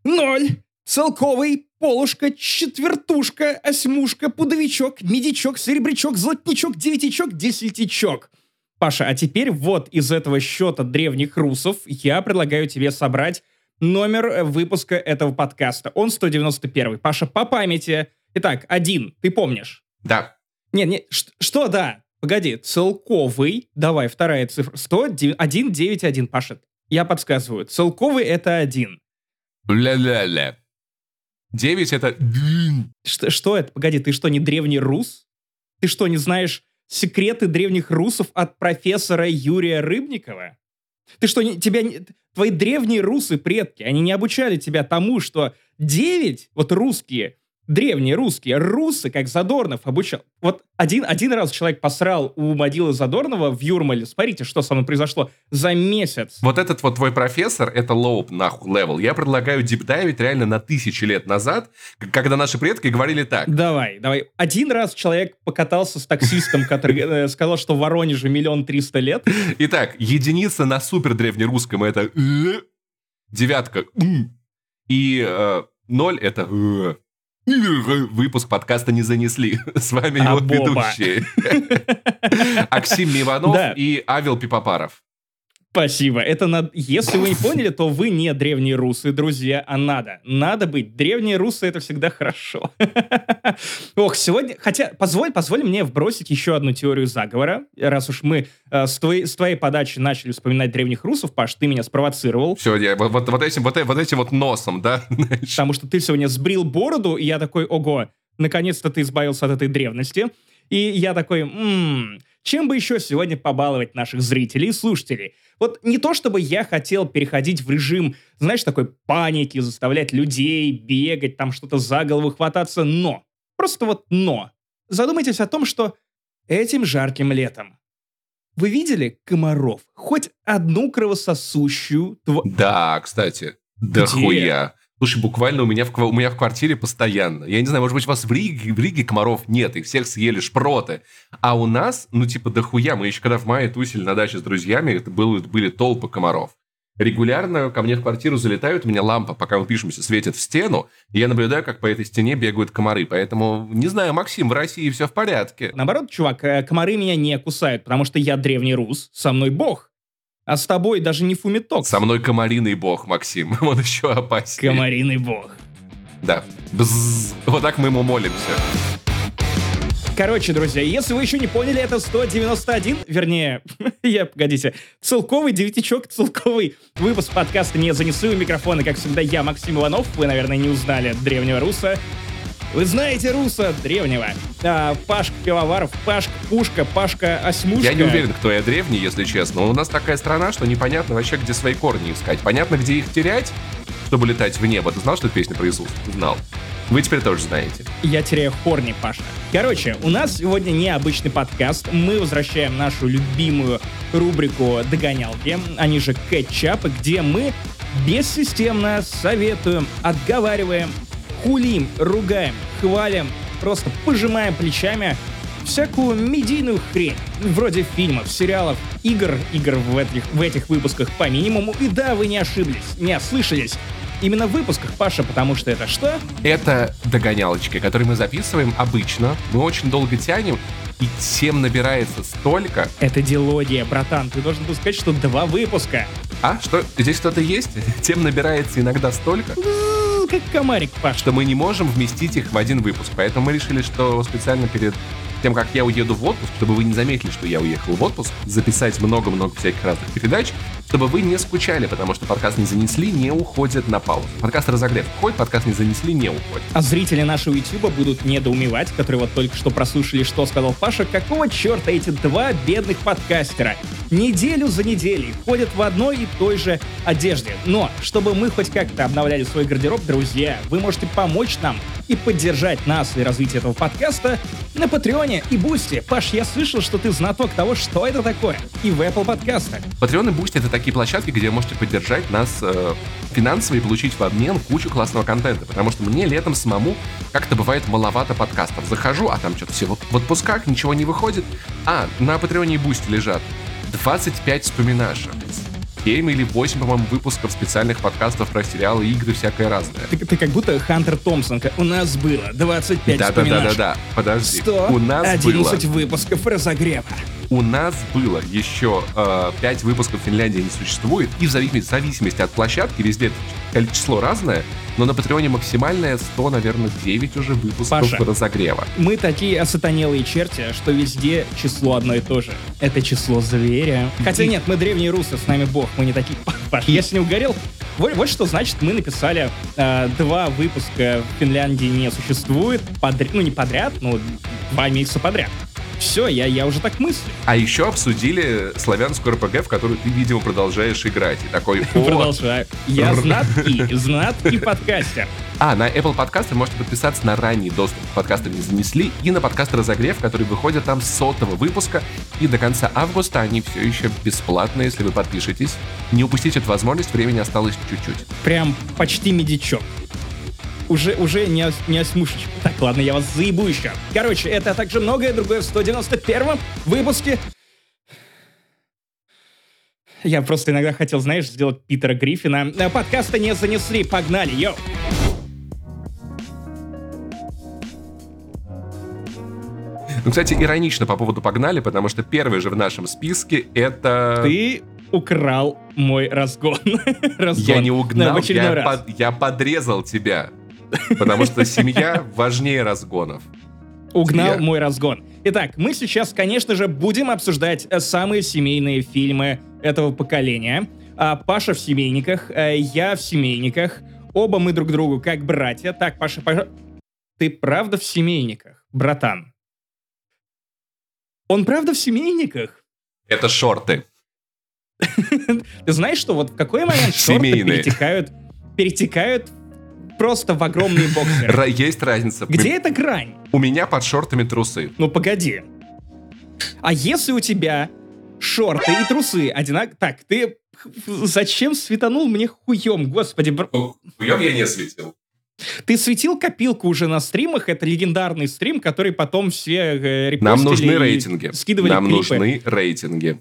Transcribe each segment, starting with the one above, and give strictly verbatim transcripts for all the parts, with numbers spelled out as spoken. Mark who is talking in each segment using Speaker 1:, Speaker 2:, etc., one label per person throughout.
Speaker 1: ноль, целковый, полушка, четвертушка, осьмушка, пудовичок, медичок, серебрячок, золотничок, девятичок, десятичок. Паша, а теперь вот из этого счета древних русов я предлагаю тебе собрать номер выпуска этого подкаста. Он сто девяносто первый. Паша, по памяти. Итак, один, ты помнишь?
Speaker 2: Да.
Speaker 1: Нет, нет, ш- что да? Погоди, целковый, давай, вторая цифра, сто, один, девять, один, Паша. Я подсказываю, целковый это один.
Speaker 2: Ля-ля-ля. девять это...
Speaker 1: Что, что это? Погоди, ты что, не древний рус? Ты что, не знаешь секреты древних русов от профессора Юрия Рыбникова? Ты что, не, тебя, не, твои древние русы предки, они не обучали тебя тому, что девять, вот русские, древние русские, русы, как Задорнов обучал. Вот один, один раз человек посрал у могилы Задорнова в Юрмале. Смотрите, что со мной произошло за месяц.
Speaker 2: Вот этот вот твой профессор, это low нахуй левел. Я предлагаю дипдайвить реально на тысячи лет назад, когда наши предки говорили так.
Speaker 1: Давай, давай. Один раз человек покатался с таксистом, который э, сказал, что в Воронеже миллион триста лет.
Speaker 2: Итак, единица на супер древнерусском это девятка и э, ноль это выпуск подкаста не занесли. С вами его ведущие Аксим Миванов и Авел Пипопаров.
Speaker 1: Спасибо. Это надо... Если вы не поняли, то вы не древние русы, друзья, а надо. Надо быть. Древние русы — это всегда хорошо. Ох, сегодня... Хотя, позволь, позволь мне вбросить еще одну теорию заговора. Раз уж мы э, с, твоей, с твоей подачи начали вспоминать древних русов, Паш, ты меня спровоцировал.
Speaker 2: Все, я, вот, вот, этим, вот, вот этим вот носом, да?
Speaker 1: Потому что ты сегодня сбрил бороду, и я такой, ого, наконец-то ты избавился от этой древности. И я такой, м-м, чем бы еще сегодня побаловать наших зрителей и слушателей? Вот не то, чтобы я хотел переходить в режим, знаешь, такой паники, заставлять людей бегать, там что-то за голову хвататься, но, просто вот но. Задумайтесь о том, что этим жарким летом вы видели комаров? Хоть одну кровососущую... Тв...
Speaker 2: Да, кстати, да хуя. Слушай, буквально у меня, в, у меня в квартире постоянно. Я не знаю, может быть, у вас в Риге, в Риге комаров нет, их всех съели шпроты. А у нас, ну, типа, дохуя. Мы еще когда в мае тусили на даче с друзьями, это было, были толпы комаров. Регулярно ко мне в квартиру залетают, у меня лампа, пока мы пишемся, светит в стену, и я наблюдаю, как по этой стене бегают комары. Поэтому, не знаю, Максим, в России все в порядке.
Speaker 1: Наоборот, чувак, комары меня не кусают, потому что я древний рус, со мной бог. А с тобой даже не фумитокс.
Speaker 2: Со мной комариный бог, Максим. Он еще опаснее.
Speaker 1: Комариный бог.
Speaker 2: Да. Бззз. Вот так мы ему молимся.
Speaker 1: Короче, друзья, если вы еще не поняли, это сто девяносто один, вернее, я, погодите, целковый девятичок, целковый выпуск подкаста «Не занесу» у микрофона, как всегда, я, Максим Иванов. Вы, наверное, не узнали древнего руса. Вы знаете руса древнего. А, Пашка Пивоваров, Пашка Пушка, Пашка Осьмушка.
Speaker 2: Я не уверен, кто я древний, если честно. У нас такая страна, что непонятно вообще, где свои корни искать. Понятно, где их терять, чтобы летать в небо. Ты знал, что это песня про Иисуса? Знал. Вы теперь тоже знаете.
Speaker 1: Я теряю корни, Паша. Короче, у нас сегодня необычный подкаст. Мы возвращаем нашу любимую рубрику «Догонялки», они же «Кэтчапы», где мы бессистемно советуем, отговариваем, хулим, ругаем, хвалим, просто пожимаем плечами всякую медийную хрень, вроде фильмов, сериалов, игр, игр в этих, в этих выпусках по минимуму. И да, вы не ошиблись, не ослышались. Именно в выпусках, Паша, потому что это что?
Speaker 2: Это догонялочки, которые мы записываем обычно. Мы очень долго тянем, и тем набирается столько.
Speaker 1: Это дилогия, братан. Ты должен был сказать, что два выпуска.
Speaker 2: А? Что? Здесь кто-то есть? Тем набирается иногда столько.
Speaker 1: Как комарик, Паш.
Speaker 2: Что мы не можем вместить их в один выпуск. Поэтому мы решили, что специально перед тем, как я уеду в отпуск, чтобы вы не заметили, что я уехал в отпуск, записать много-много всяких разных передач, чтобы вы не скучали, потому что подкаст «Не занесли» не уходит на паузу. Подкаст «Разогрев» уходит, подкаст «Не занесли» не уходит.
Speaker 1: А зрители нашего ютуба будут недоумевать, которые вот только что прослушали, что сказал Паша, какого черта эти два бедных подкастера неделю за неделей ходят в одной и той же одежде. Но, чтобы мы хоть как-то обновляли свой гардероб, друзья, вы можете помочь нам и поддержать нас и развитие этого подкаста на Патреоне и Бусти. Паш, я слышал, что ты знаток того, что это такое. И в Apple подкастах.
Speaker 2: Патреон и Бусти — это такие площадки, где вы можете поддержать нас э, финансово и получить в обмен кучу классного контента. Потому что мне летом самому как-то бывает маловато подкастов. Захожу, а там что-то все в, в отпусках, ничего не выходит. А, на Патреоне и Бусти лежат двадцать пять вспоминашек. семь или восемь, по-моему, выпусков специальных подкастов про сериалы, игры, всякое разное.
Speaker 1: Ты, ты как будто Хантер Томпсон. У нас было двадцать пять вспоминашек.
Speaker 2: Да-да-да-да-да, подожди.
Speaker 1: сто одиннадцать выпусков разогрева.
Speaker 2: У нас было еще э, пять выпусков «Финляндия не существует», и в зависимости, в зависимости от площадки, везде это число разное, но на Патреоне максимальное сто, наверное, девять уже выпусков
Speaker 1: Паша,
Speaker 2: разогрева.
Speaker 1: Мы такие осатанелые черти, что везде число одно и то же. Это число зверя. Хотя нет, мы древние русы, с нами бог, мы не такие. Паш, я с ним угорел. Вот, вот что значит, мы написали э, два выпуска «В Финляндии не существует», подряд, ну не подряд, но два месяца подряд. Все, я, я уже так мыслю.
Speaker 2: А еще обсудили славянскую эр пи джи, в которую ты, видимо, продолжаешь играть. И такой, о...
Speaker 1: Продолжаю. Я знатки, знатки подкастер.
Speaker 2: А, на Apple Podcast вы можете подписаться на ранний доступ к подкастам «Не занесли» и на подкаст «Разогрев», который выходит там с сотого выпуска. И до конца августа они все еще бесплатные, если вы подпишетесь. Не упустите эту возможность, времени осталось чуть-чуть.
Speaker 1: Прям почти медичок. Уже, уже не, не осьмушечка. Так, ладно, я вас заебу еще. Короче, это а также многое другое в сто девяносто первом выпуске. Я просто иногда хотел, знаешь, сделать Питера Гриффина. Подкаста «Не занесли». Погнали, йоу!
Speaker 2: Ну, кстати, иронично по поводу «Погнали», потому что первый же в нашем списке это...
Speaker 1: Ты украл мой разгон. разгон.
Speaker 2: Я не угнал,
Speaker 1: да,
Speaker 2: я,
Speaker 1: раз.
Speaker 2: под, я подрезал тебя. Потому что семья важнее разгонов.
Speaker 1: Угнал
Speaker 2: Семья.
Speaker 1: мой разгон. Итак, мы сейчас, конечно же, будем обсуждать самые семейные фильмы этого поколения. Паша в «Семейниках», я в «Семейниках». Оба мы друг другу как братья. Так, Паша, Паша, ты правда в «Семейниках», братан? Он правда в «Семейниках»?
Speaker 2: Это шорты.
Speaker 1: Ты знаешь, что вот в какой момент шорты перетекают, перетекают просто в огромные боксеры?
Speaker 2: Ра- есть разница.
Speaker 1: Где эта грань?
Speaker 2: У меня под шортами трусы.
Speaker 1: Ну погоди. А если у тебя шорты и трусы одинаковые... Так, ты зачем светанул мне хуем, господи? Бр...
Speaker 2: Хуем я не светил.
Speaker 1: Ты светил копилку уже на стримах, это легендарный стрим, который потом все э, репостили.
Speaker 2: Нам нужны рейтинги.
Speaker 1: Скидывали
Speaker 2: Нам
Speaker 1: клипы.
Speaker 2: нужны рейтинги.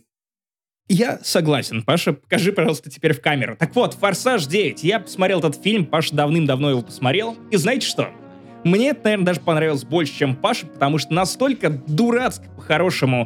Speaker 1: Я согласен, Паша, покажи, пожалуйста, теперь в камеру. Так вот, «Форсаж девять». Я посмотрел этот фильм, Паша давным-давно его посмотрел. И знаете что? Мне это, наверное, даже понравилось больше, чем Паша, потому что настолько дурацко, по-хорошему...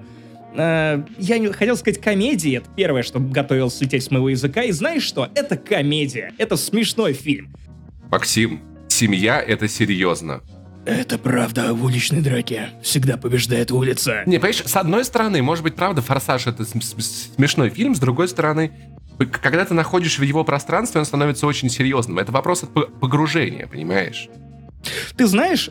Speaker 1: Э, я не хотел сказать комедия, это первое, что готовилось слететь с моего языка. И знаешь что? Это комедия, это смешной фильм.
Speaker 2: Максим, семья — это серьезно.
Speaker 1: Это правда, в уличной драке всегда побеждает улица.
Speaker 2: Не, понимаешь, с одной стороны, может быть, правда, «Форсаж» — это смешной фильм, с другой стороны, когда ты находишь в его пространстве, он становится очень серьезным. Это вопрос от погружения, понимаешь?
Speaker 1: Ты знаешь,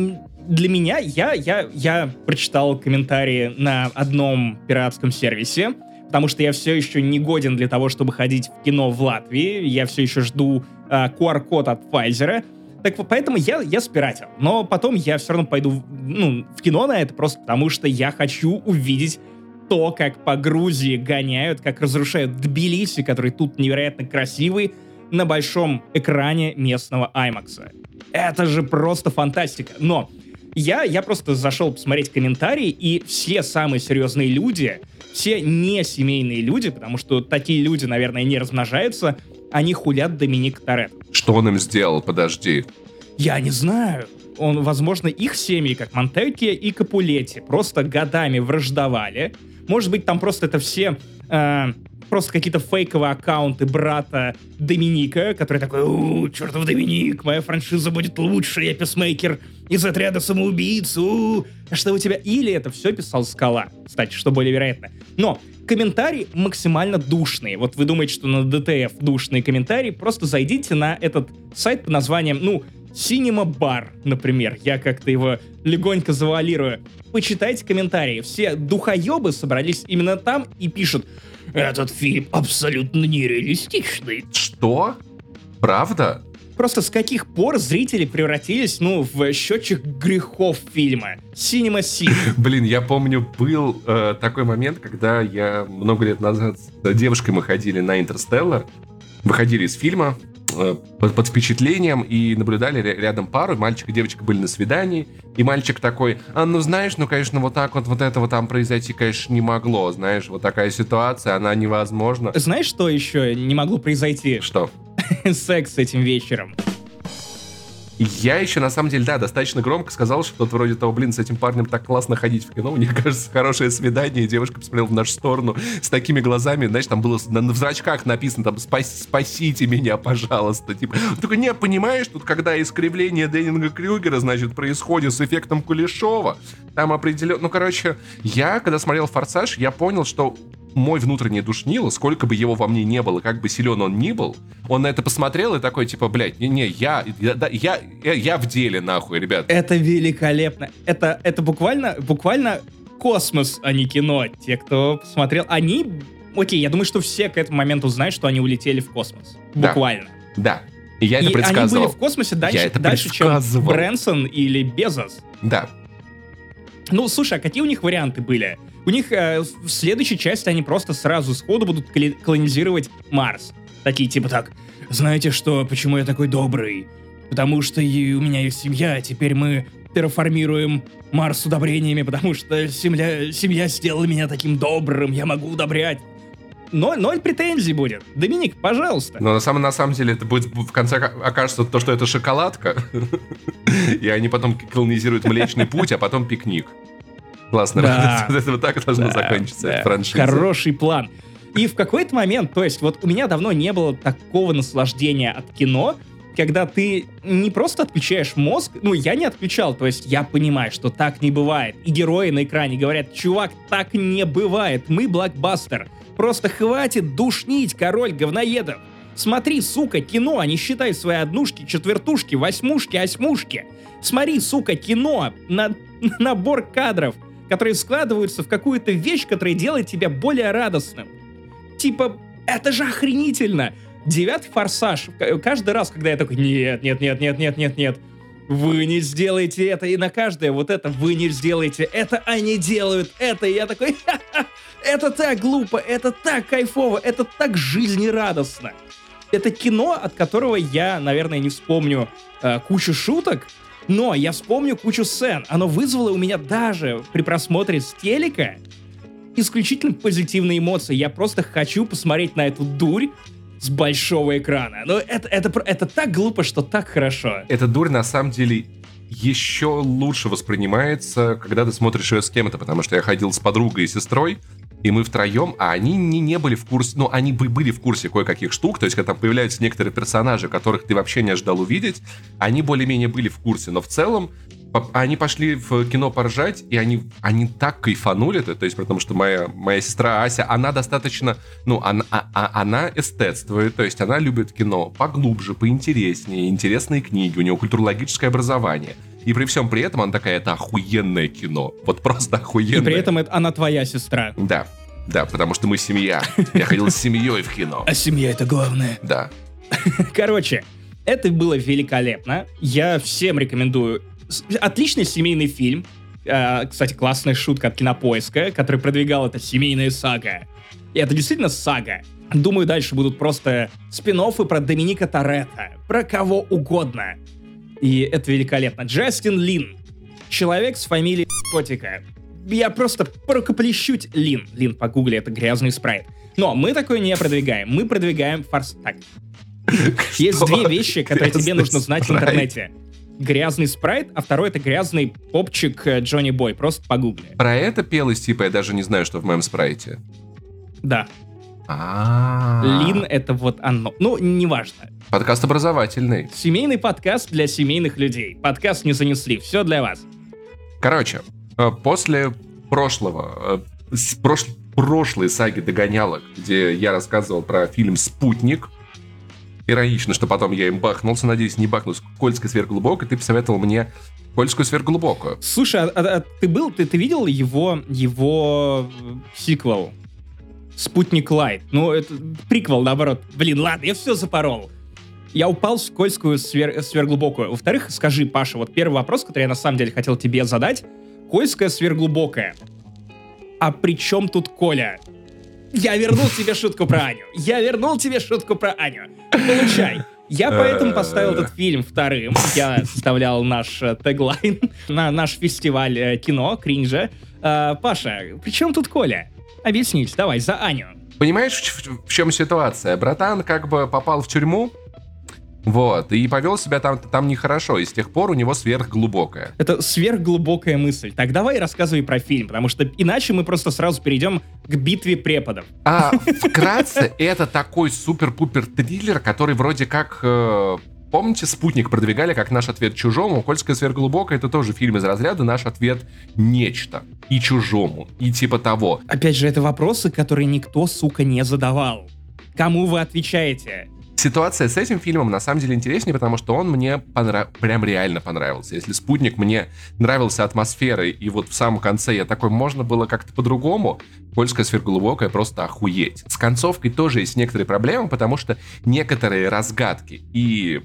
Speaker 1: для меня, я, я, я прочитал комментарии на одном пиратском сервисе, потому что я все еще не годен для того, чтобы ходить в кино в Латвии, я все еще жду э, ку ар-код от Pfizer. Так поэтому я, я спиратил. Но потом я все равно пойду ну, в кино на это, просто потому что я хочу увидеть то, как по Грузии гоняют, как разрушают Тбилиси, который тут невероятно красивый, на большом экране местного аймакса. Это же просто фантастика. Но я, я просто зашел посмотреть комментарии, и все самые серьезные люди, все не семейные люди, потому что такие люди, наверное, не размножаются, они хулят Доминика Торетто.
Speaker 2: Что он им сделал? Подожди.
Speaker 1: Я не знаю. Он, возможно, их семьи, как Монтекки и Капулетти, просто годами враждовали. Может быть, там просто это все... Э, просто какие-то фейковые аккаунты брата Доминика, который такой: «У, чертов Доминик, моя франшиза будет лучше, я писмейкер из отряда самоубийц, у, а что у тебя?» Или это все писал Скала, кстати, что более вероятно. Но комментарии максимально душные. Вот вы думаете, что на ди ти эф душные комментарии, просто зайдите на этот сайт под названием, ну, Cinema Bar, например. Я как-то его легонько завуалирую. Почитайте комментарии. Все духоебы собрались именно там и пишут: «Этот фильм абсолютно нереалистичный».
Speaker 2: Что? Правда?
Speaker 1: Просто с каких пор зрители превратились, ну, в счетчик грехов фильма? Cinema Sin.
Speaker 2: Блин, я помню, был э, такой момент, когда я много лет назад с девушкой мы ходили на «Интерстеллар», выходили из фильма, под, под впечатлением и наблюдали рядом пару, мальчик и девочка были на свидании, и мальчик такой, а, ну знаешь, ну конечно вот так вот вот этого там произойти, конечно, не могло, знаешь, вот такая ситуация, она невозможна.
Speaker 1: Знаешь, что еще не могло произойти?
Speaker 2: Что?
Speaker 1: Секс этим вечером.
Speaker 2: Я еще, на самом деле, да, достаточно громко сказал, что кто-то вроде того, блин, с этим парнем так классно ходить в кино. Мне кажется, хорошее свидание. И девушка посмотрела в нашу сторону с такими глазами. Знаешь, там было на, в зрачках написано, там, Спас, спасите меня, пожалуйста. Типа, он такой, не, понимаешь, тут, когда искривление Деннинга-Крюгера, значит, происходит с эффектом Кулешова, там определенно... Ну, короче, я, когда смотрел «Форсаж», я понял, что мой внутренний душнило, сколько бы его во мне не было, как бы силен он ни был, он на это посмотрел и такой, типа, блядь, не-не, я, я, я, я, я в деле, нахуй, ребят.
Speaker 1: Это великолепно. Это, это буквально, буквально космос, а не кино. Те, кто посмотрел, они... Окей, я думаю, что все к этому моменту знают, что они улетели в космос. Буквально.
Speaker 2: Да, да. И я это
Speaker 1: и
Speaker 2: предсказывал.
Speaker 1: они были в космосе дальше, дальше чем Брэнсон или Безос.
Speaker 2: Да.
Speaker 1: Ну, слушай, а какие у них варианты были? У них э, в следующей части они просто сразу сходу будут колонизировать Марс. Такие типа так, знаете что, почему я такой добрый? Потому что и у меня есть семья, теперь мы терраформируем Марс удобрениями, потому что семья, семья сделала меня таким добрым, я могу удобрять. Ноль, ноль претензий будет. Доминик, пожалуйста.
Speaker 2: Но на самом, на самом деле это будет в конце окажется то, что это шоколадка. И они потом колонизируют Млечный Путь, а потом пикник. Классно.
Speaker 1: Да.
Speaker 2: Это вот так должно
Speaker 1: да,
Speaker 2: закончиться,
Speaker 1: да.
Speaker 2: франшиза.
Speaker 1: Хороший план. И в какой-то момент, то есть вот у меня давно не было такого наслаждения от кино, когда ты не просто отключаешь мозг, ну, я не отключал, то есть я понимаю, что так не бывает. И герои на экране говорят, чувак, так не бывает, мы блокбастер. Просто хватит душнить, король говноедов. Смотри, сука, кино, а не считай свои однушки, четвертушки, восьмушки, осьмушки. Смотри, сука, кино, на набор кадров, которые складываются в какую-то вещь, которая делает тебя более радостным. Типа, это же охренительно. Девятый «Форсаж». Каждый раз, когда я такой, нет, нет, нет, нет, нет, нет, нет, вы не сделаете это, и на каждое вот это вы не сделаете, это они делают, это, и я такой, ха-ха, это так глупо, это так кайфово, это так жизнерадостно. Это кино, от которого я, наверное, не вспомню э, кучу шуток, но я вспомню кучу сцен. Оно вызвало у меня даже при просмотре с телека исключительно позитивные эмоции. Я просто хочу посмотреть на эту дурь с большого экрана. Но это, это, это так глупо, что так хорошо.
Speaker 2: Эта дурь, на самом деле, еще лучше воспринимается, когда ты смотришь ее с кем-то, потому что я ходил с подругой и сестрой, и мы втроем, а они не, не были в курсе, ну, они бы были в курсе кое-каких штук, то есть, когда там появляются некоторые персонажи, которых ты вообще не ожидал увидеть, они более-менее были в курсе, но в целом они пошли в кино поржать, и они, они так кайфанули, то есть, потому что моя, моя сестра Ася, она достаточно, ну, она, а, она эстетствует, то есть, она любит кино поглубже, поинтереснее, интересные книги, у нее культурологическое образование. И при всем при этом она такая, это охуенное кино. Вот просто охуенное.
Speaker 1: И при этом это, она твоя сестра.
Speaker 2: Да, да, потому что мы семья. Я ходил с семьей в кино.
Speaker 1: А семья — это главное.
Speaker 2: Да.
Speaker 1: Короче, это было великолепно. Я всем рекомендую. Отличный семейный фильм. Кстати, классная шутка от Кинопоиска, который продвигал это «Семейная сага». И это действительно сага. Думаю, дальше будут просто спин-оффы про Доминика Торетто, про кого угодно. И это великолепно. Джастин Лин. Человек с фамилией Котика. Я просто порукоплещуть Лин. Лин, погугли, это грязный спрайт. Но мы такое не продвигаем. Мы продвигаем форс... Так. Есть две вещи, которые тебе нужно знать в интернете. Грязный спрайт, а второй — это грязный попчик Джонни Бой. Просто погугли.
Speaker 2: Про это пелось, типа, я даже не знаю, что в моем спрайте.
Speaker 1: Да.
Speaker 2: А-а-а.
Speaker 1: Лин — это вот оно. Ну, неважно.
Speaker 2: Подкаст образовательный.
Speaker 1: Семейный подкаст для семейных людей. Подкаст не занесли. Все для вас.
Speaker 2: Короче, после прошлого, прош, прошлой саги «Догонялок», где я рассказывал про фильм «Спутник», иронично, что потом я им бахнулся, надеюсь, не бахнулся, «Кольская сверхглубокая», ты посоветовал мне «Кольскую сверхглубокую».
Speaker 1: Слушай, а, а, а ты был, ты, ты видел его, его сиквел? «Спутник Лайт». Ну, это приквел, наоборот. Блин, ладно, я все запорол. Я упал в скользкую свер... сверхглубокую. Во-вторых, скажи, Паша, вот первый вопрос, который я на самом деле хотел тебе задать. Кольская сверхглубокая. А при чем тут Коля? Я вернул тебе шутку про Аню. Я вернул тебе шутку про Аню. Получай. Я поэтому поставил этот фильм вторым. Я составлял наш э, теглайн на наш фестиваль э, кино, кринжа. Э, Паша, при чем тут Коля? Объяснить, давай, за Аню.
Speaker 2: Понимаешь, в, в чем ситуация? Братан как бы попал в тюрьму, вот, и повел себя там, там нехорошо, и с тех пор у него сверхглубокая.
Speaker 1: Это сверхглубокая мысль. Так давай рассказывай про фильм, потому что иначе мы просто сразу перейдем к битве преподов.
Speaker 2: А вкратце, это такой супер-пупер триллер, который вроде как... Э, помните, «Спутник» продвигали как наш ответ «Чужому»? «Кольская сверхглубокая» — это тоже фильм из разряда «Наш ответ нечто». И «Чужому», и типа того.
Speaker 1: Опять же, это вопросы, которые никто, сука, не задавал. Кому вы отвечаете?
Speaker 2: Ситуация с этим фильмом на самом деле интереснее, потому что он мне понрав... прям реально понравился. Если «Спутник» мне нравился атмосферой, и вот в самом конце я такой, можно было как-то по-другому, «Кольская сверхглубокая» просто охуеть. С концовкой тоже есть некоторые проблемы, потому что некоторые разгадки и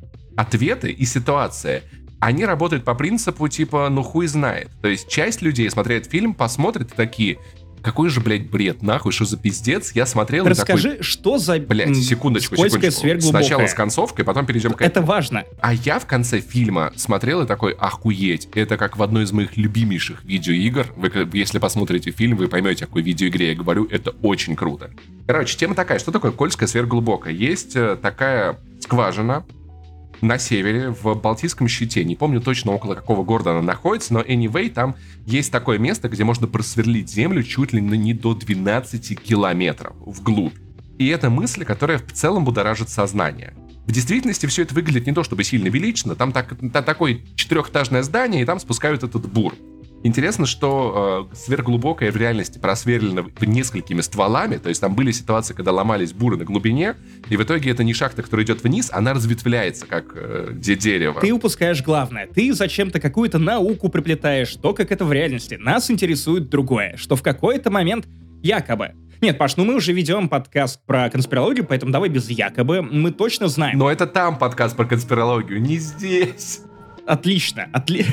Speaker 2: ответы, и ситуация, они работают по принципу типа, ну хуй знает. То есть часть людей смотрят фильм, посмотрят и такие... Какой же, блядь, бред, нахуй, что за пиздец? Я смотрел
Speaker 1: Расскажи,
Speaker 2: и такой...
Speaker 1: что за...
Speaker 2: Блядь, секундочку,
Speaker 1: «Скользкая
Speaker 2: секундочку.
Speaker 1: сверхглубокая»?
Speaker 2: Сначала с концовкой, потом перейдем к этому.
Speaker 1: Это важно.
Speaker 2: А я в конце фильма смотрел и такой, охуеть, это как в одной из моих любимейших видеоигр. Вы, если посмотрите фильм, вы поймете, о какой видеоигре я говорю. Это очень круто. Короче, тема такая, что такое «Кольская сверхглубокая»? Есть такая скважина на севере, в Балтийском щите. Не помню точно, около какого города она находится, но anyway, там есть такое место, где можно просверлить землю чуть ли не до двенадцати километров вглубь. И это мысль, которая в целом будоражит сознание. В действительности все это выглядит не то чтобы сильно величественно, там, так, там такое четырехэтажное здание, и там спускают этот бур. Интересно, что э, сверхглубокая в реальности просверлена несколькими стволами, то есть там были ситуации, когда ломались буры на глубине, и в итоге это не шахта, которая идет вниз, она разветвляется, как э, дерево.
Speaker 1: Ты упускаешь главное. Ты зачем-то какую-то науку приплетаешь, то, как это в реальности. Нас интересует другое, что в какой-то момент якобы... Нет, Паш, ну мы уже ведем подкаст про конспирологию, поэтому давай без якобы. Мы точно знаем.
Speaker 2: Но это там подкаст про конспирологию, не здесь.
Speaker 1: Отлично, отлично.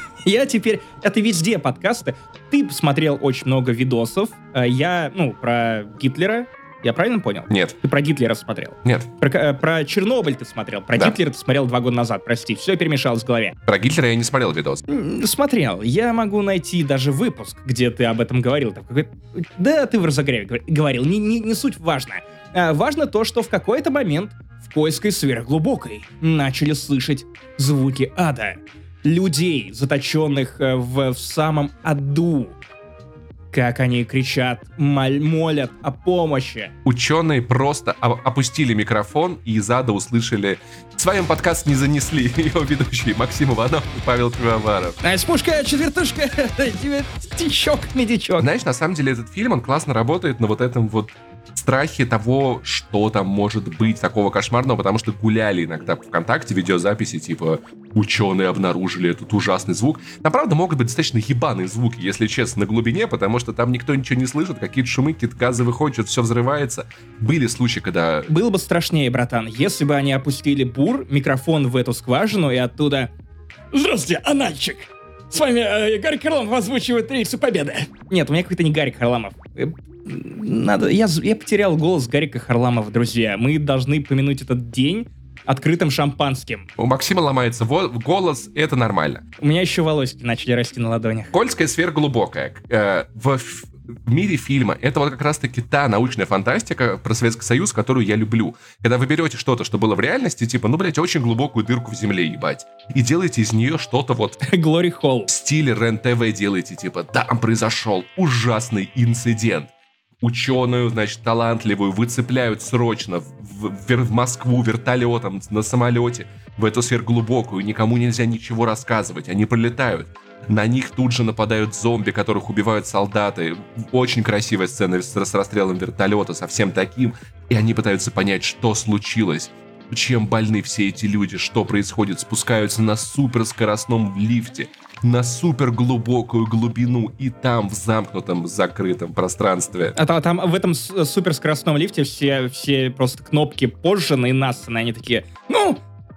Speaker 1: Я теперь... Это везде подкасты. Ты посмотрел очень много видосов. Я, ну, про Гитлера. Я правильно понял?
Speaker 2: Нет.
Speaker 1: Ты про Гитлера смотрел?
Speaker 2: Нет.
Speaker 1: Про, про Чернобыль ты смотрел. Про
Speaker 2: да.
Speaker 1: Гитлера ты смотрел два года назад. Прости, все перемешалось в голове.
Speaker 2: Про Гитлера я не смотрел видос.
Speaker 1: Смотрел. Я могу найти даже выпуск, где ты об этом говорил. Да, ты в разогреве говорил. Не, не, не суть важно. А важно то, что в какой-то момент в «Кольской сверхглубокой» начали слышать звуки ада. Людей, заточенных в, в самом аду. Как они кричат, моль, молят о помощи.
Speaker 2: Ученые просто опустили микрофон и из ада услышали... С вами подкаст не занесли его ведущие Максим Иванов и Павел Пивоваров.
Speaker 1: Спушка, четвертушка, тичок, медичок.
Speaker 2: Знаешь, на самом деле этот фильм, он классно работает на вот этом вот страхе того, что там может быть такого кошмарного, потому что гуляли иногда в ВКонтакте видеозаписи, типа ученые обнаружили этот ужасный звук. Там, правда, могут быть достаточно ебаные звуки, если честно, на глубине, потому что там никто ничего не слышит, какие-то шумы, какие-то газы выходят, все взрывается. Были случаи, когда...
Speaker 1: Было бы страшнее, братан, если бы они опустили бур, микрофон в эту скважину и оттуда... Здравствуйте, анальчик! С вами э, Гарик Харламов озвучивает «Рейсы Победы». Нет, у меня какой-то не Гарик Харламов. Надо... Я, я потерял голос Гарика Харламова, друзья. Мы должны помянуть этот день открытым шампанским.
Speaker 2: У Максима ломается во- голос, это нормально.
Speaker 1: У меня еще волосики начали расти на ладонях.
Speaker 2: «Кольская сверхглубокая». Э, в, в мире фильма это вот как раз-таки та научная фантастика про Советский Союз, которую я люблю. Когда вы берете что-то, что было в реальности, типа, ну, блядь, очень глубокую дырку в земле ебать, и делаете из нее что-то вот...
Speaker 1: Glory Hole.
Speaker 2: В стиле РЕН-ТВ делаете, типа, там произошел ужасный инцидент. Ученую, значит, талантливую выцепляют срочно в, в, в Москву вертолетом на самолете в эту сверхглубокую, никому нельзя ничего рассказывать, они пролетают. На них тут же нападают зомби, которых убивают солдаты. Очень красивая сцена с, с расстрелом вертолета, со всем таким. И они пытаются понять, что случилось, чем больны все эти люди, что происходит. Спускаются на суперскоростном лифте на суперглубокую глубину и там в замкнутом, закрытом пространстве.
Speaker 1: А там, там в этом суперскоростном лифте все, все просто кнопки пожжены и нассаны. Они такие, ну,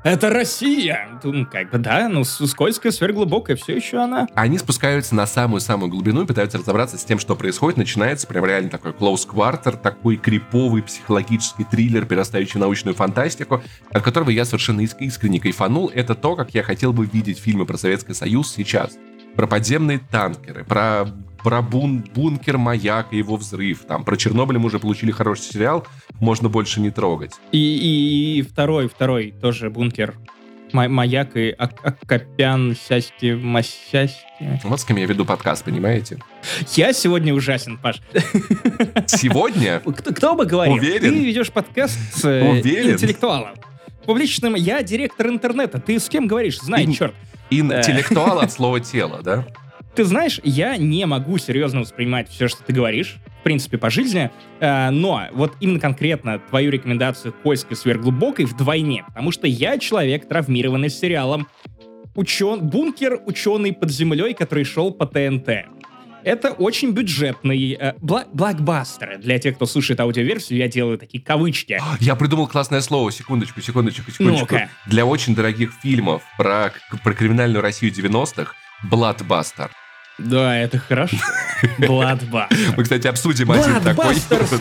Speaker 1: Это Россия! Ну, как бы, да, ну, скользкая, сверхглубокая, все еще она.
Speaker 2: Они спускаются на самую-самую глубину и пытаются разобраться с тем, что происходит. Начинается прям реально такой close quarter, такой криповый психологический триллер, перерастающий в научную фантастику, от которого я совершенно искренне кайфанул. Это то, как я хотел бы видеть фильмы про Советский Союз сейчас. Про подземные танкеры, про... Про бун, бункер-маяк и его взрыв. Там, про Чернобыль мы уже получили хороший сериал, можно больше не трогать.
Speaker 1: И, и, и второй, второй тоже бункер. Маяк и Акопян, Сясти, Масясти.
Speaker 2: Вот с кем я веду подкаст, понимаете?
Speaker 1: Я сегодня ужасен, Паш.
Speaker 2: Сегодня?
Speaker 1: Кто, кто бы говорил?
Speaker 2: Уверен?
Speaker 1: Ты ведешь подкаст с
Speaker 2: Уверен?
Speaker 1: интеллектуалом. Публичным я директор интернета. Ты с кем говоришь? Знай,
Speaker 2: Ин-
Speaker 1: черт.
Speaker 2: Интеллектуал от слова тело, да?
Speaker 1: Ты знаешь, я не могу серьезно воспринимать все, что ты говоришь, в принципе, по жизни, э, но вот именно конкретно твою рекомендацию «Поиска сверхглубокой» вдвойне, потому что я человек, травмированный сериалом учен... «Бункер. Ученый под землей», который шел по ТНТ. Это очень бюджетный э, бла- блокбастер. Для тех, кто слушает аудиоверсию, я делаю такие кавычки.
Speaker 2: Я придумал классное слово. Секундочку, секундочку, секундочку.
Speaker 1: Ну-ка.
Speaker 2: Для очень дорогих фильмов про, про криминальную Россию девяностых «Блокбастер».
Speaker 1: Да, это хорошо. Bloodbuster.
Speaker 2: Мы, кстати, обсудим один такой.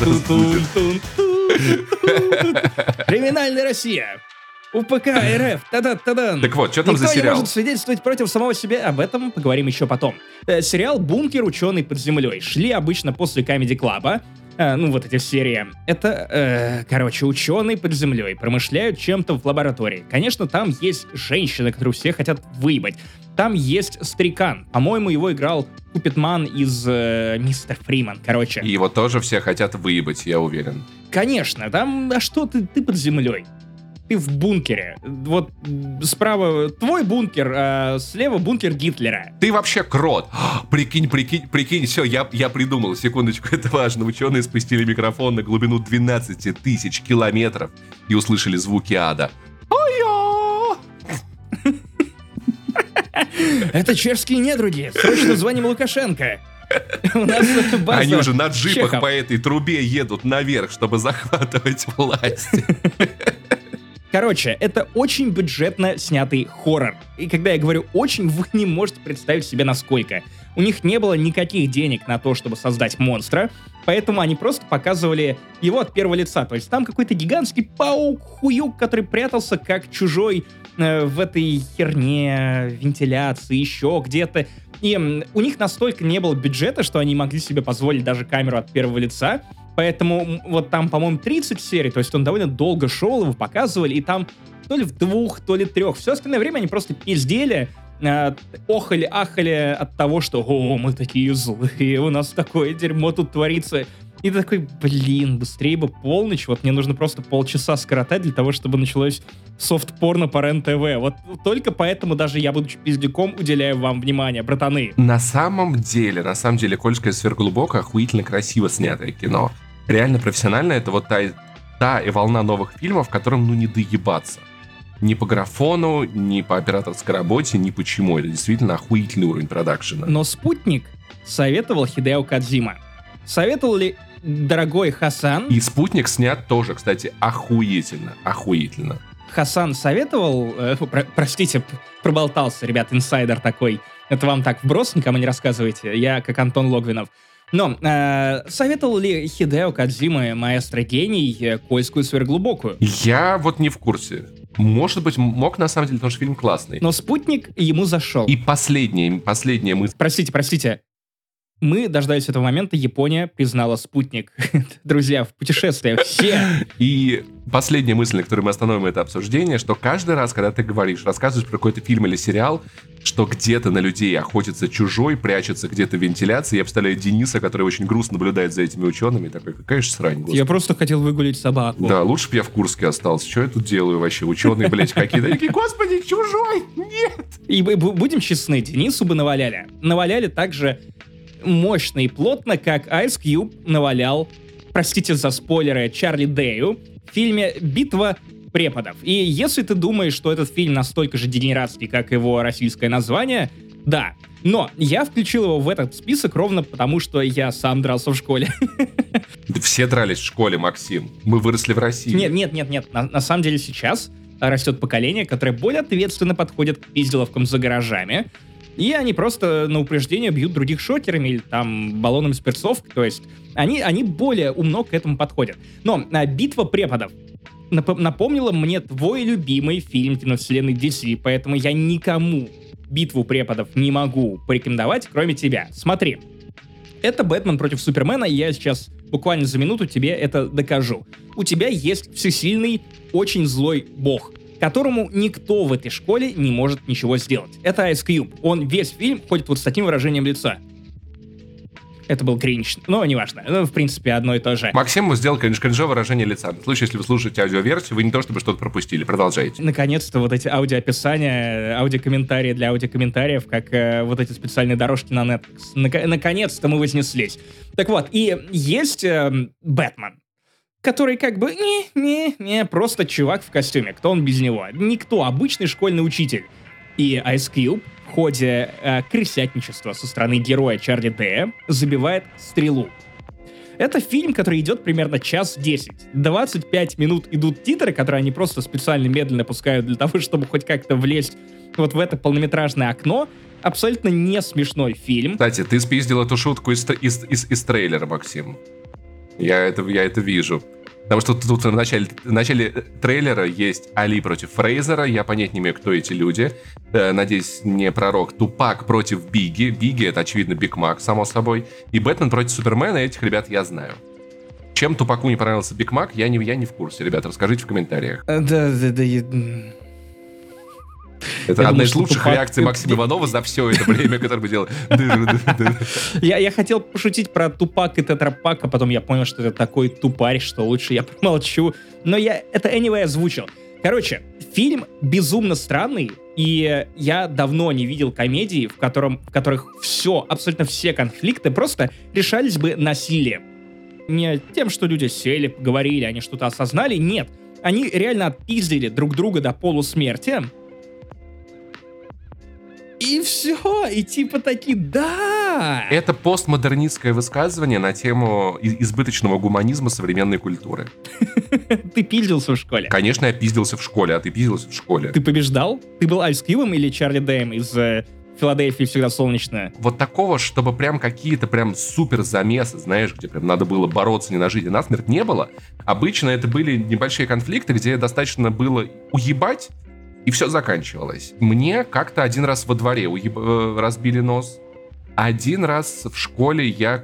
Speaker 1: Криминальная Россия. УПК РФ. Та-да-та-дан.
Speaker 2: Так вот, что там
Speaker 1: Никто
Speaker 2: за сериал?
Speaker 1: не может свидетельствовать против самого себя. Об этом поговорим еще потом. Э, сериал «Бункер. Ученый под землей». Шли обычно после Comedy Club'а. Э, ну, вот эти серии. Это, э, короче, ученые под землей промышляют чем-то в лаборатории. Конечно, там есть женщины, которые все хотят выебать. Там есть старикан. По-моему, его играл Купитман из э, «Мистер Фриман». Короче.
Speaker 2: И его тоже все хотят выебать, я уверен.
Speaker 1: Конечно, там... А что ты? Ты под землей. Ты в бункере. Вот справа твой бункер, а слева бункер Гитлера.
Speaker 2: Ты вообще крот. Прикинь, прикинь, прикинь, все, я, я придумал, секундочку, это важно. Ученые спустили микрофон на глубину двенадцать тысяч километров и услышали звуки ада. Ой-о!
Speaker 1: Это чешские недруги. Срочно звоним Лукашенко. У нас база.
Speaker 2: Они уже на джипах
Speaker 1: чехов.
Speaker 2: по этой трубе едут наверх, чтобы захватывать власть.
Speaker 1: Короче, это очень бюджетно снятый хоррор. И когда я говорю «очень», вы не можете представить себе насколько. У них не было никаких денег на то, чтобы создать монстра, поэтому они просто показывали его от первого лица. То есть там какой-то гигантский паук-хуюк, который прятался как чужой э, в этой херне, вентиляции, еще где-то. И м, у них настолько не было бюджета, что они могли себе позволить даже камеру от первого лица. Поэтому вот там, по-моему, тридцать серий, то есть он довольно долго шел, его показывали, и там то ли в двух, то ли трех. Все остальное время они просто пиздели, э, охали-ахали от того, что «О, мы такие злые, у нас такое дерьмо тут творится». И ты такой, блин, быстрее бы полночь, вот мне нужно просто полчаса скоротать для того, чтобы началось софт-порно по РЕН-ТВ. Вот только поэтому даже я, будучи пиздюком, уделяю вам внимание, братаны.
Speaker 2: На самом деле, на самом деле, «Кольское сверхглубокое» охуительно красиво снятое кино. Реально профессионально, это вот та, та и волна новых фильмов, которым, ну, не доебаться. Ни по графону, ни по операторской работе, ни почему. Это действительно охуительный уровень продакшена.
Speaker 1: Но «Спутник» советовал Хидео Кодзима. Советовал ли дорогой Хасан?
Speaker 2: И «Спутник» снят тоже, кстати, охуительно, охуительно.
Speaker 1: Хасан советовал... Э, про, простите, проболтался, ребят, инсайдер такой. Это вам так вброс, никому не рассказывайте. Я как Антон Логвинов. Но э, советовал ли Хидео Кодзима, маэстро-гений, «Кольскую сверхглубокую»?
Speaker 2: Я вот не в курсе. Может быть, мог на самом деле, потому что фильм классный.
Speaker 1: Но «Спутник» ему зашел.
Speaker 2: И последняя, последняя мысль.
Speaker 1: Простите, простите. Мы дождались этого момента, Япония признала «Спутник». Друзья, в путешествиях все.
Speaker 2: И последняя мысль, на которой мы остановим это обсуждение, что каждый раз, когда ты говоришь, рассказываешь про какой-то фильм или сериал, что где-то на людей охотится чужой, прячется где-то в вентиляции, я представляю Дениса, который очень грустно наблюдает за этими учеными, такой, какая же срань, господи.
Speaker 1: Я просто хотел выгулить собаку.
Speaker 2: Да, лучше бы я в Курске остался. Что я тут делаю вообще? Ученые, блядь, какие-то. Такие, господи, чужой! Нет!
Speaker 1: И будем честны, Денису бы наваляли. Наваляли также мощно и плотно, как Ice Cube навалял, простите за спойлеры, Чарли Дэю в фильме «Битва преподов». И если ты думаешь, что этот фильм настолько же дегенератский, как его российское название, да. Но я включил его в этот список ровно потому, что я сам дрался в школе.
Speaker 2: Да все дрались в школе, Максим. Мы выросли в России.
Speaker 1: Нет, нет, нет, нет. На, на самом деле сейчас растет поколение, которое более ответственно подходит к пизделовкам за гаражами, и они просто на упреждение бьют других шокерами или там баллонами с перцовкой, то есть они, они более умно к этому подходят. Но а, «Битва преподов» нап- напомнила мне твой любимый фильм киновселенной ди си, поэтому я никому «Битву преподов» не могу порекомендовать, кроме тебя. Смотри, это «Бэтмен против Супермена», и я сейчас буквально за минуту тебе это докажу. У тебя есть всесильный, очень злой бог, которому никто в этой школе не может ничего сделать. Это Ice Cube. Он весь фильм ходит вот с таким выражением лица. Это был кринж, но неважно. Ну, в принципе, одно и то же.
Speaker 2: Максим сделал кринж, кринжовое выражение лица. В случае, если вы слушаете аудиоверсию, вы не то чтобы что-то пропустили. Продолжайте.
Speaker 1: Наконец-то вот эти аудиоописания, аудиокомментарии для аудиокомментариев, как э, вот эти специальные дорожки на Netflix. Нак- наконец-то мы вознеслись. Так вот, и есть э, Бэтмен, который как бы не-не-не, просто чувак в костюме. Кто он без него? Никто, обычный школьный учитель. И Ice Cube в ходе э, крысятничества со стороны героя Чарли Дэя забивает стрелу. Это фильм, который идет примерно час десять. двадцать пять минут идут титры, которые они просто специально медленно пускают для того, чтобы хоть как-то влезть вот в это полнометражное окно. Абсолютно не смешной фильм.
Speaker 2: Кстати, ты спиздил эту шутку из, из, из, из трейлера, Максим. Я это, я это вижу. Потому что тут, тут в, начале, в начале трейлера есть Али против Фрейзера. Я понять не имею, кто эти люди. Э, надеюсь, не пророк. Тупак против Бигги. Бигги — это, очевидно, Биг Мак, само собой. И Бэтмен против Супермена. Этих ребят я знаю. Чем Тупаку не понравился Биг Мак, я не, я не в курсе. Ребята, расскажите в комментариях.
Speaker 1: Да, да, да.
Speaker 2: Это
Speaker 1: я
Speaker 2: одна
Speaker 1: думаю,
Speaker 2: из лучших
Speaker 1: Тупак...
Speaker 2: реакций Максима Иванова за все это время, которое мы делали.
Speaker 1: Я, я хотел пошутить про Тупак и Тетрапак, а потом я понял, что это такой тупарь, что лучше я промолчу. Но я это anyway озвучил. Короче, фильм безумно странный, и я давно не видел комедии, в, котором, в которых все, абсолютно все конфликты просто решались бы насилием. Не тем, что люди сели, поговорили, они что-то осознали, нет. Они реально отпиздили друг друга до полусмерти. И все, и типа такие, да!
Speaker 2: Это постмодернистское высказывание на тему избыточного гуманизма современной культуры.
Speaker 1: Ты пиздился в школе?
Speaker 2: Конечно, я пиздился в школе, а ты пиздился в школе.
Speaker 1: Ты побеждал? Ты был Ice Cube'ом или Чарли Дэем из э, «Филадельфии всегда солнечно»?
Speaker 2: Вот такого, чтобы прям какие-то прям супер замесы, знаешь, где прям надо было бороться не на жизнь, а на смерть, не было. Обычно это были небольшие конфликты, где достаточно было уебать, и все заканчивалось. Мне как-то один раз во дворе уеб... разбили нос. Один раз в школе я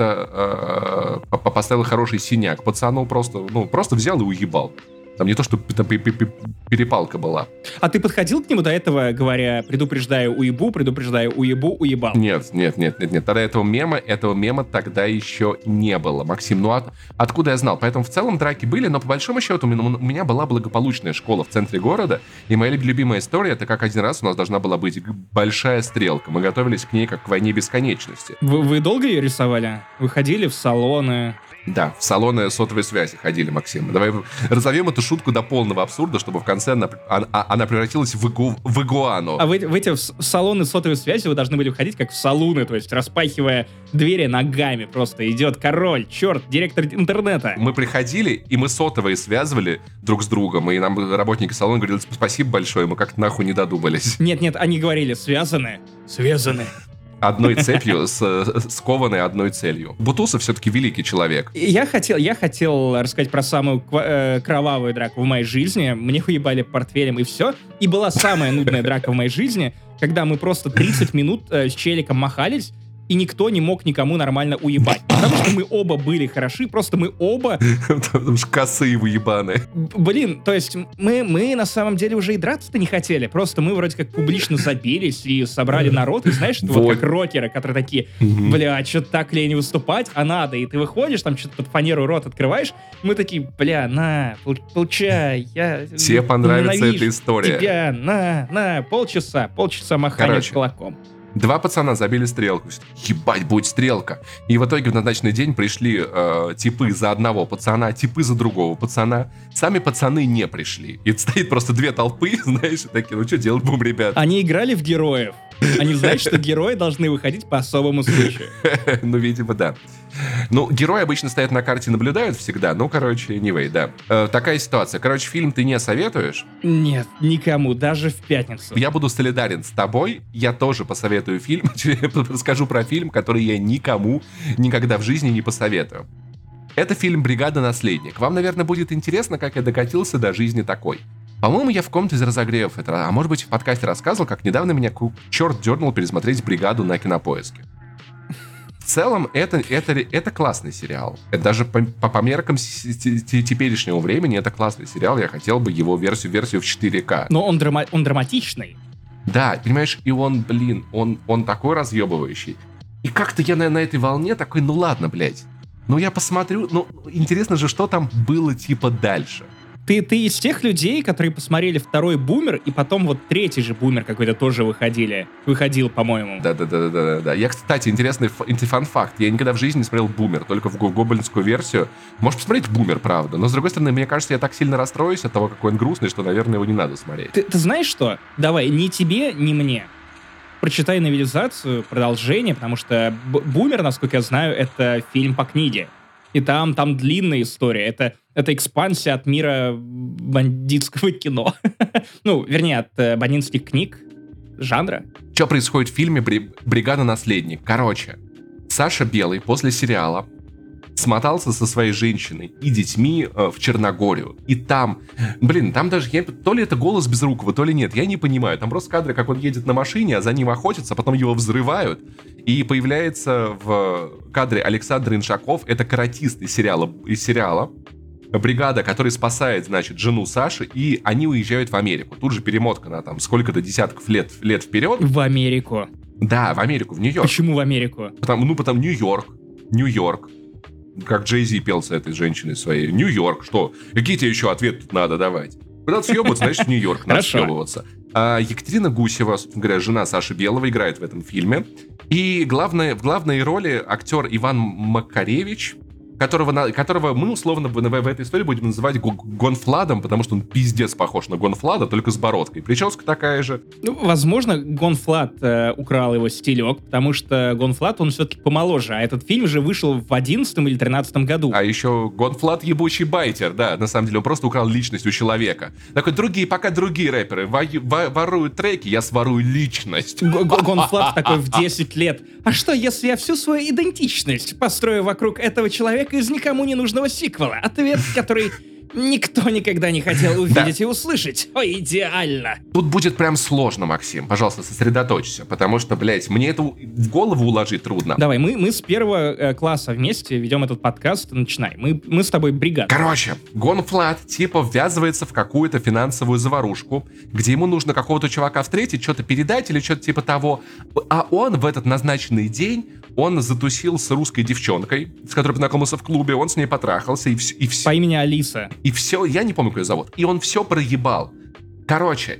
Speaker 2: как-то э, поставил хороший синяк. Пацану просто, ну, просто взял и уебал. Там не то, что там перепалка была.
Speaker 1: А ты подходил к нему до этого, говоря, предупреждаю уебу, предупреждаю уебу, уебал?
Speaker 2: Нет, нет, нет, нет, нет. Тогда этого мема, этого мема тогда еще не было. Максим, ну от, откуда я знал? Поэтому в целом драки были, но по большому счету у меня была благополучная школа в центре города, и моя любимая история, это как один раз у нас должна была быть большая стрелка. Мы готовились к ней как к войне бесконечности.
Speaker 1: Вы, вы долго ее рисовали? Вы ходили в салоны?
Speaker 2: Да, в салоны сотовой связи ходили, Максим. Давай разовьем эту шутку до полного абсурда, чтобы в конце она, она, она превратилась в, игу, в игуану.
Speaker 1: А в, в эти в салоны сотовой связи вы должны были входить как в салуны, то есть распахивая двери ногами просто. Идет король, черт, директор интернета.
Speaker 2: Мы приходили, и мы сотовые связывали друг с другом, и нам работники салона говорили спасибо большое, мы как-то нахуй не додумались.
Speaker 1: Нет-нет, они говорили связаны, связаны.
Speaker 2: Одной цепью, с, скованной одной целью. Бутусов все-таки великий человек.
Speaker 1: Я хотел, я хотел рассказать про самую э, кровавую драку в моей жизни. Мне уебали портфелем и все. И была самая нудная драка в моей жизни, когда мы просто тридцать минут э, с челиком махались, и никто не мог никому нормально уебать. Потому что мы оба были хороши, просто мы оба...
Speaker 2: Потому что косые вы ебаные.
Speaker 1: Блин, то есть мы, мы на самом деле уже и драться-то не хотели. Просто мы вроде как публично забились и собрали народ. И знаешь, вот, вот как рокеры, которые такие, бля, что-то так лень выступать, а надо. И ты выходишь, там что-то под фанеру рот открываешь. Мы такие, бля, на, получай. Я
Speaker 2: Тебе понравится эта история.
Speaker 1: Тебя, на, на, полчаса, полчаса махания кулаком.
Speaker 2: Два пацана забили стрелку. Ебать, будет стрелка. И в итоге в назначенный день пришли э, типы за одного пацана, типы за другого пацана. Сами пацаны не пришли. И стоит просто две толпы, знаешь, и такие, ну что делать будем, ребят?
Speaker 1: Они играли в героев. Они знают, что герои должны выходить по особому случаю.
Speaker 2: Ну, видимо, да. Ну, герои обычно стоят на карте и наблюдают всегда. Ну, короче, anyway, да. Э, такая ситуация. Короче, фильм ты не советуешь?
Speaker 1: Нет, никому, даже в пятницу.
Speaker 2: Я буду солидарен с тобой. Я тоже посоветую фильм. Расскажу про фильм, который я никому никогда в жизни не посоветую. Это фильм «Бригада. Наследник». Вам, наверное, будет интересно, как я докатился до жизни такой. По-моему, я в ком-то из разогревов это, а может быть, в подкасте рассказывал, как недавно меня черт дернул пересмотреть «Бригаду» на Кинопоиске. В целом, это, это, это классный сериал. Это даже по, по, по меркам теперешнего времени это классный сериал. Я хотел бы его версию, версию в четыре ка.
Speaker 1: Но он, драма, он драматичный.
Speaker 2: Да, понимаешь, и он, блин, он, он такой разъебывающий. И как-то я на, на этой волне такой, ну ладно, блядь. Ну я посмотрю, ну интересно же, что там было типа дальше.
Speaker 1: Ты, ты из тех людей, которые посмотрели второй «Бумер», и потом вот третий же «Бумер» какой-то тоже выходили. Выходил, по-моему.
Speaker 2: Да-да-да-да-да. Я, кстати, интересный фан-факт. Я никогда в жизни не смотрел «Бумер», только в гоблинскую версию. Можешь посмотреть «Бумер», правда. Но, с другой стороны, мне кажется, я так сильно расстроюсь от того, какой он грустный, что, наверное, его не надо смотреть.
Speaker 1: Ты, ты знаешь что? Давай, ни тебе, ни мне. Прочитай новелизацию, продолжение, потому что «Бумер», насколько я знаю, это фильм по книге. И там, там длинная история. Это, это экспансия от мира бандитского кино. Ну, вернее, от э, бандитских книг, жанра.
Speaker 2: Что происходит в фильме «Бригада. Наследник»? Короче, Саша Белый после сериала смотался со своей женщиной и детьми э, в Черногорию. И там, блин, там даже, я, то ли это голос Безрукова, то ли нет, я не понимаю. Там просто кадры, как он едет на машине, а за ним охотятся, а потом его взрывают. И появляется в кадре Александр Иншаков, это каратист из сериала, из сериала «Бригада», который спасает, значит, жену Саши, и они уезжают в Америку. Тут же перемотка на там сколько-то десятков лет, лет вперед.
Speaker 1: В Америку?
Speaker 2: Да, в Америку, в Нью-Йорк.
Speaker 1: Почему в Америку?
Speaker 2: Потому, ну, потому Нью-Йорк, Нью-Йорк. Как Джей Зи пел с этой женщиной своей. Нью-Йорк, что? Какие тебе еще ответы тут надо давать? Куда съебываться, значит, в Нью-Йорк надо съебываться. А Екатерина Гусева, собственно говоря, жена Саши Белого, играет в этом фильме. И главное, в главной роли актер Иван Макаревич, которого, которого мы условно в, в этой истории будем называть Гонфладом, потому что он пиздец похож на Гонфлада, только с бородкой. Прическа такая же.
Speaker 1: Ну, возможно, Гонфлад э, украл его стилек, потому что Гонфлад, он все-таки помоложе, а этот фильм же вышел в одиннадцатом или тринадцатом году.
Speaker 2: А еще Гонфлад ебучий байтер, да, на самом деле, он просто украл личность у человека. Такой, другие, пока другие рэперы во- во- воруют треки, я сворую личность.
Speaker 1: Гонфлад такой в десять лет. А что, если я всю свою идентичность построю вокруг этого человека из никому не нужного сиквела? Ответ, который никто никогда не хотел увидеть да. и услышать. Ой, идеально.
Speaker 2: Тут будет прям сложно, Максим. Пожалуйста, сосредоточься, потому что, блядь, мне это в голову уложить трудно.
Speaker 1: Давай, мы, мы с первого э, класса вместе ведем этот подкаст. Начинай. Мы, мы с тобой бригада.
Speaker 2: Короче, Гонфлад типа ввязывается в какую-то финансовую заварушку, где ему нужно какого-то чувака встретить, что-то передать или что-то типа того. А он в этот назначенный день он затусил с русской девчонкой, с которой познакомился в клубе, он с ней потрахался и, вс- и все.
Speaker 1: По имени Алиса.
Speaker 2: И все, я не помню, как ее зовут. И он все проебал. Короче,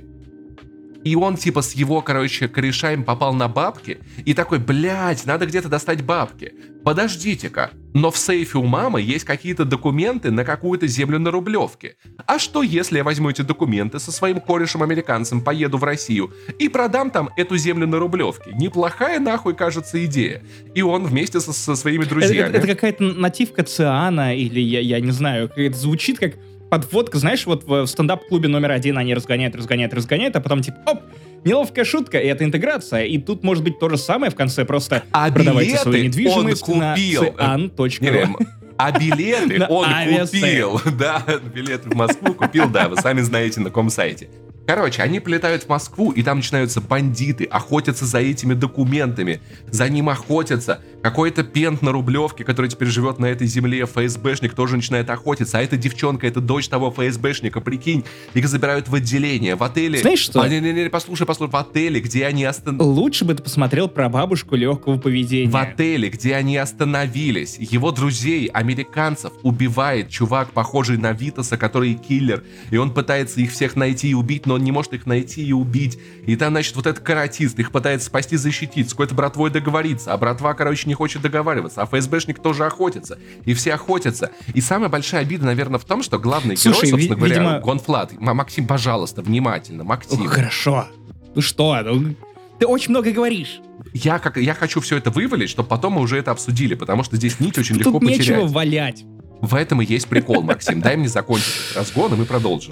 Speaker 2: и он типа с его, короче, корешаем попал на бабки. И такой, блядь, надо где-то достать бабки. Подождите-ка, но в сейфе у мамы есть какие-то документы на какую-то землю на Рублевке. А что, если я возьму эти документы со своим корешем-американцем, поеду в Россию и продам там эту землю на Рублевке? Неплохая нахуй, кажется, идея. И он вместе со, со своими друзьями...
Speaker 1: Это, это, это какая-то нативка циана или, я, я не знаю, это звучит как... подводка, знаешь, вот в стендап-клубе номер один они разгоняют, разгоняют, разгоняют, а потом типа, оп, неловкая шутка, и это интеграция. И тут может быть то же самое в конце, просто
Speaker 2: а
Speaker 1: продавайте свою недвижимость
Speaker 2: он
Speaker 1: на циан точка ру.
Speaker 2: А билеты он купил. Да, билеты в Москву купил, да, вы сами знаете на каком сайте. Короче, они прилетают в Москву, и там начинаются бандиты, охотятся за этими документами, за ним охотятся. Какой-то пент на Рублевке, который теперь живет на этой земле, эф эс бэшник, тоже начинает охотиться. А эта девчонка, это дочь того эф эс бэшника, прикинь, их забирают в отделение, в отеле.
Speaker 1: Знаешь что?
Speaker 2: А, не, не, не, послушай, послушай, в отеле, где они остановились.
Speaker 1: Лучше бы ты посмотрел про бабушку легкого поведения.
Speaker 2: В отеле, где они остановились, его друзей, американцев, убивает чувак, похожий на Витаса, который киллер. И он пытается их всех найти и убить, но он не может их найти и убить. И там, значит, вот этот каратист их пытается спасти, защитить, с какой-то братвой договориться, а братва, короче, не хочет договариваться, а эф эс бэшник тоже охотится, и все охотятся. И самая большая обида, наверное, в том, что главный
Speaker 1: Слушай,
Speaker 2: герой, собственно
Speaker 1: ви-
Speaker 2: говоря,
Speaker 1: видимо...
Speaker 2: Гонфлад. Максим, пожалуйста, внимательно, Максим.
Speaker 1: Хорошо. Ну что, ну, Ты очень много говоришь.
Speaker 2: Я, как, я хочу все это вывалить, чтобы потом мы уже это обсудили, потому что здесь нить очень
Speaker 1: Тут
Speaker 2: легко потерять.
Speaker 1: Тут нечего валять.
Speaker 2: В этом и есть прикол, Максим. Дай мне закончить этот разгон, и мы продолжим.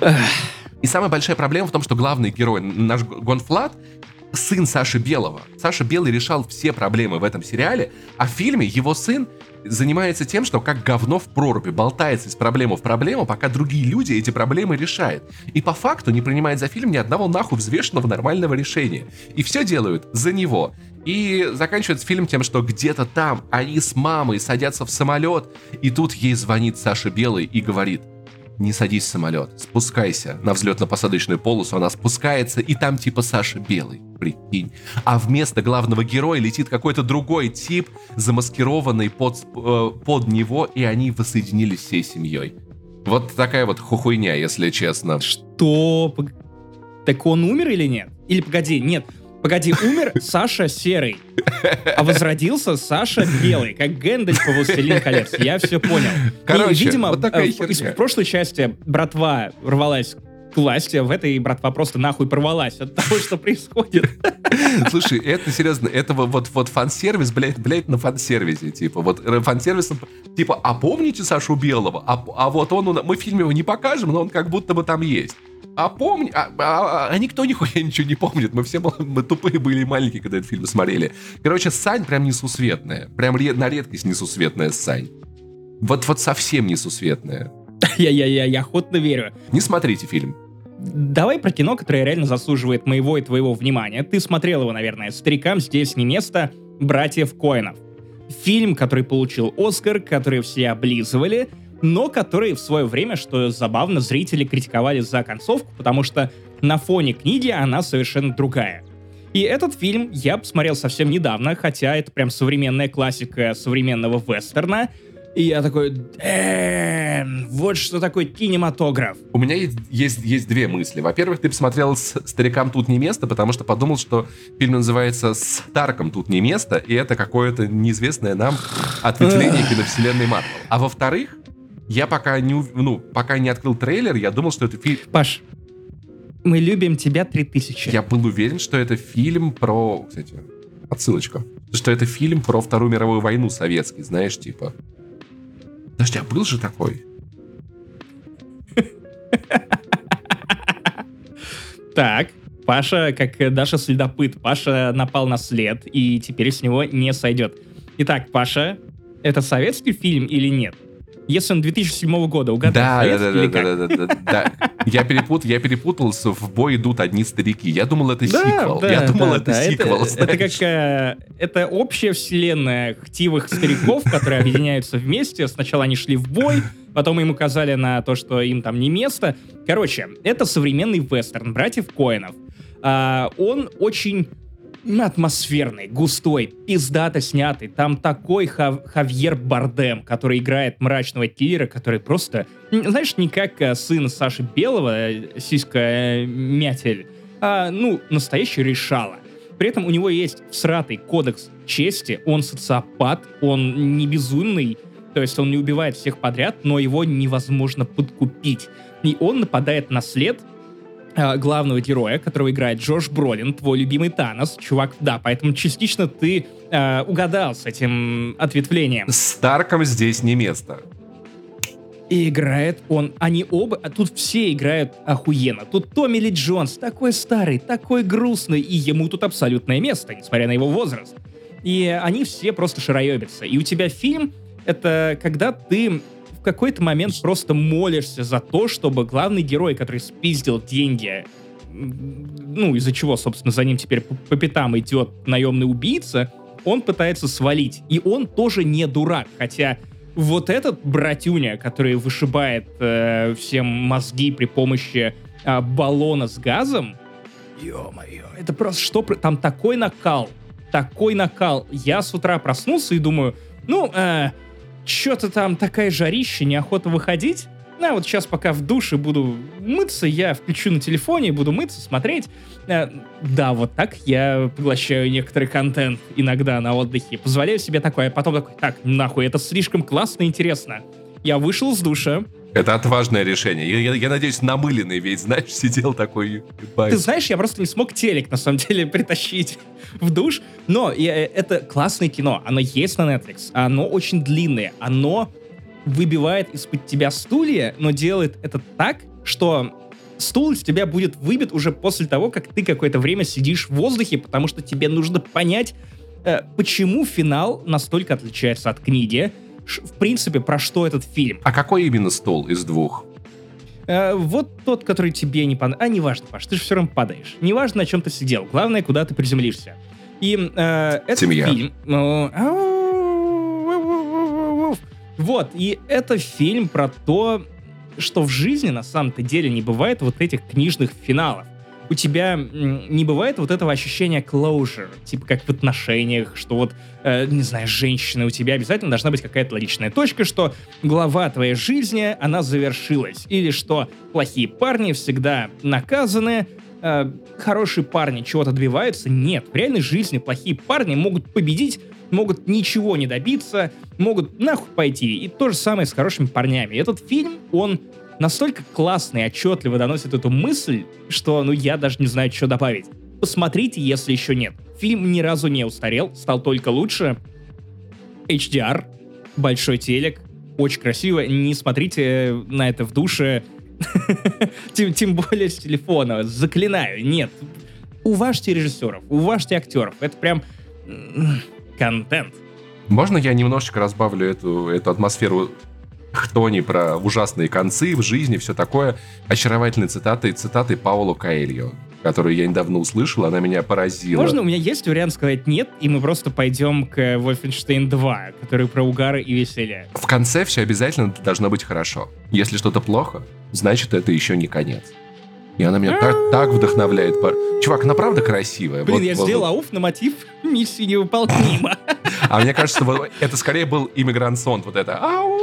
Speaker 2: И самая большая проблема в том, что главный герой, наш Гонфлад, сын Саши Белого. Саша Белый решал все проблемы в этом сериале, а в фильме его сын занимается тем, что как говно в проруби болтается из проблемы в проблему, пока другие люди эти проблемы решают. И по факту не принимает за фильм ни одного нахуй взвешенного нормального решения. И все делают за него. И заканчивается фильм тем, что где-то там они с мамой садятся в самолет, и тут ей звонит Саша Белый и говорит: не садись в самолет, спускайся на взлетно-посадочную полосу. Она спускается, и там типа Саша Белый, прикинь. А вместо главного героя летит какой-то другой тип, замаскированный под, э, под него, и они воссоединились всей семьей. Вот такая вот хуйня, если честно.
Speaker 1: Что? Так он умер или нет? Или погоди, нет. Погоди, умер Саша Серый, а возродился Саша Белый, как Гэндальф по «Властелин колец». Я все понял.
Speaker 2: Короче,
Speaker 1: и, видимо,
Speaker 2: вот такая
Speaker 1: в,
Speaker 2: херня.
Speaker 1: В прошлой части братва рвалась к власти, в этой братва просто нахуй порвалась от того, что происходит.
Speaker 2: Слушай, это серьезно, это вот, вот фан-сервис, блядь, блядь, на фан-сервисе, типа, вот фан-сервисом, типа, а помните Сашу Белого? А, а вот он, мы в фильме его не покажем, но он как будто бы там есть. А помни, а, а, а никто нихуя ничего не помнит. Мы все мы тупые были и маленькие, когда этот фильм смотрели. Короче, Сань прям несусветная. Прям ре- на редкость несусветная Сань. Вот, вот совсем несусветная.
Speaker 1: Я-я-я, я охотно верю.
Speaker 2: Не смотрите фильм.
Speaker 1: Давай про кино, которое реально заслуживает моего и твоего внимания. Ты смотрел его, наверное. «Старикам здесь не место» братьев Коэнов. Фильм, который получил Оскар, который все облизывали, но которые в свое время, что забавно, зрители критиковали за концовку, потому что на фоне книги она совершенно другая. И этот фильм я посмотрел совсем недавно, хотя это прям современная классика современного вестерна. И я такой, эм, вот что такое кинематограф.
Speaker 2: У меня есть, есть, есть две мысли. Во-первых, ты посмотрел с «Старикам тут не место», потому что подумал, что фильм называется «Старкам тут не место», и это какое-то неизвестное нам ответвление киновселенной Марвел. А во-вторых, я пока не, ну, пока не открыл трейлер, я думал, что это фильм...
Speaker 1: Паш, мы любим тебя три тысячи.
Speaker 2: Я был уверен, что это фильм про... Кстати, отсылочка. Что это фильм про Вторую мировую войну советский, знаешь, типа... Подожди, а был же такой?
Speaker 1: Так, Паша, как Даша следопыт. Паша напал на след, и теперь с него не сойдет. Итак, Паша, это советский фильм или нет? Если он две тысячи седьмого года, угадай,
Speaker 2: да,
Speaker 1: советский
Speaker 2: да, да,
Speaker 1: или
Speaker 2: да,
Speaker 1: как?
Speaker 2: да, да, да, да. Я, перепут, я перепутался, в бой идут одни старики. Я думал, это
Speaker 1: Да,
Speaker 2: сиквел.
Speaker 1: да,
Speaker 2: я думал,
Speaker 1: да,
Speaker 2: это
Speaker 1: да.
Speaker 2: сиквел.
Speaker 1: Это, это как э, это общая вселенная хтивых стариков, которые объединяются вместе. Сначала они шли в бой, потом им указали на то, что им там не место. Короче, это современный вестерн братьев Коэнов. А, он очень атмосферный, густой, пиздато снятый. Там такой Хав- Хавьер Бардем, который играет мрачного киллера, который просто, знаешь, не как э, сын Саши Белого, э, сиська э, Мятель, а, ну, настоящий решала. При этом у него есть всратый кодекс чести, он социопат, он не безумный, то есть он не убивает всех подряд, но его невозможно подкупить. И он нападает на след э, главного героя, которого играет Джош Бролин, твой любимый Танос, чувак, да, поэтому частично ты э, угадал с этим ответвлением.
Speaker 2: Старкам здесь не место.
Speaker 1: И играет он, они оба, а тут все играют охуенно. Тут Томми Ли Джонс, такой старый, такой грустный, и ему тут абсолютное место, несмотря на его возраст. И они все просто шароебятся. И у тебя фильм — это когда ты в какой-то момент просто молишься за то, чтобы главный герой, который спиздил деньги, ну, из-за чего, собственно, за ним теперь по, по пятам идет наемный убийца, он пытается свалить. И он тоже не дурак, хотя... Вот этот братюня, который вышибает э, всем мозги при помощи э, баллона с газом, ё-моё, это просто что... Там такой накал, такой накал. Я с утра проснулся и думаю, ну, э, чё-то там такая жарища, неохота выходить. А вот сейчас пока в душе буду мыться, я включу на телефоне, буду мыться, смотреть. Э, да, вот так я поглощаю некоторый контент иногда на отдыхе. Позволяю себе такое, а потом такой, так, нахуй, это слишком классно и интересно. Я вышел из душа,
Speaker 2: Это отважное решение. Я, я, я надеюсь, намыленный ведь, знаешь, сидел такой...
Speaker 1: Ты знаешь, я просто не смог телек, на самом деле, притащить в душ. Но я, это классное кино. Оно есть на Netflix. Оно очень длинное. Оно выбивает из-под тебя стулья, но делает это так, что стул из тебя будет выбит уже после того, как ты какое-то время сидишь в воздухе, потому что тебе нужно понять, э, почему финал настолько отличается от книги. В принципе, про что этот фильм.
Speaker 2: А какой именно стул из двух?
Speaker 1: Э, вот тот, который тебе не понравился. А, неважно, Паш, ты же все равно падаешь. Неважно, на чем ты сидел. Главное, куда ты приземлишься. И э, этот
Speaker 2: Семья.
Speaker 1: фильм... Э, вот, и это фильм про то, что в жизни на самом-то деле не бывает вот этих книжных финалов. У тебя м, не бывает вот этого ощущения closure, типа как в отношениях, что вот, э, не знаю, женщина, у тебя обязательно должна быть какая-то логичная точка, что глава твоей жизни, она завершилась. Или что плохие парни всегда наказаны, э, хорошие парни чего-то добиваются. Нет, в реальной жизни плохие парни могут победить, могут ничего не добиться, могут нахуй пойти. И то же самое с хорошими парнями. И этот фильм, он настолько классно и отчетливо доносит эту мысль, что, ну, я даже не знаю, что добавить. Посмотрите, если еще нет. Фильм ни разу не устарел, стал только лучше. эйч ди ар, большой телек, очень красиво. Не смотрите на это в душе, тем, тем более с телефона. Заклинаю, нет. Уважьте режиссеров, уважьте актеров. Это прям контент.
Speaker 2: Можно я немножечко разбавлю эту, эту атмосферу хтони про ужасные концы в жизни, все такое, очаровательной цитатой, цитатой Пауло Коэльо, которую я недавно услышал, она меня поразила.
Speaker 1: Можно, у меня есть вариант сказать нет, и мы просто пойдем к Wolfenstein два, который про угары и веселье.
Speaker 2: В конце все обязательно должно быть хорошо. Если что-то плохо, значит, это еще не конец. И она меня так, так вдохновляет. Чувак, она правда красивая.
Speaker 1: Блин,
Speaker 2: вот,
Speaker 1: я
Speaker 2: вот,
Speaker 1: сделал ауф на мотив «Миссия невыполнима».
Speaker 2: А мне кажется, вот, это скорее был иммигрант Сонг, вот это «Ау».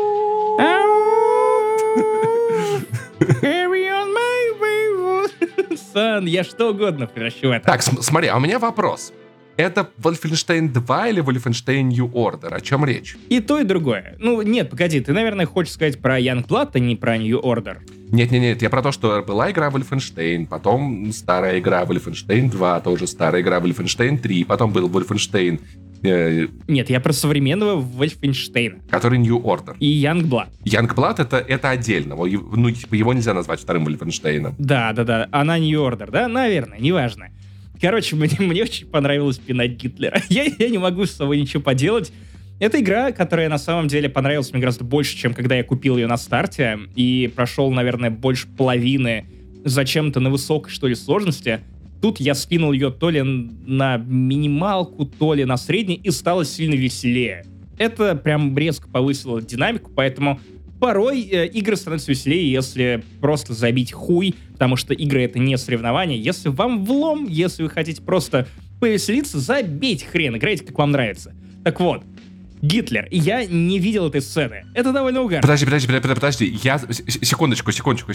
Speaker 1: Сан, я что угодно превращу в это.
Speaker 2: Так, см- смотри, а у меня вопрос. Это Wolfenstein два или Wolfenstein New Order? О чем речь?
Speaker 1: И то, и другое. Ну, нет, погоди, ты, наверное, хочешь сказать про Youngblood, а не про New Order.
Speaker 2: Нет-нет-нет, я про то, что была игра Wolfenstein, потом старая игра Wolfenstein два, тоже старая игра Wolfenstein три, потом был Wolfenstein... Э,
Speaker 1: Нет, я про современного Wolfenstein.
Speaker 2: Который New Order.
Speaker 1: И Youngblood.
Speaker 2: Youngblood это, это отдельно, ну, типа, его нельзя назвать вторым Wolfenstein.
Speaker 1: Да-да-да, она New Order, да? Наверное, неважно. Короче, мне, мне очень понравилось пинать Гитлера. Я, я не могу с собой ничего поделать. Это игра, которая на самом деле понравилась мне гораздо больше, чем когда я купил ее на старте, и прошел, наверное, больше половины зачем-то на высокой, что ли, сложности. Тут я скинул ее то ли на минималку, то ли на средней, и стало сильно веселее. Это прям резко повысило динамику, поэтому порой э, игры становятся веселее, если просто забить хуй, потому что игры — это не соревнования. Если вам влом, если вы хотите просто повеселиться, забейте хрен, играйте, как вам нравится. Так вот, Гитлер. И я не видел этой сцены. Это довольно угарно.
Speaker 2: Подожди, подожди, подожди, подожди. Я... Секундочку, секундочку,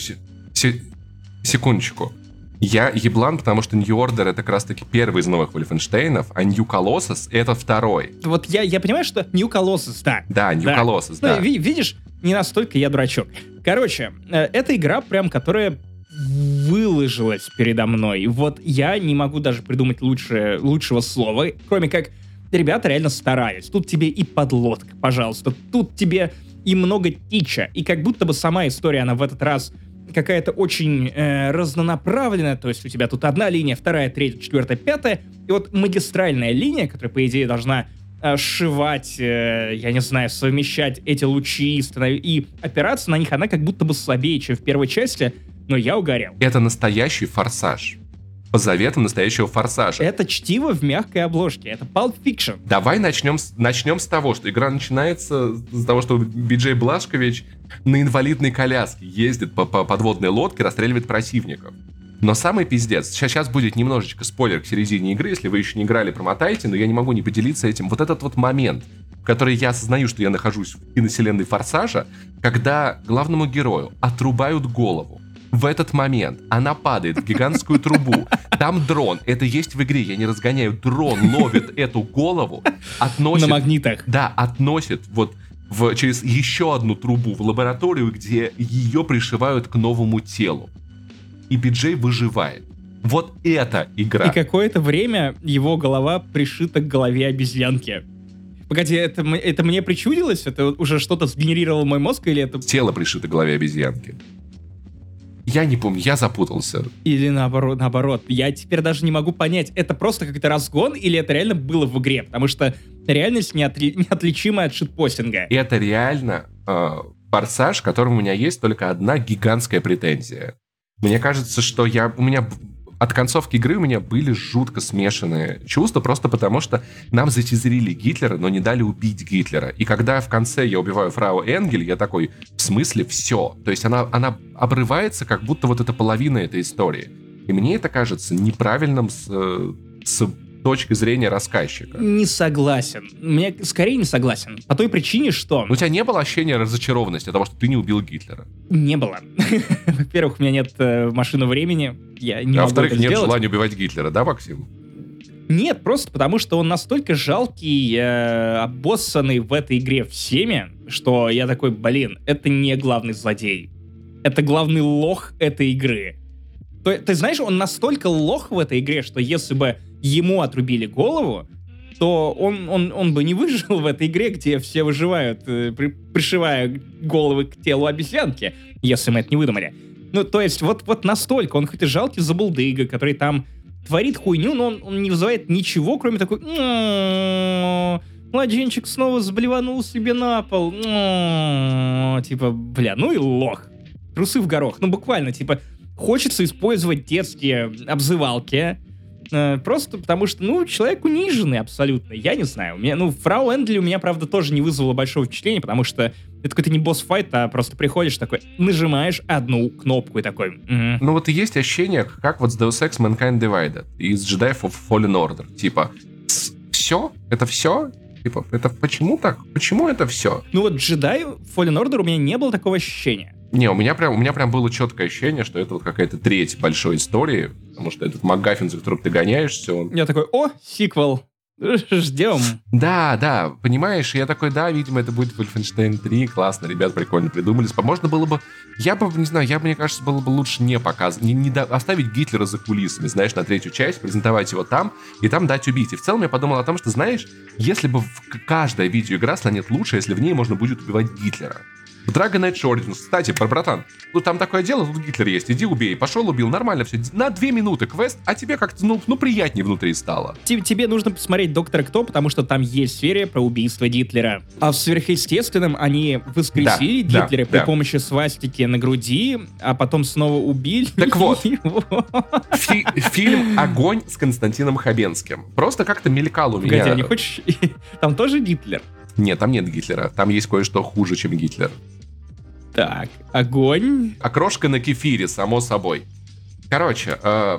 Speaker 2: секундочку. Я еблан, потому что New Order — это как раз-таки первый из новых Wolfenstein'ов, а New Colossus — это второй.
Speaker 1: Вот я, я понимаю, что New Colossus, да.
Speaker 2: Да, New
Speaker 1: да.
Speaker 2: Colossus, да.
Speaker 1: Ну, ви- видишь, не настолько я дурачок. Короче, э, эта игра прям, которая выложилась передо мной. Вот я не могу даже придумать лучше, лучшего слова, кроме как ребята реально старались. Тут тебе и подлодка, пожалуйста. Тут тебе и много тича. И как будто бы сама история, она в этот раз какая-то очень э, разнонаправленная. То есть у тебя тут одна линия, вторая, третья, четвертая, пятая. И вот магистральная линия, которая, по идее, должна э, сшивать, э, я не знаю, совмещать эти лучи станов... и опираться на них, она как будто бы слабее, чем в первой части. Но я угорел.
Speaker 2: Это настоящий форсаж. По заветам настоящего форсажа.
Speaker 1: Это чтиво в мягкой обложке. Это Pulp Fiction.
Speaker 2: Давай начнем с, начнем с того, что игра начинается с того, что Би-Джей Блазкович на инвалидной коляске ездит по, по подводной лодке, расстреливает противников. Но самый пиздец, сейчас, сейчас будет немножечко спойлер к середине игры, если вы еще не играли, промотайте, но я не могу не поделиться этим. Вот этот вот момент, в который я осознаю, что я нахожусь в киновселенной Форсажа, когда главному герою отрубают голову. В этот момент она падает в гигантскую трубу. Там дрон. Это есть в игре, я не разгоняю. Дрон ловит эту голову, относит...
Speaker 1: На магнитах.
Speaker 2: Да, относит вот в, через еще одну трубу в лабораторию, где ее пришивают к новому телу. И Биджей выживает. Вот это игра.
Speaker 1: И какое-то время его голова пришита к голове обезьянки. Погоди, это, это мне причудилось? Это уже что-то сгенерировал мой мозг или это...
Speaker 2: Тело пришито к голове обезьянки. Я не помню, я запутался.
Speaker 1: Или наоборот, наоборот. Я теперь даже не могу понять, это просто какой-то разгон или это реально было в игре? Потому что реальность неотли... неотличимая от шитпостинга.
Speaker 2: Это реально э, форсаж, к которому у меня есть только одна гигантская претензия. Мне кажется, что я... у меня... От концовки игры у меня были жутко смешанные чувства, просто потому что нам затизерили Гитлера, но не дали убить Гитлера. И когда в конце я убиваю фрау Энгель, я такой, в смысле все? То есть она, она обрывается, как будто вот это половина этой истории. И мне это кажется неправильным с, с точки зрения рассказчика.
Speaker 1: Не согласен. Мне скорее не согласен. По той причине, что...
Speaker 2: Но у тебя не было ощущения разочарованности от того, что ты не убил Гитлера?
Speaker 1: Не было. Во-первых, у меня нет э, машины времени. Я не
Speaker 2: а
Speaker 1: могу
Speaker 2: во-вторых,
Speaker 1: это
Speaker 2: нет
Speaker 1: сделать.
Speaker 2: желания убивать Гитлера, да, Максим?
Speaker 1: Нет, просто потому что он настолько жалкий, э, обоссанный в этой игре всеми, что я такой, блин, это не главный злодей. Это главный лох этой игры. То, ты знаешь, он настолько лох в этой игре, что если бы ему отрубили голову, то он, он, он бы не выжил в этой игре, где все выживают, э, при, пришивая головы к телу обезьянки, если мы это не выдумали. Ну, то есть, вот, вот настолько. Он хоть и жалкий забулдыга, который там творит хуйню, но он, он не вызывает ничего, кроме такой... Младенчик снова сблеванул себе на пол. Типа, бля, ну и лох. Трусы в горох. Ну, буквально, типа, хочется использовать детские обзывалки, э, просто потому что, ну, человек униженный абсолютно. Я не знаю. У меня, ну, фрау Энгель у меня, правда, тоже не вызвало большого впечатления, потому что это какой-то не босс-файт, а просто приходишь такой, нажимаешь одну кнопку и такой... Угу.
Speaker 2: Ну, вот и есть ощущение, как вот с Deus Ex Mankind Divided из Jedi Fallen Order. Типа, все? Это все? Типа, это почему так? Почему это все?
Speaker 1: Ну вот Jedi Fallen Order у меня не было такого ощущения.
Speaker 2: Не, у меня прям, у меня прям было четкое ощущение, что это вот какая-то треть большой истории, потому что этот МакГаффин, за которым ты гоняешься, он...
Speaker 1: Я такой, о, сиквел, ждем.
Speaker 2: Да, да, понимаешь, я такой, да, видимо, это будет Wolfenstein три, классно, ребят прикольно придумали. Можно было бы, я бы, не знаю, я бы, мне кажется, было бы лучше не показывать, не, не до... оставить Гитлера за кулисами, знаешь, на третью часть, презентовать его там, и там дать убить. И в целом я подумал о том, что, знаешь, если бы каждая видеоигра станет лучше, если в ней можно будет убивать Гитлера. Dragon Age Origins, кстати, про братан, ну там такое дело, тут Гитлер есть, иди убей, пошел убил, нормально все, на две минуты квест, а тебе как-то, ну, ну приятнее внутри стало.
Speaker 1: Тебе нужно посмотреть «Доктора Кто», потому что там есть серия про убийство Гитлера. А в «Сверхъестественном» они воскресили да, Гитлера да, при да. помощи свастики на груди, а потом снова убили.
Speaker 2: Так вот, фи- фильм «Огонь» с Константином Хабенским. Просто как-то мелькал у меня.
Speaker 1: Погоди, а не хочешь? Там тоже Гитлер?
Speaker 2: Нет, там нет Гитлера, там есть кое-что хуже, чем Гитлер.
Speaker 1: Так, огонь.
Speaker 2: Окрошка на кефире, само собой. Короче, э,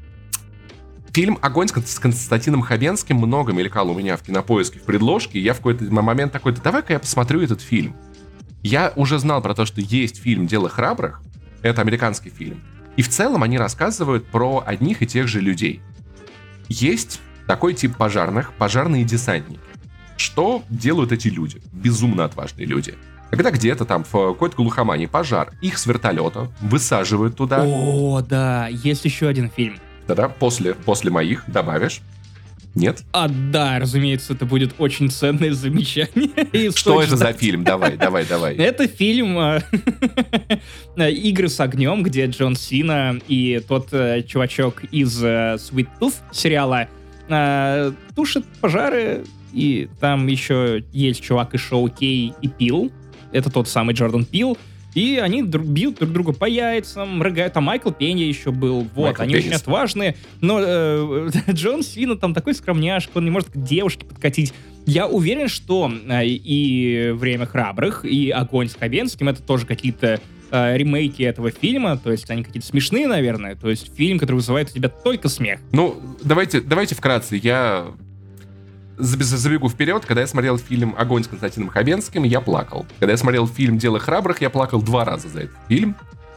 Speaker 2: фильм «Огонь» с Константином Хабенским много мелькал у меня в Кинопоиске, в предложке, и я в какой-то момент такой, да давай-ка я посмотрю этот фильм. Я уже знал про то, что есть фильм «Дело храбрых», это американский фильм, и в целом они рассказывают про одних и тех же людей. Есть такой тип пожарных, пожарные десантники. Что делают эти люди? Безумно отважные люди. Когда где-то там в какой-то глухомане пожар, их с вертолета высаживают туда.
Speaker 1: О, да, есть еще один фильм.
Speaker 2: Да-да, после, после моих добавишь. Нет?
Speaker 1: А, да, разумеется, это будет очень ценное замечание.
Speaker 2: Что это за фильм? Давай, давай, давай.
Speaker 1: Это фильм «Игры с огнем», где Джон Сина и тот чувачок из Sweet Tooth сериала тушат пожары, и там еще есть чувак из шоу Кей и Пил. Это тот самый Джордан Пил. И они друг, бьют друг друга по яйцам, рыгают. Там Майкл Пенья еще был. Вот, Майкл они Пеннис. Очень отважные. Но э, Джон Сина там такой скромняшка, он не может к девушке подкатить. Я уверен, что э, и «Время храбрых», и «Огонь» с Хабенским — это тоже какие-то э, ремейки этого фильма. То есть они какие-то смешные, наверное. То есть фильм, который вызывает у тебя только смех.
Speaker 2: Ну, давайте, давайте вкратце. Я... Забегу вперед, когда я смотрел фильм «Огонь» с Константином Хабенским, я плакал. Когда я смотрел фильм «Дело храбрых», я плакал два раза за этот фильм.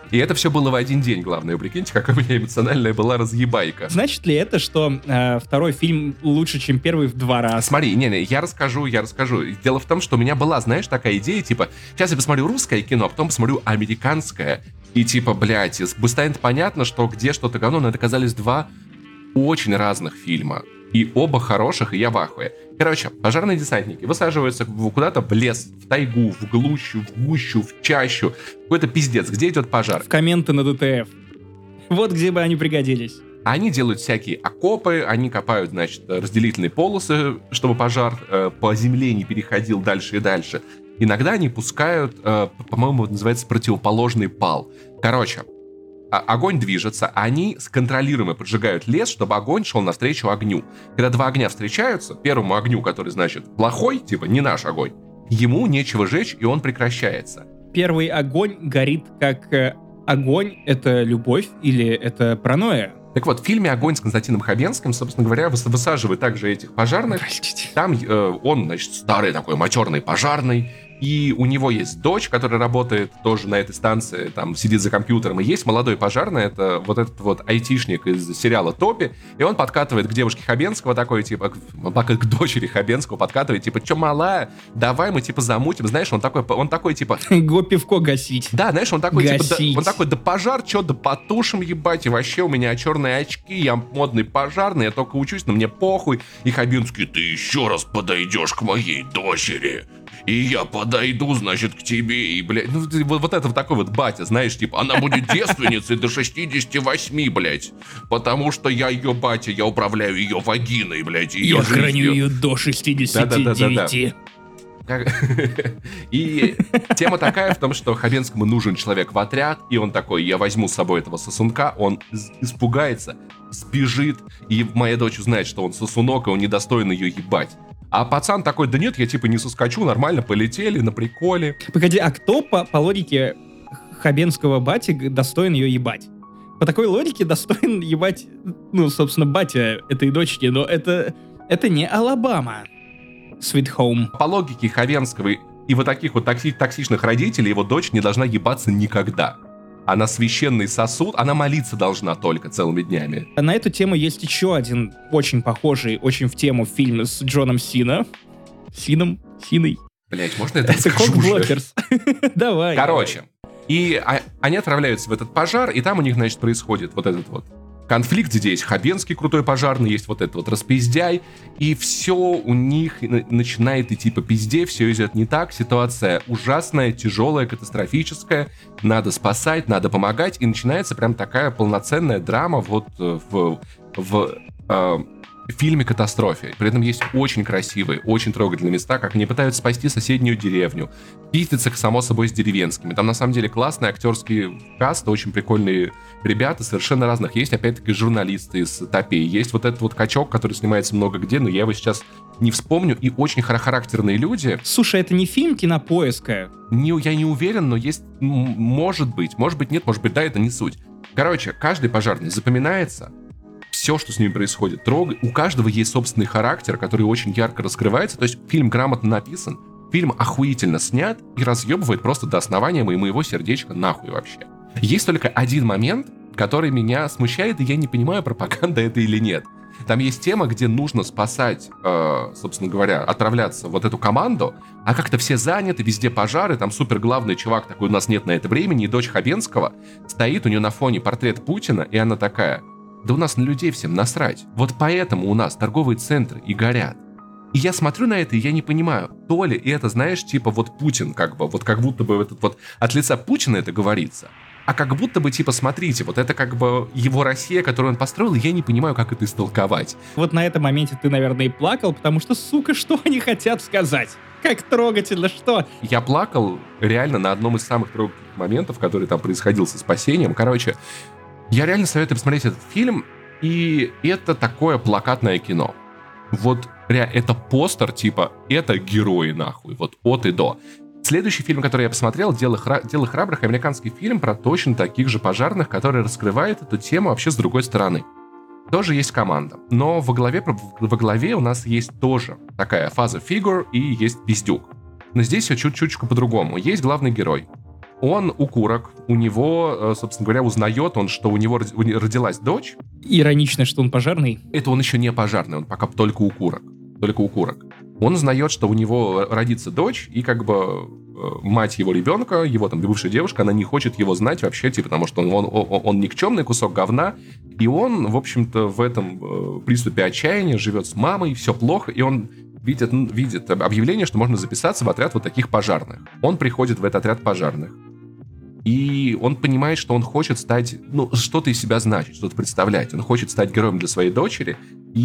Speaker 2: И это все было в один день, главное. Прикиньте, какая у меня эмоциональная была разъебайка.
Speaker 1: Значит ли это, что э, второй фильм лучше, чем первый в два раза?
Speaker 2: Смотри, не-не, я расскажу, я расскажу. Дело в том, что у меня была, знаешь, такая идея, типа, сейчас я посмотрю русское кино, а потом посмотрю американское. И типа, блядь, станет понятно, что где что-то говно, но это оказались два очень разных фильма. И оба хороших, и я в ахуе. Короче, пожарные десантники высаживаются куда-то в лес, в тайгу, в глущу, в гущу, в чащу. Какой-то пиздец. Где идет пожар?
Speaker 1: В комменты на ДТФ. Вот где бы они пригодились.
Speaker 2: Они делают всякие окопы, они копают, значит, разделительные полосы, чтобы пожар э, по земле не переходил дальше и дальше. Иногда они пускают, э, по-моему, это называется противоположный пал. Короче, огонь движется, они контролируемо поджигают лес, чтобы огонь шел навстречу огню. Когда два огня встречаются, первому огню, который, значит, плохой, типа не наш огонь, ему нечего жечь, и он прекращается.
Speaker 1: Первый огонь горит как э, огонь. Это любовь или это паранойя?
Speaker 2: Так вот, в фильме «Огонь» с Константином Хабенским, собственно говоря, высаживает также этих пожарных.
Speaker 1: Простите.
Speaker 2: Там э, он, значит, старый такой матерный пожарный, и у него есть дочь, которая работает тоже на этой станции, там сидит за компьютером, и есть молодой пожарный, это вот этот вот айтишник из сериала «Топи», и он подкатывает к девушке Хабенского такой, типа, пока к дочери Хабенского подкатывает, типа, чё, малая, давай мы, типа, замутим, знаешь, он такой, он такой, типа...
Speaker 1: Го пивко гасить.
Speaker 2: Да, знаешь, он такой,
Speaker 1: гасить.
Speaker 2: типа, да, он такой, да пожар, чё, да потушим, ебать, и вообще у меня черные очки, я модный пожарный, я только учусь, но мне похуй, и Хабенский, ты еще раз подойдешь к моей дочери, и я подойду, значит, к тебе, и, блядь, ну, вот, вот это вот такой вот батя, знаешь, типа, она будет девственницей до шестидесяти восьми, блядь, потому что я ее батя, я управляю ее вагиной, блядь, ее
Speaker 1: я
Speaker 2: жизнью.
Speaker 1: храню ее до шестидесяти девяти.
Speaker 2: И тема такая в том, что Хабенскому нужен человек в отряд, и он такой, я возьму с собой этого сосунка, он испугается, сбежит, и моя дочь узнает, что он сосунок, и он недостоин ее ебать. А пацан такой, да нет, я типа не соскочу, нормально, полетели, на приколе.
Speaker 1: Погоди, а кто по, по логике Хабенского бати достоин ее ебать? По такой логике достоин ебать, ну, собственно, батя этой дочки, но это, это не Алабама. Sweet Home.
Speaker 2: По логике Хабенского и вот таких вот токси- токсичных родителей его дочь не должна ебаться никогда. Она священный сосуд, она молиться должна только целыми днями.
Speaker 1: На эту тему есть еще один очень похожий, очень в тему фильм с Джоном Сина. Сином? Синой?
Speaker 2: Блять, можно это
Speaker 1: Это
Speaker 2: скажу уже?
Speaker 1: Кокблокерс. Давай.
Speaker 2: Короче, и а, они отправляются в этот пожар, и там у них, значит, происходит вот этот вот конфликт, где есть Хабенский крутой пожарный, есть вот этот вот распиздяй, и все у них начинает идти по пизде, все идет не так, ситуация ужасная, тяжелая, катастрофическая, надо спасать, надо помогать, и начинается прям такая полноценная драма вот в, в э, фильме-катастрофе. При этом есть очень красивые, очень трогательные места, как они пытаются спасти соседнюю деревню, пиздятся, само собой, с деревенскими. Там, на самом деле, классный актерский каст, очень прикольные ребята, совершенно разных. Есть, опять-таки, журналисты из Топей, есть вот этот вот качок, который снимается много где, но я его сейчас не вспомню, и очень характерные люди.
Speaker 1: Слушай, это не фильм «Кинопоиска»?
Speaker 2: Не, я не уверен, но есть, может быть, может быть, нет, может быть, да, это не суть. Короче, каждый пожарный запоминается, все, что с ними происходит, трогай. У каждого есть собственный характер, который очень ярко раскрывается. То есть фильм грамотно написан, фильм охуительно снят и разъебывает просто до основания моего сердечка нахуй вообще. Есть только один момент, который меня смущает, и я не понимаю, пропаганда это или нет. Там есть тема, где нужно спасать, э, собственно говоря, отправляться вот эту команду, а как-то все заняты, везде пожары, там супер главный чувак такой, у нас нет на это времени, и дочь Хабенского стоит, у нее на фоне портрет Путина, и она такая... Да у нас на людей всем насрать. Вот поэтому у нас торговые центры и горят. И я смотрю на это, и я не понимаю, то ли это, знаешь, типа вот Путин, как бы, вот как будто бы этот вот от лица Путина это говорится, а как будто бы, типа, смотрите, вот это как бы его Россия, которую он построил, и я не понимаю, как это истолковать.
Speaker 1: Вот на этом моменте ты, наверное, и плакал, потому что, сука, что они хотят сказать? Как трогательно, что?
Speaker 2: Я плакал реально на одном из самых трогательных моментов, который там происходил со спасением. Короче, я реально советую посмотреть этот фильм, и это такое плакатное кино. Вот это постер, типа, это герои нахуй, вот от и до. Следующий фильм, который я посмотрел, «Дело, хра... «Дело храбрых», американский фильм про точно таких же пожарных, который раскрывает эту тему вообще с другой стороны. Тоже есть команда, но во главе, во главе у нас есть тоже такая фаза фигур и есть пиздюк. Но здесь все чуть-чуть по-другому. Есть главный герой. Он укурок, у него, собственно говоря, узнает он, что у него родилась дочь.
Speaker 1: Иронично, что он пожарный.
Speaker 2: Это он еще не пожарный, он пока только укурок. Только укурок. Он узнает, что у него родится дочь, и как бы мать его ребенка, его там бывшая девушка, она не хочет его знать вообще, типа, потому что он, он, он, он никчемный кусок говна, и он, в общем-то, в этом приступе отчаяния живет с мамой, все плохо, и он видит, видит объявление, что можно записаться в отряд вот таких пожарных. Он приходит в этот отряд пожарных. И он понимает, что он хочет стать, ну, что-то из себя значить, что-то представлять. Он хочет стать героем для своей дочери,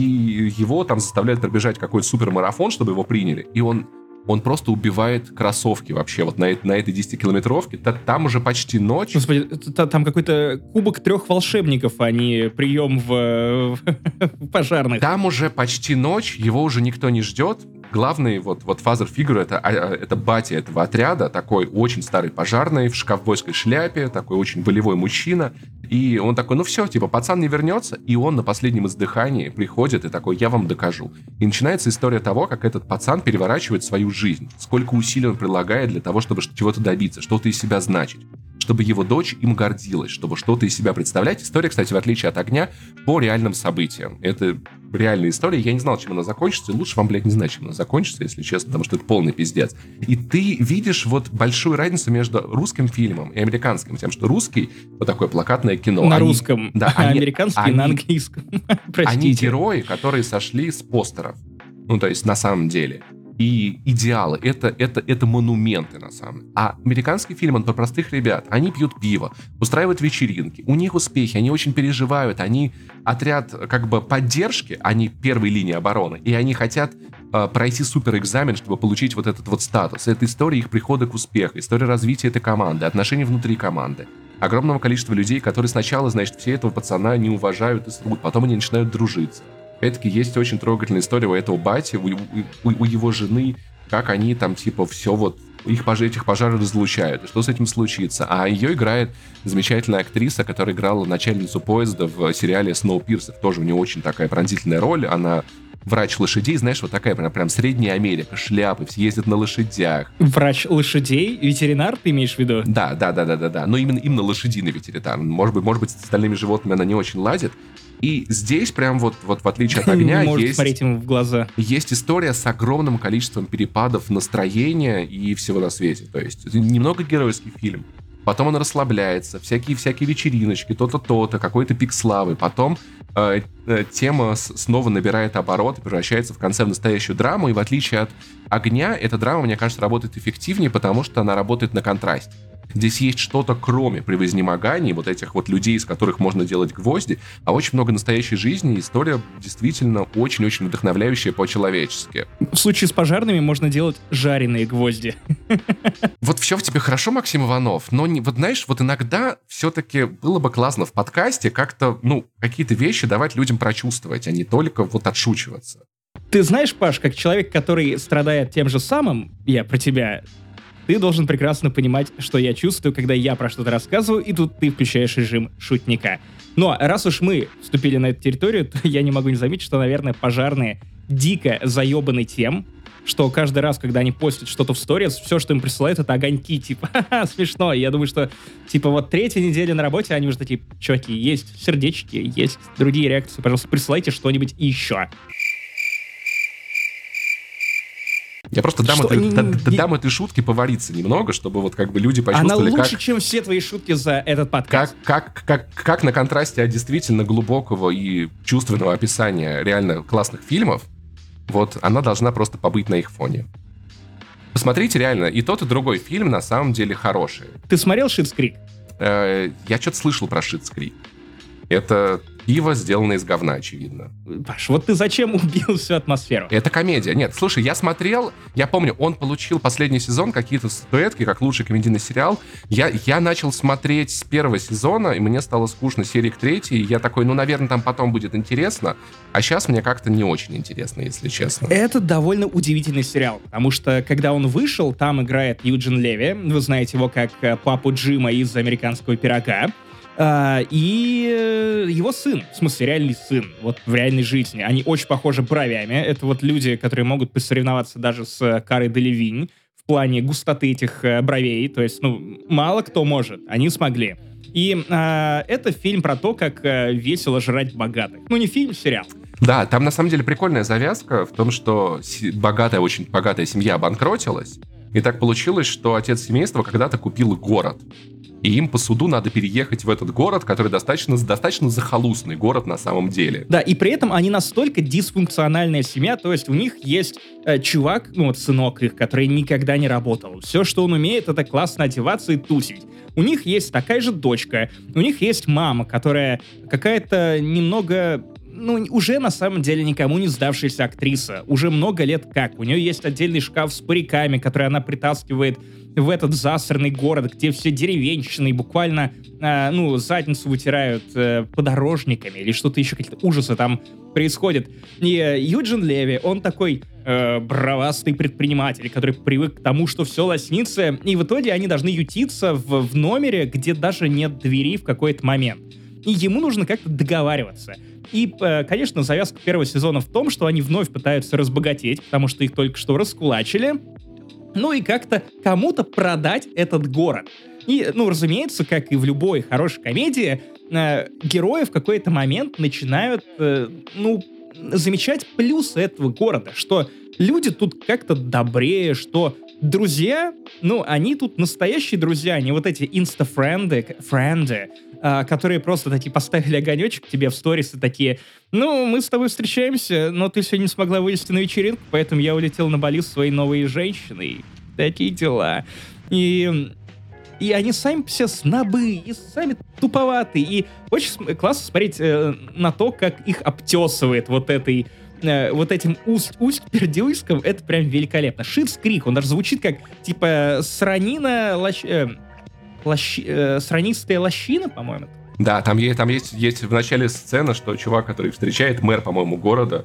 Speaker 2: и его там заставляют пробежать какой-то супермарафон, чтобы его приняли. И он, он просто убивает кроссовки вообще вот на, на этой десятикилометровке. Там уже почти ночь.
Speaker 1: Господи, там какой-то кубок трех волшебников, а не прием в, в пожарных.
Speaker 2: Там уже почти ночь, его уже никто не ждет. Главный вот, вот фазер-фигур это, это батя этого отряда, такой очень старый пожарный в ковбойской шляпе, такой очень волевой мужчина. И он такой, ну все, типа, пацан не вернется. И он на последнем издыхании приходит и такой, я вам докажу. И начинается история того, как этот пацан переворачивает свою жизнь. Сколько усилий он прилагает для того, чтобы чего-то добиться, что-то из себя значить. Чтобы его дочь им гордилась, чтобы что-то из себя представлять. История, кстати, в отличие от «Огня», по реальным событиям. Это реальная история. Я не знал, чем она закончится. Лучше вам, блядь, не знать, чем она закончится, если честно, потому что это полный пиздец. И ты видишь вот большую разницу между русским фильмом и американским. Тем, что русский, вот такое плакатное кино.
Speaker 1: На
Speaker 2: они,
Speaker 1: русском,
Speaker 2: да,
Speaker 1: а
Speaker 2: они,
Speaker 1: американский
Speaker 2: они,
Speaker 1: на английском. Простите.
Speaker 2: Они герои, которые сошли с постеров. Ну, то есть, на самом деле. И идеалы, это, это, это монументы, на самом деле. А американский фильм, он про простых ребят. Они пьют пиво, устраивают вечеринки, у них успехи, они очень переживают, они отряд как бы поддержки, они первой линии обороны, и они хотят э, пройти суперэкзамен, чтобы получить вот этот вот статус. Это история их прихода к успеху, история развития этой команды, отношений внутри команды. Огромного количества людей, которые сначала, значит, все этого пацана не уважают и срут, потом они начинают дружиться. Опять-таки, есть очень трогательная история у этого бати, у, у, у его жены, как они там, типа, все вот, их пож... этих пожаров разлучают, и что с этим случится. А ее играет замечательная актриса, которая играла начальницу поезда в сериале «Сноупирсер». Тоже у нее очень такая пронзительная роль, она врач лошадей, знаешь, вот такая прям, прям средняя Америка, шляпы, все ездят на лошадях.
Speaker 1: Врач лошадей? Ветеринар, ты имеешь в виду?
Speaker 2: Да, да, да, да, да, да. Но именно, именно лошадиный ветеринар. Может быть, может быть, с остальными животными она не очень ладит. И здесь прям вот, вот в отличие от «Огня» есть,
Speaker 1: смотреть ему в глаза.
Speaker 2: Есть история с огромным количеством перепадов настроения и всего на свете. То есть немного геройский фильм. Потом он расслабляется, всякие-всякие вечериночки, то-то, то-то, какой-то пик славы. Потом э, э, тема с, снова набирает оборот и превращается в конце в настоящую драму. И в отличие от «Огня», эта драма, мне кажется, работает эффективнее, потому что она работает на контрасте. Здесь есть что-то, кроме превознемоганий, вот этих вот людей, из которых можно делать гвозди, а очень много настоящей жизни, история действительно очень-очень вдохновляющая по-человечески.
Speaker 1: В случае с пожарными можно делать жареные гвозди.
Speaker 2: Вот все в тебе хорошо, Максим Иванов, но не, вот знаешь, вот иногда все-таки было бы классно в подкасте как-то, ну, какие-то вещи давать людям прочувствовать, а не только вот отшучиваться.
Speaker 1: Ты знаешь, Паш, как человек, который страдает тем же самым, я про тебя... Ты должен прекрасно понимать, что я чувствую, когда я про что-то рассказываю, и тут ты включаешь режим шутника. Но раз уж мы вступили на эту территорию, то я не могу не заметить, что, наверное, пожарные дико заебаны тем, что каждый раз, когда они постят что-то в сторис, все, что им присылают, это огоньки, типа, ха-ха, смешно. Я думаю, что, типа, вот третья неделя на работе, они уже такие, чуваки, есть сердечки, есть другие реакции, пожалуйста, присылайте что-нибудь еще.
Speaker 2: Я просто дам, это, не, дам, не... дам этой шутке повариться немного, чтобы вот как бы люди почувствовали,
Speaker 1: она лучше,
Speaker 2: как...
Speaker 1: чем все твои шутки за этот подкаст.
Speaker 2: Как, как, как, как на контрасте от действительно глубокого и чувственного описания реально классных фильмов, вот она должна просто побыть на их фоне. Посмотрите, реально, и тот, и другой фильм на самом деле хорошие.
Speaker 1: Ты смотрел «Шитс Крик»?
Speaker 2: Э, я что-то слышал про «Шитс Крик». Это пиво, сделанное из говна, очевидно.
Speaker 1: Паш, вот ты зачем убил всю атмосферу?
Speaker 2: Это комедия. Нет, слушай, я смотрел, я помню, он получил последний сезон какие-то статуэтки, как лучший комедийный сериал. Я, я начал смотреть с первого сезона, и мне стало скучно серии к третьей. И я такой, ну, наверное, там потом будет интересно. А сейчас мне как-то не очень интересно, если честно.
Speaker 1: Это довольно удивительный сериал, потому что, когда он вышел, там играет Юджин Леви. Вы знаете его как папу Джима из «Американского пирога». Uh, и его сын, в смысле, реальный сын, вот в реальной жизни. Они очень похожи бровями. Это вот люди, которые могут посоревноваться даже с Карой Делевинь в плане густоты этих э, бровей. То есть, ну, мало кто может. Они смогли. И э, это фильм про то, как э, весело жрать богатых. Ну, не фильм, сериал.
Speaker 2: Да, там на самом деле прикольная завязка в том, что богатая, очень богатая семья обанкротилась. И так получилось, что отец семейства когда-то купил город. И им по суду надо переехать в этот город, который достаточно, достаточно захолустный город на самом деле.
Speaker 1: Да, и при этом они настолько дисфункциональная семья, то есть у них есть э, чувак, ну вот сынок их, который никогда не работал. Все, что он умеет, это классно одеваться и тусить. У них есть такая же дочка, у них есть мама, которая какая-то немного... ну, уже на самом деле никому не сдавшаяся актриса. Уже много лет как. У нее есть отдельный шкаф с париками, который она притаскивает в этот засранный город, где все деревенщины буквально, э, ну, задницу вытирают э, подорожниками или что-то еще, какие-то ужасы там происходят. И э, Юджин Леви, он такой э, бравастый предприниматель, который привык к тому, что все лоснится, и в итоге они должны ютиться в, в номере, где даже нет двери в какой-то момент. И ему нужно как-то договариваться. И, конечно, завязка первого сезона в том, что они вновь пытаются разбогатеть, потому что их только что раскулачили. Ну и как-то кому-то продать этот город. И, ну, разумеется, как и в любой хорошей комедии, э, герои в какой-то момент начинают, э, ну, замечать плюсы этого города, что люди тут как-то добрее, что друзья, ну, они тут настоящие друзья, не вот эти инста-френды, френды, а, которые просто такие поставили огонечек тебе в сторис и такие: ну, мы с тобой встречаемся, но ты сегодня не смогла вылезти на вечеринку, поэтому я улетел на Бали с своей новой женщиной. Такие дела. И... И они сами все снобы, и сами туповатые. И очень классно смотреть э, на то, как их обтесывает вот этой... вот этим усть-пердюйском, это прям великолепно. Шитс Крик, он даже звучит как, типа, сранина, лощ... э, лощ... э, сранистая лощина, по-моему.
Speaker 2: Да, там, есть, там есть, есть в начале сцена, что чувак, который встречает мэр, по-моему, города,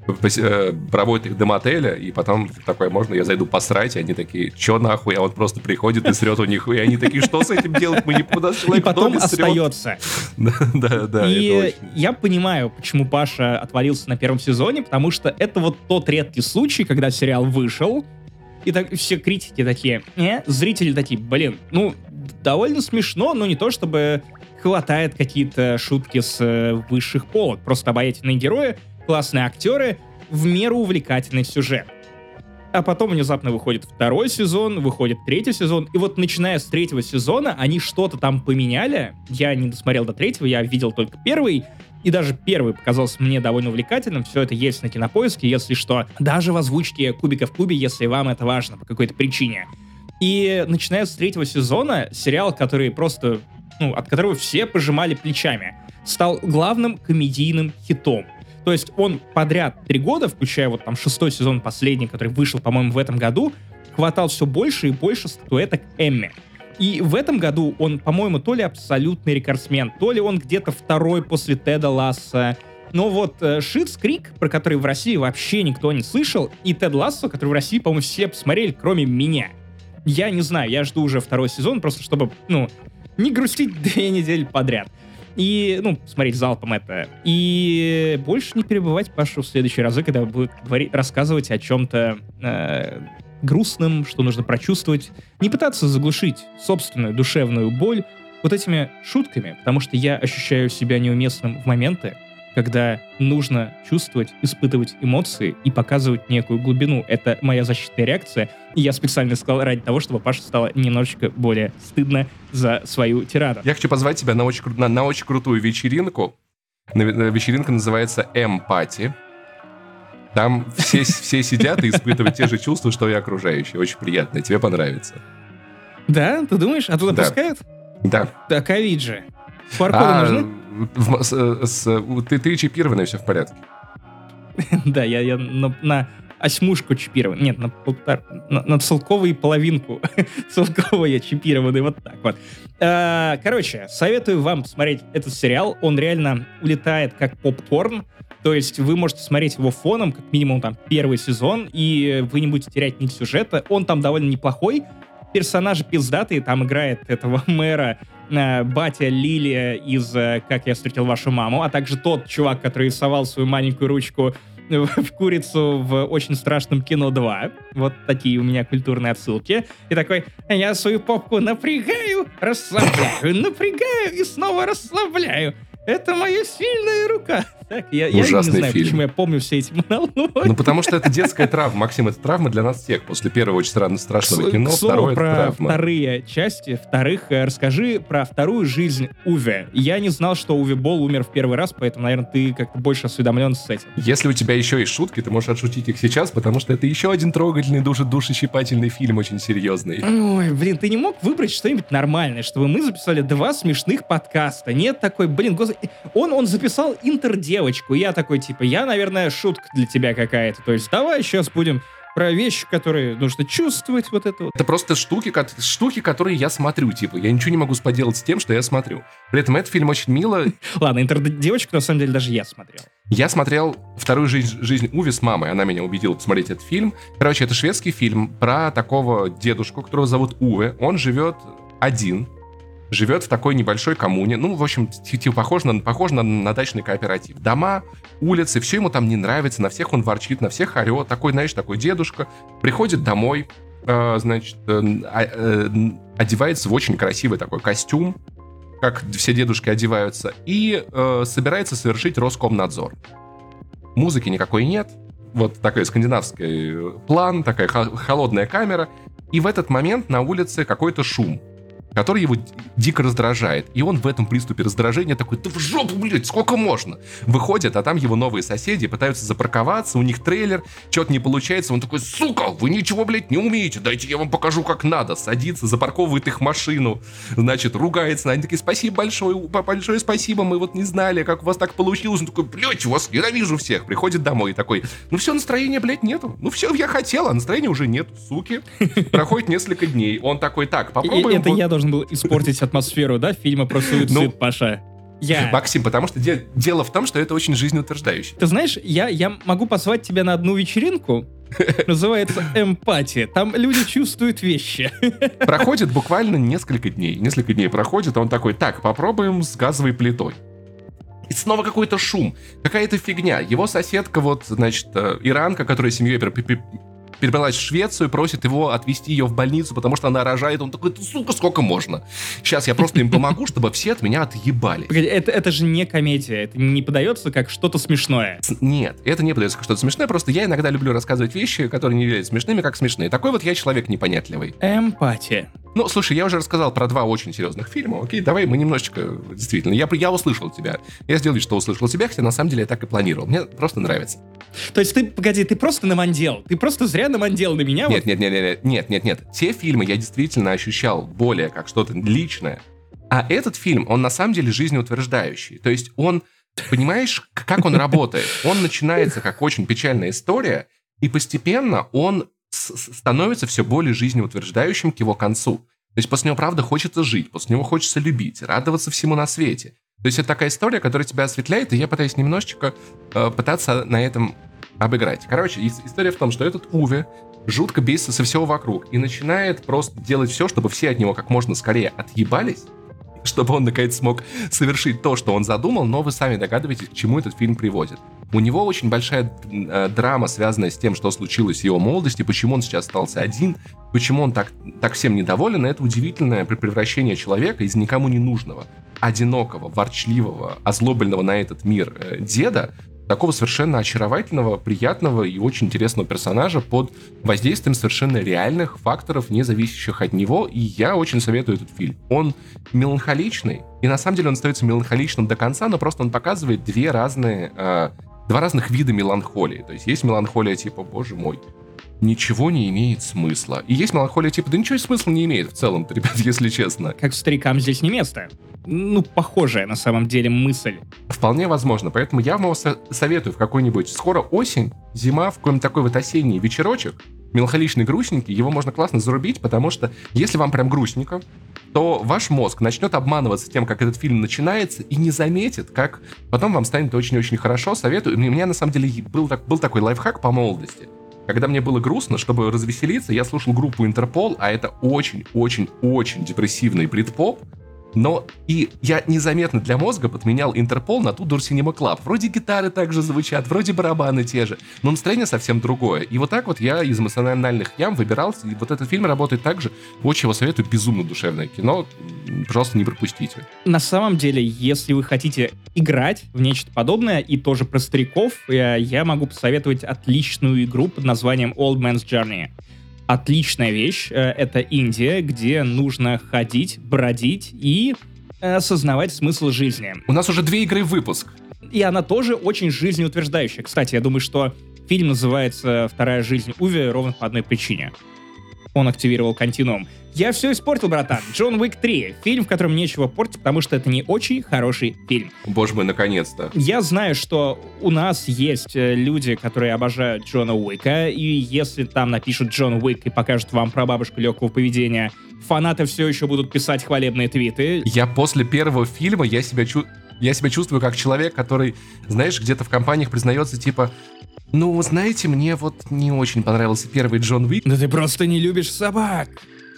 Speaker 2: проводит их до мотеля, и потом такой: можно я зайду посрать? И они такие: чё нахуй? А он просто приходит и срет у них, и они такие: что с этим делать? Мы не куда человек
Speaker 1: и потом остается.
Speaker 2: Да, да, да.
Speaker 1: И я понимаю, почему Паша отвалился на первом сезоне, потому что это вот тот редкий случай, когда сериал вышел, и так все критики такие, э, зрители такие: блин, ну, довольно смешно, но не то чтобы хватает какие-то шутки с э, высших полок. Просто обаятельные герои, классные актеры, в меру увлекательный сюжет. А потом внезапно выходит второй сезон, выходит третий сезон, и вот начиная с третьего сезона они что-то там поменяли. Я не досмотрел до третьего, я видел только первый, и даже первый показался мне довольно увлекательным. Все это есть на Кинопоиске, если что. Даже в озвучке «Кубика в кубе», если вам это важно по какой-то причине. И начиная с третьего сезона, сериал, который просто, ну, от которого все пожимали плечами, стал главным комедийным хитом. То есть он подряд три года, включая вот там шестой сезон последний, который вышел, по-моему, в этом году, хватал все больше и больше статуэток Эмми. И в этом году он, по-моему, то ли абсолютный рекордсмен, то ли он где-то второй после Теда Ласса. Но вот Шитс Крик, про который в России вообще никто не слышал, и Тед Лассо, который в России, по-моему, все посмотрели, кроме меня. Я не знаю, я жду уже второй сезон, просто чтобы, ну, не грустить две недели подряд. И, ну, смотреть залпом это. И больше не перебывать Пашу в следующие разы, когда будет говорить, рассказывать о чем-то э, грустном, что нужно прочувствовать. Не пытаться заглушить собственную душевную боль вот этими шутками, потому что я ощущаю себя неуместным в моменты, когда нужно чувствовать, испытывать эмоции и показывать некую глубину. Это моя защитная реакция, и я специально сказал ради того, чтобы Паше стало немножечко более стыдно за свою тираду.
Speaker 2: Я хочу позвать тебя на очень, на, на очень крутую вечеринку. Вечеринка называется «М-пати». Там все, все сидят и испытывают те же чувства, что и окружающие. Очень приятно, тебе понравится.
Speaker 1: Да? Ты думаешь? А туда
Speaker 2: да.
Speaker 1: пускают?
Speaker 2: Да.
Speaker 1: Да, ковид же. Кью-ар-коды
Speaker 2: а,
Speaker 1: нужны?
Speaker 2: В, с, с, ты, ты чипированный, все в порядке.
Speaker 1: Да, я, я на, на осьмушку чипирован. Нет, на, полтор, на, на целковую половинку целкового я чипированный, вот так вот. А, короче, советую вам посмотреть этот сериал. Он реально улетает как попкорн. То есть вы можете смотреть его фоном, как минимум там первый сезон, и вы не будете терять нить сюжета. Он там довольно неплохой. Персонажи пиздатые, там играет этого мэра э, батя Лилия из э, «Как я встретил вашу маму», а также тот чувак, который рисовал свою маленькую ручку в курицу в «Очень страшном кино два». Вот такие у меня культурные отсылки. И такой, я свою попку напрягаю, расслабляю, напрягаю и снова расслабляю. Это моя сильная рука. Так, я, я не знаю, фильм. Почему я помню все эти монологи.
Speaker 2: Ну, потому что это детская травма. Максим, это травма для нас всех. После первого очень странного, страшного кино, второе
Speaker 1: про
Speaker 2: травма.
Speaker 1: Вторые части. Вторых, расскажи про вторую жизнь Уве. Я не знал, что Уве Болл умер в первый раз, поэтому, наверное, ты как-то больше осведомлен с этим.
Speaker 2: Если у тебя еще есть шутки, ты можешь отшутить их сейчас, потому что это еще один трогательный, душещипательный фильм, очень серьезный.
Speaker 1: Ой, блин, ты не мог выбрать что-нибудь нормальное, чтобы мы записали два смешных подкаста? Нет такой, блин, господи. Он, он записал интердевочку, я такой, типа, я, наверное, шутка для тебя какая-то. То есть давай сейчас будем про вещи, которые нужно чувствовать, вот это вот.
Speaker 2: Это просто штуки, штуки, которые я смотрю, типа. Я ничего не могу поделать с тем, что я смотрю. При этом этот фильм очень мило.
Speaker 1: Ладно, интердевочку, на самом деле, даже я смотрел.
Speaker 2: Я смотрел «Вторую жизнь, жизнь Уве» с мамой. Она меня убедила посмотреть этот фильм. Короче, это шведский фильм про такого дедушку, которого зовут Уве. Он живет один. Живет в такой небольшой коммуне. Ну, в общем, типа похож на, похож на, на дачный кооператив. Дома, улицы, все ему там не нравится, на всех он ворчит, на всех орет. Такой, знаешь, такой дедушка приходит домой, э, значит, э, э, одевается в очень красивый такой костюм, как все дедушки одеваются, и э, собирается совершить Роскомнадзор. Музыки никакой нет. Вот такой скандинавский план, такая холодная камера. И в этот момент на улице какой-то шум, который его дико раздражает. И он в этом приступе раздражения такой, да в жопу, блядь, сколько можно? Выходит, а там его новые соседи пытаются запарковаться, у них трейлер, что-то не получается, он такой, сука, вы ничего, блядь, не умеете, дайте я вам покажу, как надо. Садится, запарковывает их машину, значит, ругается. Они такие, спасибо большое, большое спасибо, мы вот не знали, как у вас так получилось. Он такой, блядь, вас ненавижу всех. Приходит домой и такой, ну все, настроения, блядь, нету. Ну все, я хотел, а настроения уже нет, суки. Проходит несколько дней, он такой, так, попробуем.
Speaker 1: Это я должен был испортить атмосферу, да, фильма про суицид, ну, Паша? Я.
Speaker 2: Максим, потому что де- дело в том, что это очень жизнеутверждающе.
Speaker 1: Ты знаешь, я, я могу позвать тебя на одну вечеринку, называется «Эмпатия». Там люди чувствуют вещи.
Speaker 2: Проходит буквально несколько дней. Несколько дней проходит, а он такой, так, попробуем с газовой плитой. И снова какой-то шум, какая-то фигня. Его соседка, вот, значит, иранка, которая семьей перебралась в Швецию, просит его отвезти ее в больницу, потому что она рожает. Он такой, сука, сколько можно? Сейчас я просто им помогу, чтобы все от меня отъебали.
Speaker 1: Это, это же не комедия, это не подается как что-то смешное.
Speaker 2: Нет, это не подается как что-то смешное, просто я иногда люблю рассказывать вещи, которые не являются смешными, как смешные. Такой вот я человек непонятливый.
Speaker 1: Эмпатия.
Speaker 2: Ну, слушай, я уже рассказал про два очень серьезных фильма, окей, давай мы немножечко, действительно, я, я услышал тебя. Я сделал вид, что услышал тебя, хотя на самом деле я так и планировал. Мне просто нравится.
Speaker 1: То есть ты, погоди, ты просто намандел, ты просто зря намандел на меня?
Speaker 2: Нет,
Speaker 1: вот...
Speaker 2: нет, нет, нет, нет, нет, нет. Те фильмы я действительно ощущал более как что-то личное, а этот фильм, он на самом деле жизнеутверждающий. То есть он, понимаешь, как он работает? Он начинается как очень печальная история, и постепенно он становится все более жизнеутверждающим к его концу. То есть после него, правда, хочется жить, после него хочется любить, радоваться всему на свете. То есть это такая история, которая тебя осветляет, и я пытаюсь немножечко э, пытаться на этом обыграть. Короче, история в том, что этот Уве жутко бесится со всего вокруг и начинает просто делать все, чтобы все от него как можно скорее отъебались, чтобы он, наконец, смог совершить то, что он задумал, но вы сами догадываетесь, к чему этот фильм приводит. У него очень большая э, драма, связанная с тем, что случилось в его молодости, почему он сейчас остался один, почему он так, так всем недоволен, и это удивительное превращение человека из никому не нужного, одинокого, ворчливого, озлобленного на этот мир э, деда, такого совершенно очаровательного, приятного и очень интересного персонажа под воздействием совершенно реальных факторов, не зависящих от него, и я очень советую этот фильм. Он меланхоличный, и на самом деле он остается меланхоличным до конца, но просто он показывает две разные, э, два разных вида меланхолии. То есть есть меланхолия типа, боже мой, ничего не имеет смысла. И есть меланхолия типа, да ничего смысла не имеет в целом, ребят, если честно.
Speaker 1: Как старикам здесь не место. Ну, похожая на самом деле мысль.
Speaker 2: Вполне возможно, поэтому я вам со- советую в какой-нибудь... Скоро осень, зима, в какой-нибудь такой вот осенний вечерочек, меланхоличный, грустненький, его можно классно зарубить, потому что если вам прям грустненько, то ваш мозг начнет обманываться тем, как этот фильм начинается, и не заметит, как потом вам станет очень-очень хорошо. Советую. У меня на самом деле был, так, был такой лайфхак по молодости. Когда мне было грустно, чтобы развеселиться, я слушал группу Интерпол, а это очень-очень-очень депрессивный брит-поп. Но и я незаметно для мозга подменял Интерпол на Tudor Cinema Club. Вроде гитары также звучат, вроде барабаны те же, но настроение совсем другое. И вот так вот я из эмоциональных ям выбирался, и вот этот фильм работает так же. Очень его советую, безумно душевное кино. Пожалуйста, не пропустите.
Speaker 1: На самом деле, если вы хотите играть в нечто подобное, и тоже про стариков, я могу посоветовать отличную игру под названием Old Man's Journey. Отличная вещь. Это Индия, где нужно ходить, бродить и осознавать смысл жизни.
Speaker 2: У нас уже две игры в выпуск.
Speaker 1: И она тоже очень жизнеутверждающая. Кстати, я думаю, что фильм называется «Вторая жизнь Уви» ровно по одной причине. Он активировал континуум. Я все испортил, братан. Джон Уик три. Фильм, в котором нечего портить, потому что это не очень хороший фильм.
Speaker 2: Боже мой, наконец-то.
Speaker 1: Я знаю, что у нас есть люди, которые обожают Джона Уика, и если там напишут Джон Уик и покажут вам про бабушку легкого поведения, фанаты все еще будут писать хвалебные твиты.
Speaker 2: Я после первого фильма, я себя, чу... я себя чувствую как человек, который, знаешь, где-то в компаниях признается, типа... Ну, знаете, мне вот не очень понравился первый Джон Уик.
Speaker 1: Да ты просто не любишь собак.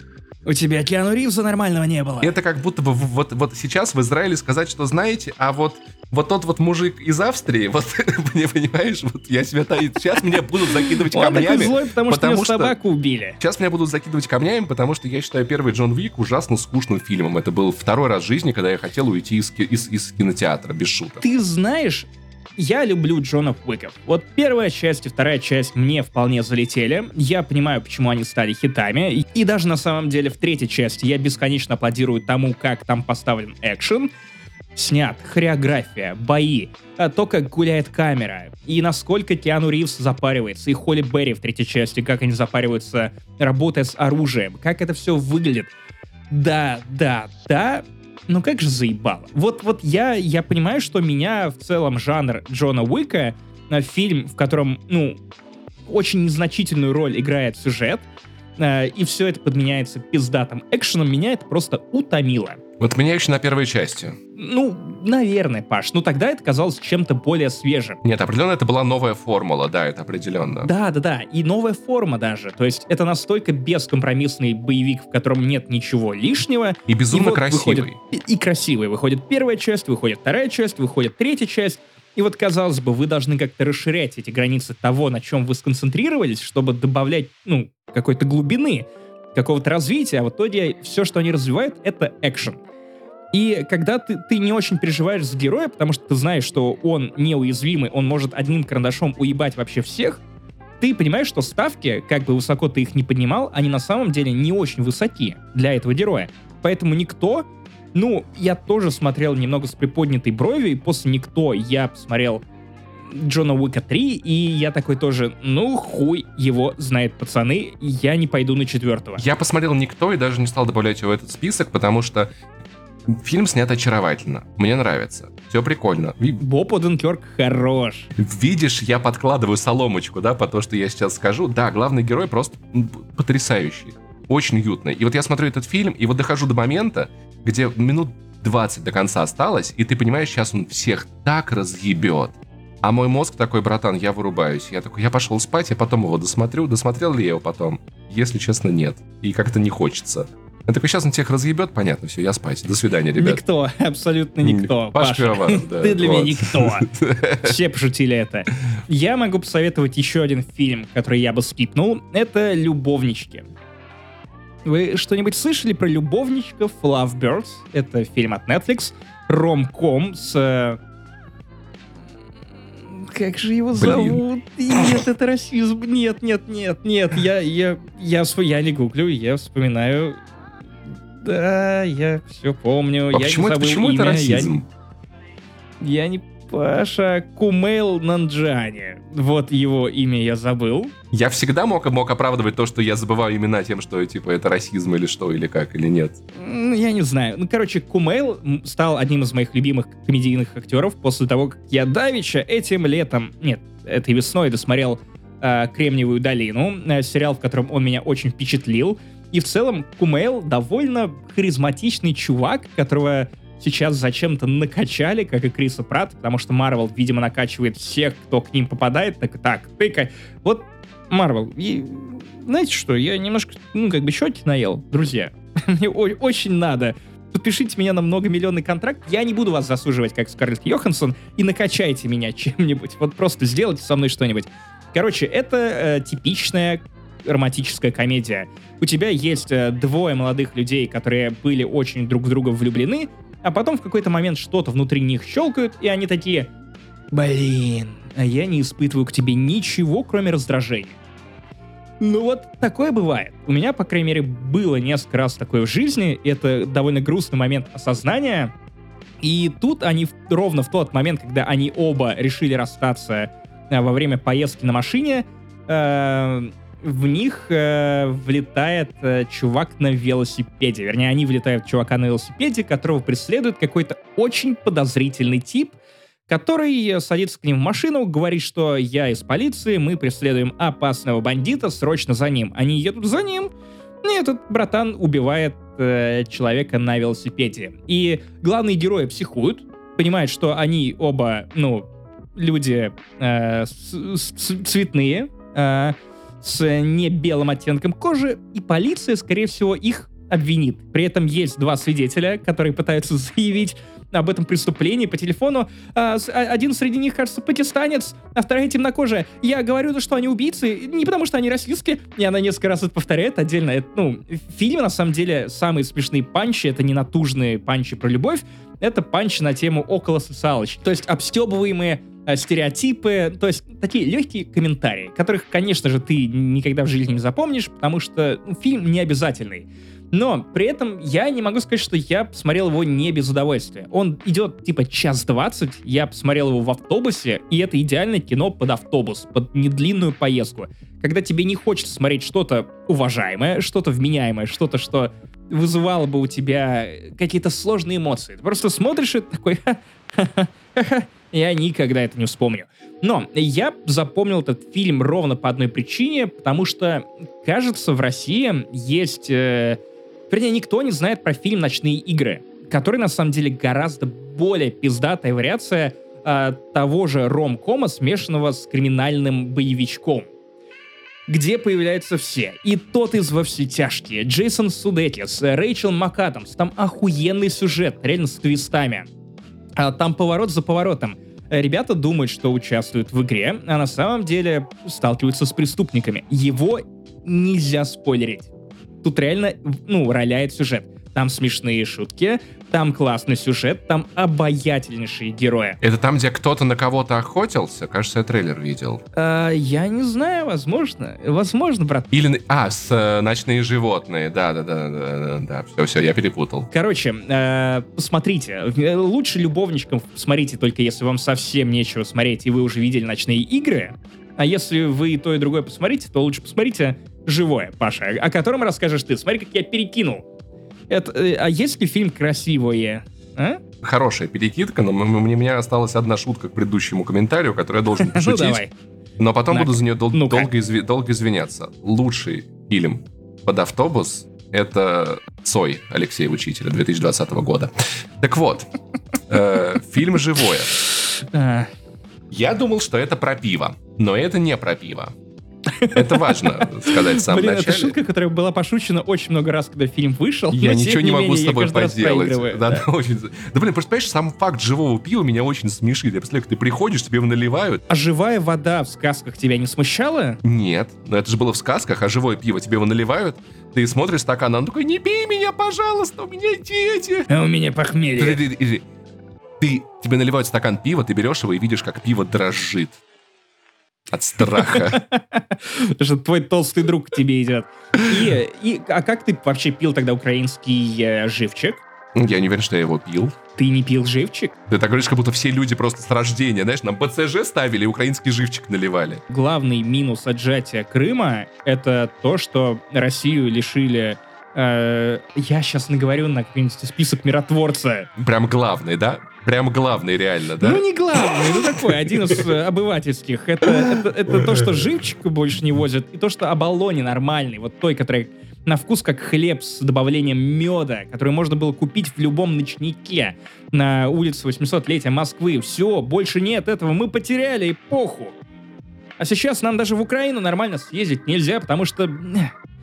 Speaker 1: У тебя Киану Ривза нормального не было.
Speaker 2: Это как будто бы вот, вот сейчас в Израиле сказать, что знаете, а вот, вот тот вот мужик из Австрии, вот, не понимаешь, вот я себя таит. Сейчас меня будут закидывать камнями. Он такой
Speaker 1: злой, потому, потому что, что собаку убили.
Speaker 2: Сейчас меня будут закидывать камнями, потому что я считаю первый Джон Уик ужасно скучным фильмом. Это был второй раз в жизни, когда я хотел уйти из, из, из кинотеатра, без шуток.
Speaker 1: Ты знаешь... Я люблю Джона Уиков. Вот первая часть и вторая часть мне вполне залетели. Я понимаю, почему они стали хитами. И, и даже на самом деле в третьей части я бесконечно аплодирую тому, как там поставлен экшен. Снят, хореография, бои, а то, как гуляет камера. И насколько Киану Ривз запаривается. И Холли Берри в третьей части, как они запариваются, работая с оружием. Как это все выглядит. Да, да, да... Ну как же заебало. Вот, вот я, я понимаю, что меня в целом жанр Джона Уика, фильм, в котором, ну, очень незначительную роль играет сюжет, э, и все это подменяется пиздатым экшеном, меня это просто утомило.
Speaker 2: Вот меня еще на первой части.
Speaker 1: Ну, наверное, Паш. Ну, тогда это казалось чем-то более свежим.
Speaker 2: Нет, определенно это была новая формула, да, это определенно.
Speaker 1: Да, да, да, и новая форма даже. То есть это настолько бескомпромиссный боевик, в котором нет ничего лишнего.
Speaker 2: И безумно
Speaker 1: и вот
Speaker 2: красивый.
Speaker 1: Выходит, и, и красивый. Выходит первая часть, выходит вторая часть, выходит третья часть. И вот, казалось бы, вы должны как-то расширять эти границы того, на чем вы сконцентрировались, чтобы добавлять, ну, какой-то глубины, какого-то развития. А в итоге все, что они развивают, это экшен. И когда ты, ты не очень переживаешь за героя, потому что ты знаешь, что он неуязвимый, он может одним карандашом уебать вообще всех, ты понимаешь, что ставки, как бы высоко ты их не поднимал, они на самом деле не очень высоки для этого героя. Поэтому никто... Ну, я тоже смотрел немного с приподнятой бровью, и после «Никто» я посмотрел Джона Уика три, и я такой тоже, ну, хуй его знает, пацаны, я не пойду на четвертого.
Speaker 2: Я посмотрел «Никто» и даже не стал добавлять его в этот список, потому что фильм снят очаровательно. Мне нравится. Все прикольно.
Speaker 1: Боб Оденкерк хорош.
Speaker 2: Видишь, я подкладываю соломочку, да, по то, что я сейчас скажу. Да, главный герой просто потрясающий. Очень уютный. И вот я смотрю этот фильм, и вот дохожу до момента, где минут двадцать до конца осталось, и ты понимаешь, сейчас он всех так разъебет. А мой мозг такой, братан, я вырубаюсь. Я такой, я пошел спать, я потом его досмотрю. Досмотрел ли я его потом? Если честно, нет. И как-то не хочется. Я такой, сейчас он всех разъебет, понятно, все, я спать. До свидания, ребят.
Speaker 1: Никто, абсолютно никто.
Speaker 2: Паша Пивоваров, да.
Speaker 1: Ты для меня никто. Все пошутили это. Я могу посоветовать еще один фильм, который я бы скипнул. Это «Любовнички». Вы что-нибудь слышали про любовничков Lovebirds? Это фильм от Netflix. Ром-ком с... Как же его зовут? Нет, это расизм. Нет, нет, нет, нет. Я, я, я, я не гуглю, я вспоминаю... Да, я все помню.
Speaker 2: А
Speaker 1: я
Speaker 2: почему,
Speaker 1: не
Speaker 2: это, почему
Speaker 1: имя.
Speaker 2: это расизм?
Speaker 1: Я, я не Паша. Кумейл Нанджани. Вот его имя я забыл.
Speaker 2: Я всегда мог, мог оправдывать то, что я забываю имена тем, что типа это расизм или что, или как, или нет.
Speaker 1: Я не знаю. Ну, короче, Кумейл стал одним из моих любимых комедийных актеров после того, как я давеча этим летом, нет, этой весной досмотрел э, «Кремниевую долину», э, сериал, в котором он меня очень впечатлил. И в целом Кумейл довольно харизматичный чувак, которого сейчас зачем-то накачали, как и Криса Пратта, потому что Марвел, видимо, накачивает всех, кто к ним попадает. Так, так, тыка. Вот Марвел. И знаете что, я немножко, ну, как бы щеки наел, друзья. Мне очень надо подпишите меня на многомиллионный контракт, я не буду вас засуживать, как Скарлетт Йоханссон, и накачайте меня чем-нибудь. Вот просто сделайте со мной что-нибудь. Короче, это э, типичная романтическая комедия. У тебя есть э, двое молодых людей, которые были очень друг в друга влюблены, а потом в какой-то момент что-то внутри них щелкают, и они такие: блин, а я не испытываю к тебе ничего, кроме раздражения. Ну вот, такое бывает. У меня, по крайней мере, было несколько раз такое в жизни, и это довольно грустный момент осознания. И тут они в, ровно в тот момент, когда они оба решили расстаться э, во время поездки на машине, э, в них э, влетает э, чувак на велосипеде. Вернее, они влетают в чувака на велосипеде, которого преследует какой-то очень подозрительный тип, который садится к ним в машину, говорит, что я из полиции, мы преследуем опасного бандита, срочно за ним. Они едут за ним, и этот братан убивает э, человека на велосипеде. И главные герои психуют, понимают, что они оба, ну, люди э, с, с, цветные, э, с не белым оттенком кожи, и полиция, скорее всего, их обвинит. При этом есть два свидетеля, которые пытаются заявить об этом преступлении по телефону. А, один среди них, кажется, пакистанец, а вторая темнокожая. Я говорю, что они убийцы, не потому что они расистские, и она несколько раз это повторяет отдельно. Это, ну, в фильме, на самом деле, самые смешные панчи — это не натужные панчи про любовь, это панчи на тему около социалочки. То есть обстебываемые э, стереотипы, то есть такие легкие комментарии, которых, конечно же, ты никогда в жизни не запомнишь, потому что ну, фильм не обязательный. Но при этом я не могу сказать, что я посмотрел его не без удовольствия. Он идет типа час двадцать, я посмотрел его в автобусе, и это идеальное кино под автобус, под недлинную поездку. Когда тебе не хочется смотреть что-то уважаемое, что-то вменяемое, что-то, что вызывало бы у тебя какие-то сложные эмоции. Ты просто смотришь и такой: ха-ха-ха-ха, я никогда это не вспомню. Но я запомнил этот фильм ровно по одной причине, потому что, кажется, в России есть... Э, вернее, никто не знает про фильм «Ночные игры», который, на самом деле, гораздо более пиздатая вариация э, того же ром-кома, смешанного с криминальным боевичком, где появляются все. И тот из «Во все тяжкие», Джейсон Судекис, Рэйчел МакАдамс. Там охуенный сюжет, реально с твистами. А там поворот за поворотом. Ребята думают, что участвуют в игре, а на самом деле сталкиваются с преступниками. Его нельзя спойлерить. Тут реально, ну, роляет сюжет. Там смешные шутки, там классный сюжет, там обаятельнейшие герои.
Speaker 2: Это там, где кто-то на кого-то охотился? Кажется, я трейлер видел.
Speaker 1: А, я не знаю, возможно. Возможно, брат.
Speaker 2: Или... А, с э, «Ночные животные». Да-да-да. Да, все-все, я перепутал.
Speaker 1: Короче, э, посмотрите. Лучше любовничкам смотрите, только если вам совсем нечего смотреть, и вы уже видели «Ночные игры». А если вы и то, и другое посмотрите, то лучше посмотрите «Живое», Паша, о котором расскажешь ты. Смотри, как я перекинул. Это, а есть ли фильм «Красивое»? А?
Speaker 2: Хорошая перекидка, но у меня осталась одна шутка к предыдущему комментарию, которую я должен пошутить.
Speaker 1: Ну давай.
Speaker 2: Но потом
Speaker 1: На.
Speaker 2: буду за нее дол-
Speaker 1: Ну-ка.
Speaker 2: долго, изв... долго извиняться. Лучший фильм под автобус — это «Цой» Алексея Учителя две тысячи двадцатого года. Так вот, э, фильм «Живое».
Speaker 1: А.
Speaker 2: Я думал, что это про пиво, но это не про пиво. Это важно сказать в самом
Speaker 1: Блин,
Speaker 2: начале.
Speaker 1: это шутка, которая была пошучена очень много раз, когда фильм вышел.
Speaker 2: Я
Speaker 1: но,
Speaker 2: ничего
Speaker 1: тем
Speaker 2: не могу
Speaker 1: менее,
Speaker 2: с
Speaker 1: я
Speaker 2: тобой
Speaker 1: каждый раз
Speaker 2: поделать.
Speaker 1: проигрываю.
Speaker 2: Да,
Speaker 1: Да.
Speaker 2: да, очень... да, блин, просто понимаешь, сам факт живого пива меня очень смешит. Я представляю, как ты приходишь, тебе его наливают.
Speaker 1: А живая вода в сказках тебя не смущала?
Speaker 2: Нет, но это же было в сказках, а живое пиво тебе его наливают. Ты смотришь стакан, а он такой: не пей меня, пожалуйста, у меня дети.
Speaker 1: А у меня похмелье.
Speaker 2: Ты, ты- ты- ты- тебе наливают стакан пива, ты берешь его и видишь, как пиво дрожит от страха.
Speaker 1: Потому что твой толстый друг к тебе идет. И, и, а как ты вообще пил тогда украинский э, живчик?
Speaker 2: Я не уверен, что я его пил.
Speaker 1: Ты не пил живчик?
Speaker 2: Ты так говоришь, как будто все люди просто с рождения, знаешь, нам ПЦЖ ставили, украинский живчик наливали.
Speaker 1: Главный минус отжатия Крыма — это то, что Россию лишили... э, я сейчас наговорю на какой-нибудь список миротворца.
Speaker 2: Прям главный, да? Прям главный, реально, да?
Speaker 1: Ну, не главный, ну такой, один из э, обывательских. Это, это, это то, что живчика больше не возят, и то, что оболони нормальный, вот той, которая на вкус как хлеб с добавлением меда, который можно было купить в любом ночнике на улице восьмисотлетия Москвы. Все, больше нет этого, мы потеряли эпоху. А сейчас нам даже в Украину нормально съездить нельзя, потому что...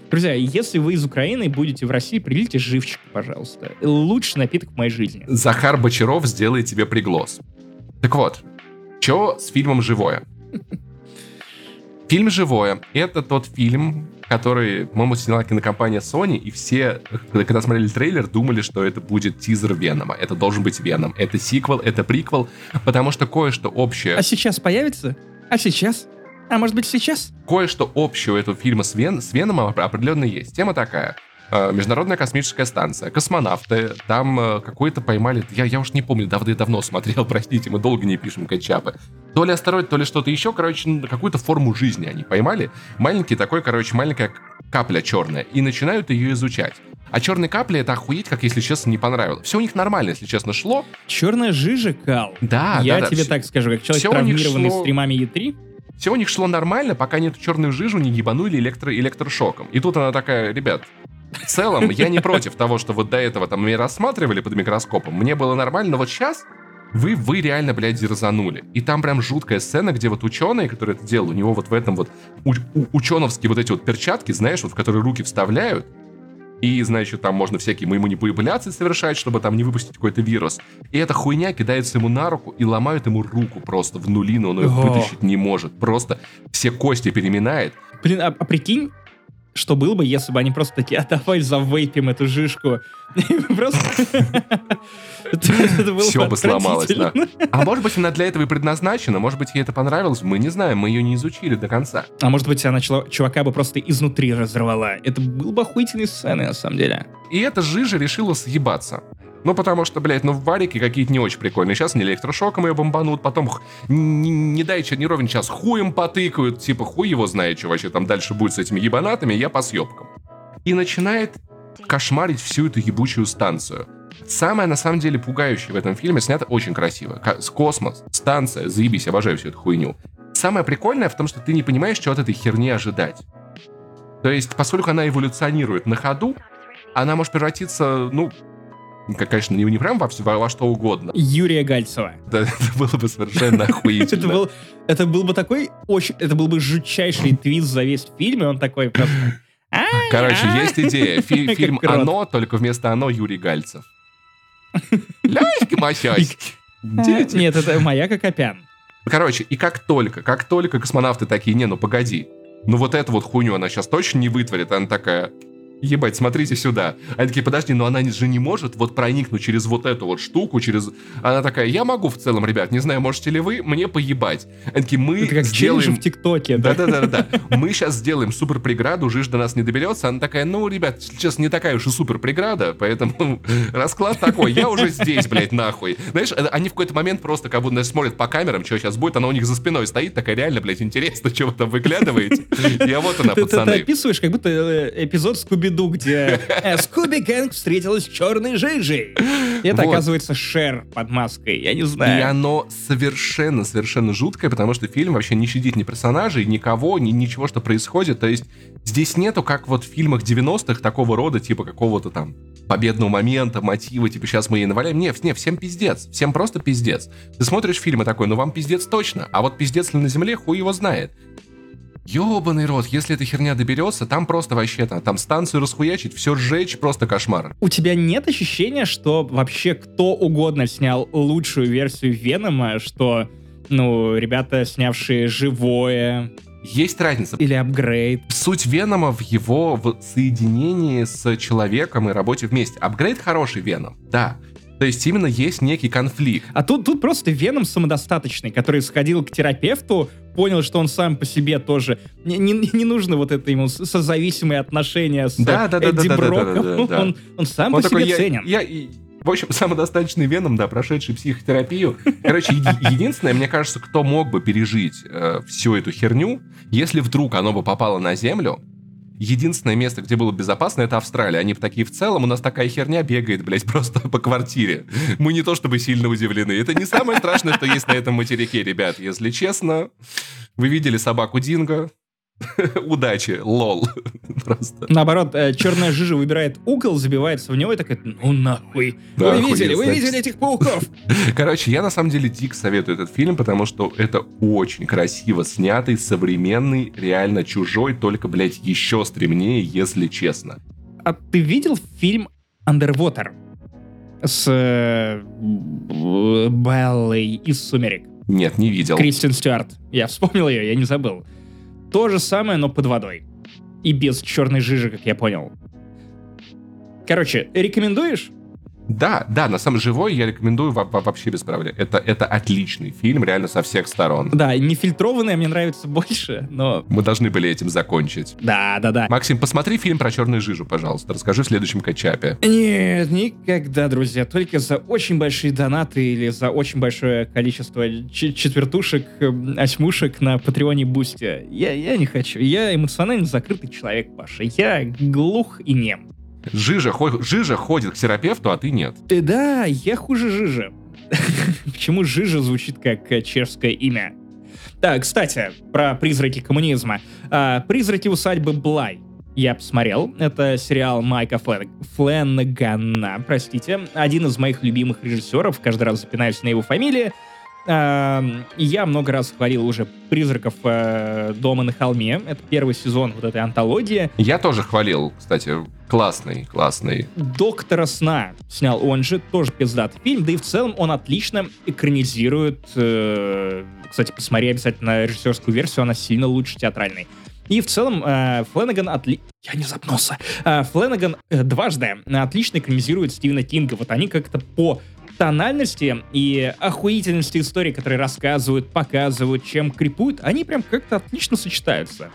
Speaker 1: Друзья, если вы из Украины и будете в России, прилейте живчик, пожалуйста. Лучший напиток в моей жизни.
Speaker 2: Захар Бочаров сделает тебе приглас. Так вот, что с фильмом «Живое»? Фильм «Живое» — это тот фильм, который, по-моему, сняла кинокомпания Sony, и все, когда смотрели трейлер, думали, что это будет тизер Венома. Это должен быть Веном. Это сиквел, это приквел, потому что кое-что общее...
Speaker 1: А сейчас появится? А сейчас? А может быть сейчас?
Speaker 2: Кое-что общее у этого фильма с, Вен... с Веномом определенно есть. Тема такая. Международная космическая станция, космонавты, там какой-то поймали, я, я уж не помню, давно-давно смотрел, простите, мы долго не пишем кетчапы. То ли астероид, то ли что-то еще, короче, какую-то форму жизни они поймали. Маленький такой, короче, маленькая капля черная, и начинают ее изучать. А черные капли — это охуеть, как, если честно, не понравилось. Все у них нормально, если честно, шло.
Speaker 1: Черная жижа, Кал.
Speaker 2: Да,
Speaker 1: я
Speaker 2: да, да.
Speaker 1: тебе
Speaker 2: Все,
Speaker 1: так скажу, как человек, травмированный шло... стримами и три.
Speaker 2: Все у них шло нормально, пока они эту черную жижу не ебанули электро- электрошоком. И тут она такая: ребят, в целом, я не против того, что вот до этого там меня рассматривали под микроскопом. Мне было нормально, но вот сейчас вы, вы реально, блядь, дерзанули. И там прям жуткая сцена, где вот ученый, который это делал, у него вот в этом вот у, у, ученовские вот эти вот перчатки, знаешь, вот в которые руки вставляют. И, значит, там можно всякие манипуляции совершать, чтобы там не выпустить какой-то вирус. И эта хуйня кидается ему на руку и ломает ему руку просто в нулину, он ее вытащить не может. Просто все кости переминает.
Speaker 1: Блин, а, а прикинь, что было бы, если бы они просто такие: а давай завейпим эту жишку. Просто...
Speaker 2: Все бы сломалось, да. А может быть, она для этого и предназначена, может быть, ей это понравилось, мы не знаем, мы ее не изучили до конца.
Speaker 1: А может быть, она чувака бы просто изнутри разорвала. Это был бы охуительной сценой, на самом деле.
Speaker 2: И эта жижа решила съебаться. Ну, потому что, блядь, ну в варике какие-то не очень прикольные. Сейчас не электрошоком ее бомбанут, потом не, не дай не ровен час хуем потыкают, типа хуй его знает, что вообще там дальше будет с этими ебанатами, я по съебкам. И начинает кошмарить всю эту ебучую станцию. Самое, на самом деле, пугающее в этом фильме снято очень красиво. Космос, станция, заебись, обожаю всю эту хуйню. Самое прикольное в том, что ты не понимаешь, что от этой херни ожидать. То есть, поскольку она эволюционирует на ходу, она может превратиться, ну... Конечно, не, не прям во, во, во что угодно.
Speaker 1: Юрия Гальцева.
Speaker 2: Да, это было бы совершенно охуительно.
Speaker 1: Это был, это был бы такой очень... Это был бы жутчайший твист за весь фильм, и он такой просто...
Speaker 2: Короче, есть идея. Фильм «Оно», только вместо «Оно» Юрий Гальцев. Ляськи-масяськи.
Speaker 1: Нет, это Маяк Акопян.
Speaker 2: Короче, и как только, как только космонавты такие: не, ну погоди, ну вот эту вот хуйню она сейчас точно не вытворит, она такая: ебать, смотрите сюда. Они такие: подожди, но она же не может вот проникнуть через вот эту вот штуку, через... Она такая: я могу в целом, ребят, не знаю, можете ли вы, мне поебать. Они такие: мы
Speaker 1: это как
Speaker 2: сделаем...
Speaker 1: в ТикТоке, да?
Speaker 2: Да-да-да-да. Мы сейчас сделаем супер преграду, жиж до нас не доберется. Она такая: ну, ребят, сейчас не такая уж и супер преграда, поэтому расклад такой: я уже здесь, блядь, нахуй. Знаешь, они в какой-то момент просто как будто смотрят по камерам, что сейчас будет, она у них за спиной стоит, такая: реально, блядь, интересно, что вы там выглядываете. И вот она, пацаны.
Speaker 1: Ты описываешь, как будто эпизод Скуби-Ду, где Скуби Гэнг встретилась с черной жижей. Это, вот, оказывается, Шер под маской, я не знаю.
Speaker 2: И оно совершенно-совершенно жуткое, потому что фильм вообще не щадит ни персонажей, никого, ни ничего, что происходит. То есть здесь нету, как вот в фильмах девяностых, такого рода, типа какого-то там победного момента, мотива, типа сейчас мы ей наваляем. Не, не, всем пиздец, всем просто пиздец. Ты смотришь фильмы такой: ну вам пиздец точно, а вот пиздец ли на земле, хуй его знает. Ёбаный рот, если эта херня доберется, там просто вообще там, там станцию расхуячить, все сжечь, просто кошмар.
Speaker 1: У тебя нет ощущения, что вообще кто угодно снял лучшую версию Венома, что, ну, ребята, снявшие «Живое»,
Speaker 2: есть разница.
Speaker 1: Или «Апгрейд».
Speaker 2: Суть Венома в его в соединении с человеком и работе вместе. «Апгрейд» хороший Веном, да. То есть именно есть некий конфликт.
Speaker 1: А тут, тут просто Веном самодостаточный, который сходил к терапевту, понял, что он сам по себе тоже... Не, не, не нужно вот это ему созависимые отношения с
Speaker 2: да, да,
Speaker 1: Эдди
Speaker 2: да,
Speaker 1: Броком.
Speaker 2: Да, да, да, да.
Speaker 1: Он, он сам
Speaker 2: он
Speaker 1: по
Speaker 2: такой:
Speaker 1: себе
Speaker 2: я,
Speaker 1: ценен.
Speaker 2: Я, я, в общем, самодостаточный Веном, да, прошедший психотерапию. Короче, еди- единственное, мне кажется, кто мог бы пережить э, всю эту херню, если вдруг оно бы попало на Землю, единственное место, где было безопасно, это Австралия. Они такие: в целом у нас такая херня бегает, блядь, просто по квартире. Мы не то чтобы сильно удивлены. Это не самое страшное, что есть на этом материке, ребят. Если честно, вы видели собаку Динго, Удачи, лол. Просто.
Speaker 1: Наоборот, черная жижа выбирает угол, забивается в него и такая, ну нахуй.
Speaker 2: Да,
Speaker 1: вы видели,
Speaker 2: охуеть,
Speaker 1: вы
Speaker 2: значит.
Speaker 1: видели этих пауков?
Speaker 2: Короче, я на самом деле дико советую этот фильм, потому что это очень красиво снятый, современный, реально чужой, только, блядь, еще стремнее, если честно.
Speaker 1: А ты видел фильм Underwater с э, Беллой из «Сумерек»?
Speaker 2: Нет, не видел.
Speaker 1: Кристен Стюарт. Я вспомнил ее, я не забыл. То же самое, но под водой. И без черной жижи, как я понял. Короче, рекомендуешь?
Speaker 2: Да, да, на самом живой я рекомендую во- во- вообще без проблем. Это, это отличный фильм, реально со всех сторон.
Speaker 1: Да, нефильтрованная мне нравится больше, но...
Speaker 2: Мы должны были этим закончить.
Speaker 1: Да, да, да.
Speaker 2: Максим, посмотри фильм про черную жижу, пожалуйста. Расскажи в следующем качапе.
Speaker 1: Нет, никогда, друзья. Только за очень большие донаты или за очень большое количество ч- четвертушек, эм, осьмушек на Патреоне Бусти. Я, я не хочу. Я эмоционально закрытый человек, Паша. Я глух и нем.
Speaker 2: Жижа, хо- Жижа ходит к терапевту, а ты нет.
Speaker 1: И да, я хуже Жижи. Почему Жижа звучит как э, чешское имя? Так, кстати, про призраки коммунизма. А, «Призраки усадьбы Блай». Я посмотрел. Это сериал Майка Флэн... Флэнагана, простите. Один из моих любимых режиссеров. Каждый раз запинаюсь на его фамилии. А, я много раз хвалил уже «Призраков э, дома на холме». Это первый сезон вот этой антологии.
Speaker 2: Я тоже хвалил, кстати. Классный, классный.
Speaker 1: «Доктора сна» снял он же, тоже пиздатый фильм, да и в целом он отлично экранизирует. Э, кстати, посмотри обязательно режиссерскую версию, она сильно лучше театральной. И в целом э, Флэнаган отли... Я не запнулся. Э, Флэнаган э, дважды отлично экранизирует Стивена Кинга. Вот они как-то по тональности и охуительности истории, которые рассказывают, показывают, чем крипуют, они прям как-то отлично сочетаются.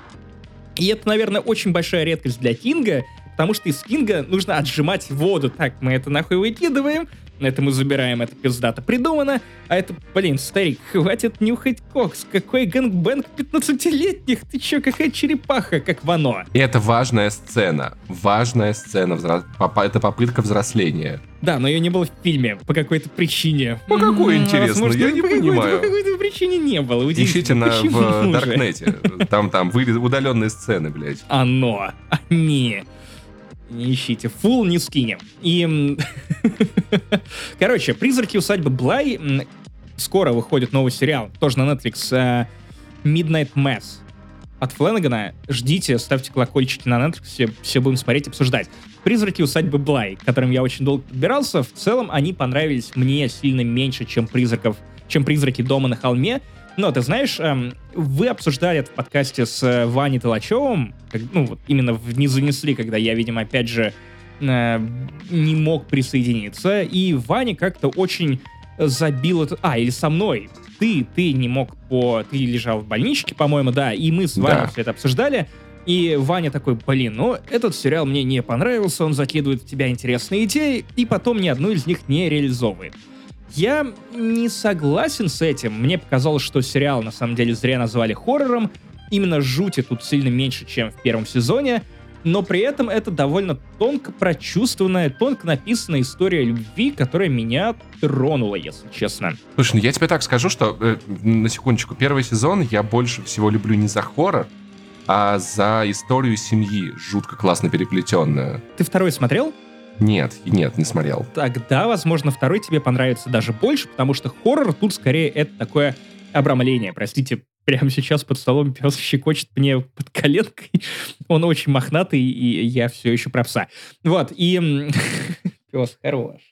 Speaker 1: И это, наверное, очень большая редкость для Кинга, потому что из Кинга нужно отжимать воду. Так, мы это нахуй выкидываем, это мы забираем, это пиздато придумано, а это, блин, старик, хватит нюхать кокс, какой гэнгбэнг пятнадцатилетних, ты чё, какая черепаха, как Вано.
Speaker 2: И это важная сцена, важная сцена, взро... попа- это попытка взросления.
Speaker 1: Да, но ее не было в фильме по какой-то причине.
Speaker 2: По какой,
Speaker 1: М-м,
Speaker 2: интересно,
Speaker 1: возможно,
Speaker 2: я не
Speaker 1: по какой-то-
Speaker 2: понимаю.
Speaker 1: По какой-то причине не было. Удивительно,
Speaker 2: Ищите на,
Speaker 1: почему
Speaker 2: в
Speaker 1: же?
Speaker 2: Даркнете, там, там вырез- удаленные сцены, блядь.
Speaker 1: Оно, они... Не ищите. Фул не скинем. И... м, Короче, «Призраки усадьбы Блай». м, Скоро выходит новый сериал, тоже на Netflix, э, Midnight Mass от Флэнагана. Ждите, ставьте колокольчики на Netflix, все будем смотреть, обсуждать. «Призраки усадьбы Блай», к которым я очень долго подбирался, в целом они понравились мне сильно меньше, чем призраков, чем «Призраки дома на холме». Но, ты знаешь, эм, вы обсуждали это в подкасте с э, Ваней Толачевым, как- ну, вот именно в «Не занесли», когда я, видимо, опять же, э, не мог присоединиться, и Ваня как-то очень забил это... А, или со мной. Ты, ты не мог по... Ты лежал в больничке, по-моему, да, и мы с Ваней
Speaker 2: Да.
Speaker 1: все это обсуждали, и Ваня такой, блин, ну, этот сериал мне не понравился, он закидывает в тебя интересные идеи, и потом ни одну из них не реализовывает. Я не согласен с этим. Мне показалось, что сериал на самом деле зря назвали хоррором. Именно жути тут сильно меньше, чем в первом сезоне. Но при этом это довольно тонко прочувствованная, тонко написанная история любви, которая меня тронула, если честно.
Speaker 2: Слушай, ну я тебе так скажу, что, э, на секундочку, первый сезон я больше всего люблю не за хоррор, а за историю семьи, жутко классно переплетенную.
Speaker 1: Ты второй смотрел?
Speaker 2: Нет, нет, не смотрел.
Speaker 1: Тогда, возможно, второй тебе понравится даже больше, потому что хоррор тут скорее это такое обрамление. Простите, прямо сейчас под столом пес щекочет мне под коленкой. Он очень мохнатый, и я все еще про пса. Вот, и... Пес хорош.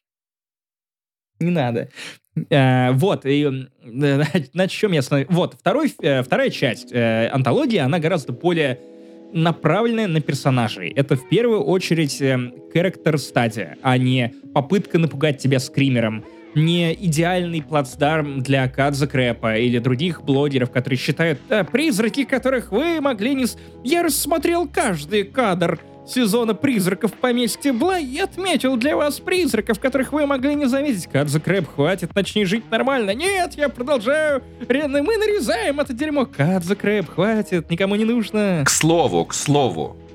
Speaker 1: Не надо. А, вот, и на, на чем я остановился? Вот, второй, вторая часть э, антологии, она гораздо более направленная на персонажей. Это в первую очередь character-стадия, а не попытка напугать тебя скримером, не идеальный плацдарм для Кадза Крэпа или других блогеров, которые считают, а, призраки, которых вы могли не... С... Я рассмотрел каждый кадр сезона «Призраков в поместье Блай» и отметил для вас призраков, которых вы могли не заметить. Кадза Крэп, хватит, начни жить нормально. Нет, я продолжаю. Реально, мы нарезаем это дерьмо. Кадза Крэп, хватит, никому не нужно.
Speaker 2: К слову, к слову,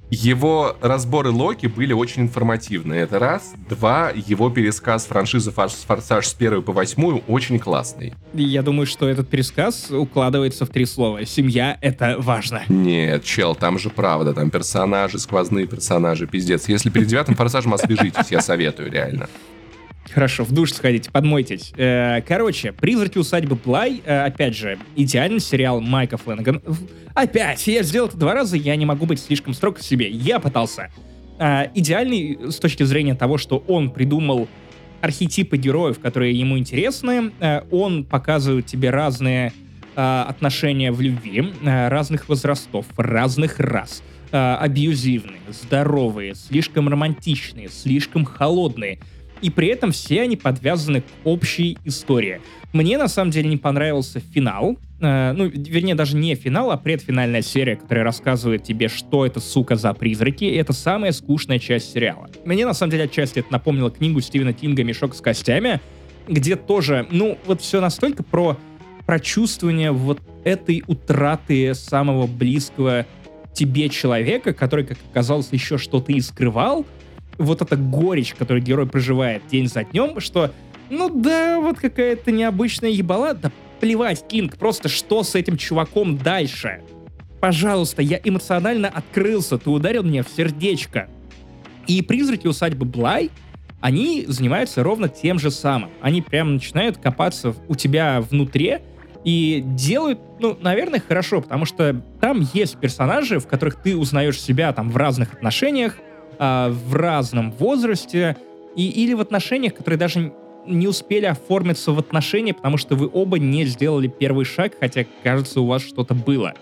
Speaker 2: Его разборы Локи были очень информативные. Это раз. Два. Его пересказ франшизы «Форсаж» с первой по восьмую очень классный.
Speaker 1: Я думаю, что этот пересказ укладывается в три слова. Семья — это важно.
Speaker 2: Нет, чел, там же правда. Там персонажи, сквозные персонажи, пиздец. Если перед девятым «Форсажем» освежитесь, я советую, реально.
Speaker 1: Хорошо, в душ сходите, подмойтесь. Короче, «Призраки усадьбы Блай», опять же, идеальный сериал Майка Флэнегана. Опять, я сделал это два раза, я не могу быть слишком строг к себе. Я пытался. Идеальный с точки зрения того, что он придумал архетипы героев, которые ему интересны. Он показывает тебе разные отношения в любви, разных возрастов, разных рас. Абьюзивные, здоровые, слишком романтичные, слишком холодные. И при этом все они подвязаны к общей истории. Мне, на самом деле, не понравился финал. Э, ну, вернее, даже не финал, а предфинальная серия, которая рассказывает тебе, что это, сука, за призраки. И это самая скучная часть сериала. Мне, на самом деле, отчасти это напомнило книгу Стивена Кинга «Мешок с костями», где тоже, ну, вот все настолько про прочувствование вот этой утраты самого близкого тебе человека, который, как оказалось, еще что-то и скрывал. Вот эта горечь, которую герой проживает день за днем, что, ну да, вот какая-то необычная ебала, да плевать, Кинг, просто что с этим чуваком дальше? Пожалуйста, я эмоционально открылся, ты ударил меня в сердечко. И «Призраки усадьбы Блай», они занимаются ровно тем же самым. Они прям начинают копаться у тебя внутри и делают, ну, наверное, хорошо, потому что там есть персонажи, в которых ты узнаешь себя там в разных отношениях, в разном возрасте, и, или в отношениях, которые даже не успели оформиться в отношения, потому что вы оба не сделали первый шаг, хотя, кажется, у вас что-то было.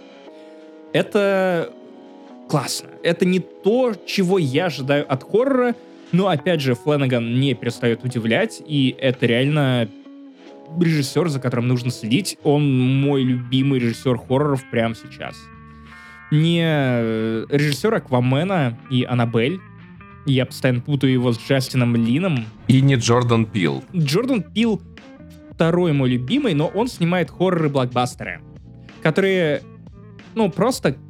Speaker 1: Это классно. Это не то, чего я ожидаю от хоррора, но, опять же, Флэнеган не перестает удивлять, и это реально режиссер, за которым нужно следить. Он мой любимый режиссер хорроров прямо сейчас. Не режиссер «Аквамена» и «Аннабель». Я постоянно путаю его с Джастином Лином.
Speaker 2: И не Джордан Пил.
Speaker 1: Джордан Пил второй мой любимый, но он снимает хорроры-блокбастеры, которые, ну, просто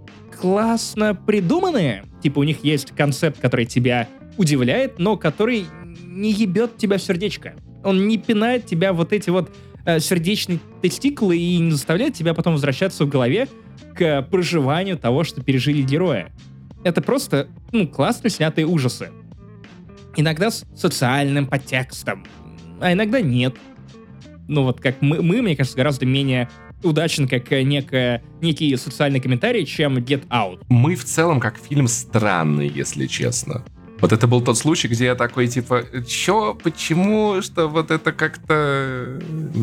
Speaker 1: классно придуманные. Типа у них есть концепт, который тебя удивляет, но который не ебет тебя в сердечко. Он не пинает тебя вот эти вот э, сердечные тестикулы и не заставляет тебя потом возвращаться в голове к проживанию того, что пережили герои. Это просто, ну, классно снятые ужасы. Иногда с социальным подтекстом, а иногда нет. Ну вот как мы, мы мне кажется, гораздо менее удачен как некая, некий социальный комментарий, чем Get Out.
Speaker 2: Мы в целом как фильм странный, если честно. Вот это был тот случай, где я такой, типа, чё, почему, что вот это как-то,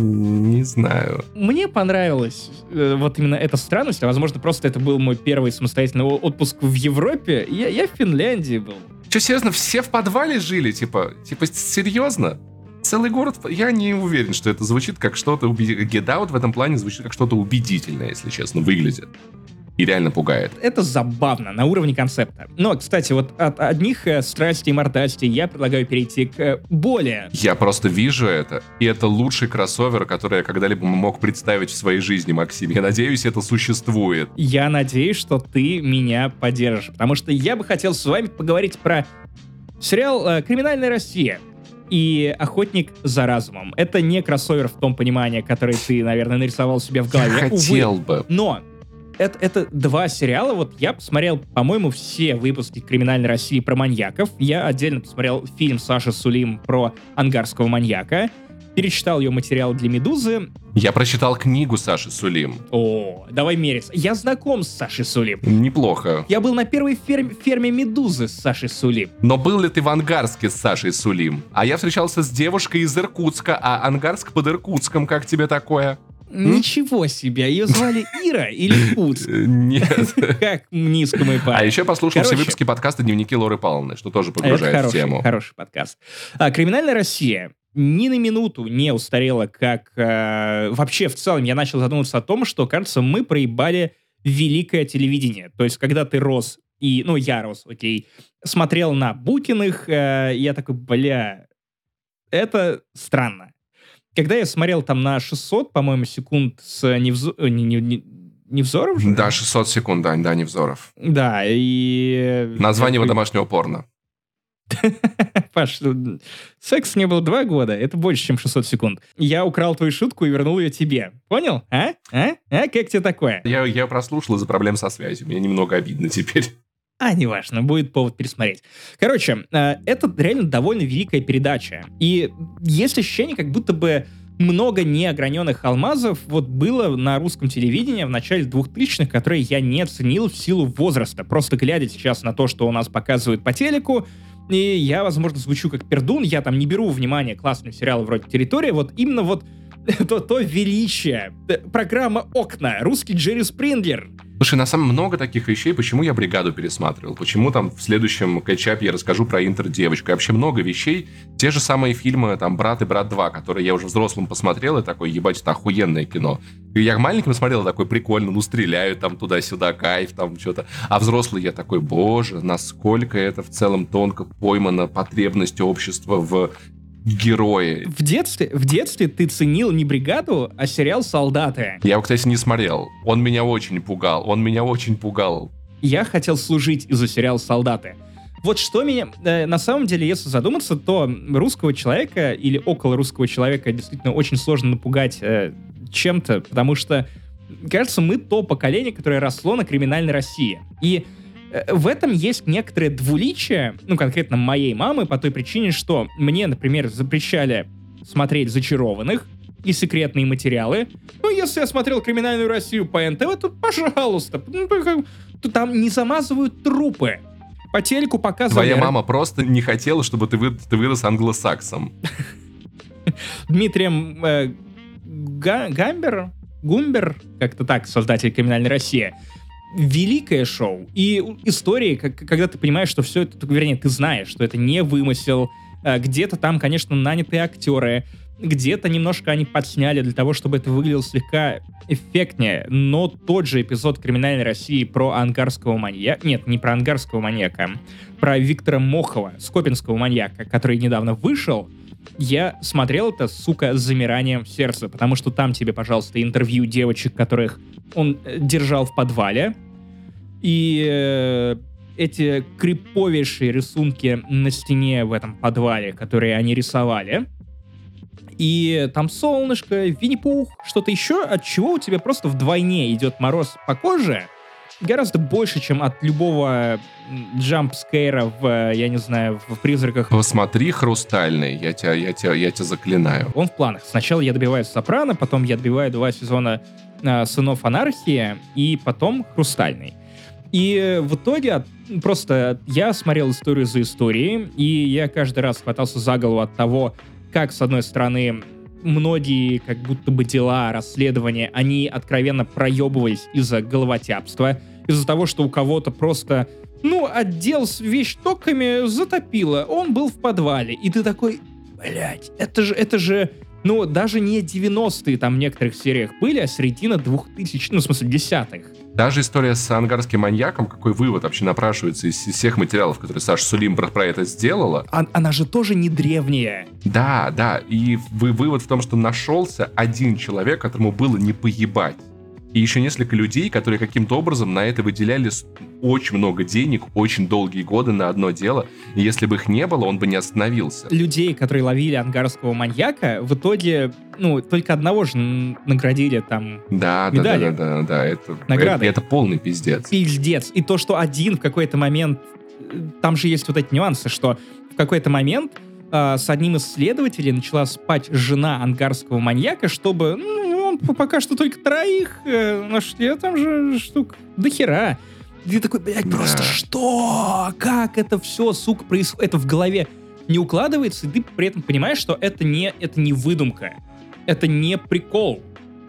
Speaker 2: не знаю.
Speaker 1: Мне понравилась э, вот именно эта странность, а возможно, просто это был мой первый самостоятельный отпуск в Европе. Я, я в Финляндии был.
Speaker 2: Чё, серьезно, все в подвале жили, типа, типа, серьезно? Целый город? Я не уверен, что это звучит как что-то убедительное. Get Out в этом плане звучит как что-то убедительное, если честно, выглядит. И реально пугает.
Speaker 1: Это забавно, на уровне концепта. Но, кстати, вот от одних э, страстей и мордастей я предлагаю перейти к э, более...
Speaker 2: Я просто вижу это, и это лучший кроссовер, который я когда-либо мог представить в своей жизни, Максим. Я надеюсь, это существует.
Speaker 1: Я надеюсь, что ты меня поддержишь, потому что я бы хотел с вами поговорить про сериал э, «Криминальная Россия» и «Охотник за разумом». Это не кроссовер в том понимании, который ты, наверное, нарисовал себе в голове.
Speaker 2: Я хотел
Speaker 1: Увы.
Speaker 2: бы.
Speaker 1: Но... Это, это два сериала. Вот я посмотрел, по-моему, все выпуски «Криминальной России» про маньяков. Я отдельно посмотрел фильм Саши Сулим про ангарского маньяка. Перечитал ее материал для «Медузы».
Speaker 2: Я прочитал книгу Саши Сулим.
Speaker 1: О, давай мериться. Я знаком с Сашей Сулим.
Speaker 2: Неплохо.
Speaker 1: Я был на первой ферме, ферме «Медузы» с Сашей Сулим.
Speaker 2: Но был ли ты в Ангарске с Сашей Сулим? А я встречался с девушкой из Иркутска, а Ангарск под Иркутском, как тебе такое?
Speaker 1: Ничего себе, ее звали Ира или Куц?
Speaker 2: Нет.
Speaker 1: Как низко мой парень.
Speaker 2: А еще послушал
Speaker 1: Короче,
Speaker 2: все выпуски подкаста «Дневники Лоры Павловны», что тоже погружает
Speaker 1: хороший,
Speaker 2: в тему.
Speaker 1: Хороший подкаст. А, «Криминальная Россия» ни на минуту не устарела, как... Э, вообще, в целом, я начал задумываться о том, что, кажется, мы проебали великое телевидение. То есть, когда ты рос, и, ну, я рос, окей, смотрел на Букиных, э, я такой, бля, это странно. Когда я смотрел там на шестьсот, по-моему, секунд с невзо... не, не, не, Невзоров же?
Speaker 2: Да, шестьсот секунд, да, да, Невзоров.
Speaker 1: Да, и...
Speaker 2: Название его домашнего порно.
Speaker 1: Паш, секс не было два года, это больше, чем шестьсот секунд. Я украл твою шутку и вернул ее тебе. Понял? А? А? А? Как тебе такое?
Speaker 2: Я, я прослушал из-за проблем со связью. Мне немного обидно теперь.
Speaker 1: А, неважно, будет повод пересмотреть. Короче, это реально довольно великая передача. И есть ощущение, как будто бы много неограненных алмазов вот было на русском телевидении в начале двухтысячных, которые я не ценил в силу возраста. Просто глядя сейчас на то, что у нас показывают по телеку, и я, возможно, звучу как пердун, я там не беру во внимание классные сериалы вроде «Территория», вот именно вот то, то величие. Программа «Окна», русский Джерри Спринглер.
Speaker 2: Слушай, на самом деле много таких вещей, почему я «Бригаду» пересматривал, почему там в следующем кэтчапе я расскажу про «Интердевочку». И вообще много вещей. Те же самые фильмы, там, «Брат» и «Брат два», которые я уже взрослым посмотрел, и такой, ебать, это охуенное кино. И я маленьким смотрел, такой, прикольно, ну, стреляют там туда-сюда, кайф, там, что-то. А взрослый я такой, боже, насколько это в целом тонко поймана потребность общества в герои.
Speaker 1: В детстве, в детстве ты ценил не «Бригаду», а сериал «Солдаты».
Speaker 2: Я его, кстати, не смотрел. Он меня очень пугал. Он меня очень пугал.
Speaker 1: Я хотел служить из-за сериала «Солдаты». Вот что меня... Э, на самом деле, если задуматься, то русского человека или около русского человека действительно очень сложно напугать э, чем-то, потому что, кажется, мы то поколение, которое росло на криминальной России. И в этом есть некоторое двуличие, ну, конкретно моей мамы, по той причине, что мне, например, запрещали смотреть «Зачарованных» и секретные материалы. Ну, если я смотрел «Криминальную Россию» по эн тэ вэ, то, пожалуйста, то там не замазывают трупы. По телеку показывали...
Speaker 2: Твоя мама просто не хотела, чтобы ты, вы, ты вырос англосаксом.
Speaker 1: Дмитрием э, Гамбер, Гумбер, как-то так, создатель «Криминальной России», великое шоу. И истории, как, когда ты понимаешь, что все это, вернее, ты знаешь, что это не вымысел. Где-то там, конечно, нанятые актеры, где-то немножко они подсняли для того, чтобы это выглядело слегка эффектнее. Но тот же эпизод «Криминальной России» про ангарского маньяка... Нет, не про ангарского маньяка, про Виктора Мохова, скопинского маньяка, который недавно вышел, я смотрел это, сука, с замиранием сердца, потому что там тебе, пожалуйста, интервью девочек, которых он держал в подвале, и э, эти криповейшие рисунки на стене в этом подвале, которые они рисовали, и там солнышко, Винни-Пух, что-то еще, от чего у тебя просто вдвойне идет мороз по коже, гораздо больше, чем от любого джамп-скейра в, я не знаю, в «Призраках».
Speaker 2: Посмотри «Хрустальный», я тебя, я тебя, я тебя заклинаю.
Speaker 1: Он в планах. Сначала я добиваюсь «Сопрано», потом я добиваю два сезона э, «Сынов анархии», и потом «Хрустальный». И в итоге просто я смотрел историю за историей, и я каждый раз хватался за голову от того, как, с одной стороны, многие как будто бы дела, расследования, они откровенно проебывались из-за головотяпства, из-за того, что у кого-то просто, ну, отдел с вещдоками затопило, он был в подвале, и ты такой, блядь, это же, это же, ну, даже не девяностые там в некоторых сериях были, а середина двухтысячных, ну, в смысле, десятых.
Speaker 2: Даже история с ангарским маньяком, какой вывод вообще напрашивается из всех материалов, которые Саша Сулим про, про это сделала.
Speaker 1: А, она же тоже не древняя.
Speaker 2: Да, да, и вы, вывод в том, что нашелся один человек, которому было не поебать. И еще несколько людей, которые каким-то образом на это выделяли очень много денег, очень долгие годы на одно дело. И если бы их не было, он бы не остановился.
Speaker 1: Людей, которые ловили ангарского маньяка, в итоге, ну, только одного же наградили там
Speaker 2: да,
Speaker 1: медали.
Speaker 2: Да, да, да, да, да. Это,
Speaker 1: награды.
Speaker 2: Это, это полный пиздец.
Speaker 1: Пиздец. И то, что один в какой-то момент... Там же есть вот эти нюансы, что в какой-то момент э, с одним из следователей начала спать жена ангарского маньяка, чтобы... Ну, пока что только троих э, нашли, а там же штук до хера. И ты такой, блядь, да. Просто что? Как это все, сука, происходит? Это в голове не укладывается, и ты при этом понимаешь, что это не, это не выдумка. Это не прикол.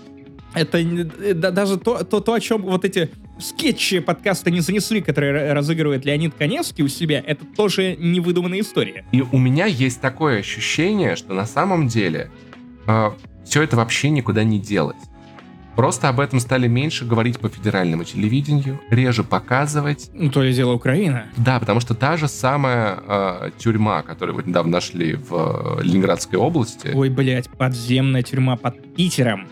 Speaker 1: Это да, даже то, то, то, о чем вот эти скетчи подкаста не занесли, которые разыгрывает Леонид Каневский у себя, это тоже невыдуманная история.
Speaker 2: И у меня есть такое ощущение, что на самом деле... Э, все это вообще никуда не делось. Просто об этом стали меньше говорить по федеральному телевидению, реже показывать.
Speaker 1: Ну, то ли дело Украина.
Speaker 2: Да, потому что та же самая э, тюрьма, которую вот недавно нашли в э, Ленинградской области.
Speaker 1: Ой, блядь, подземная тюрьма под Питером.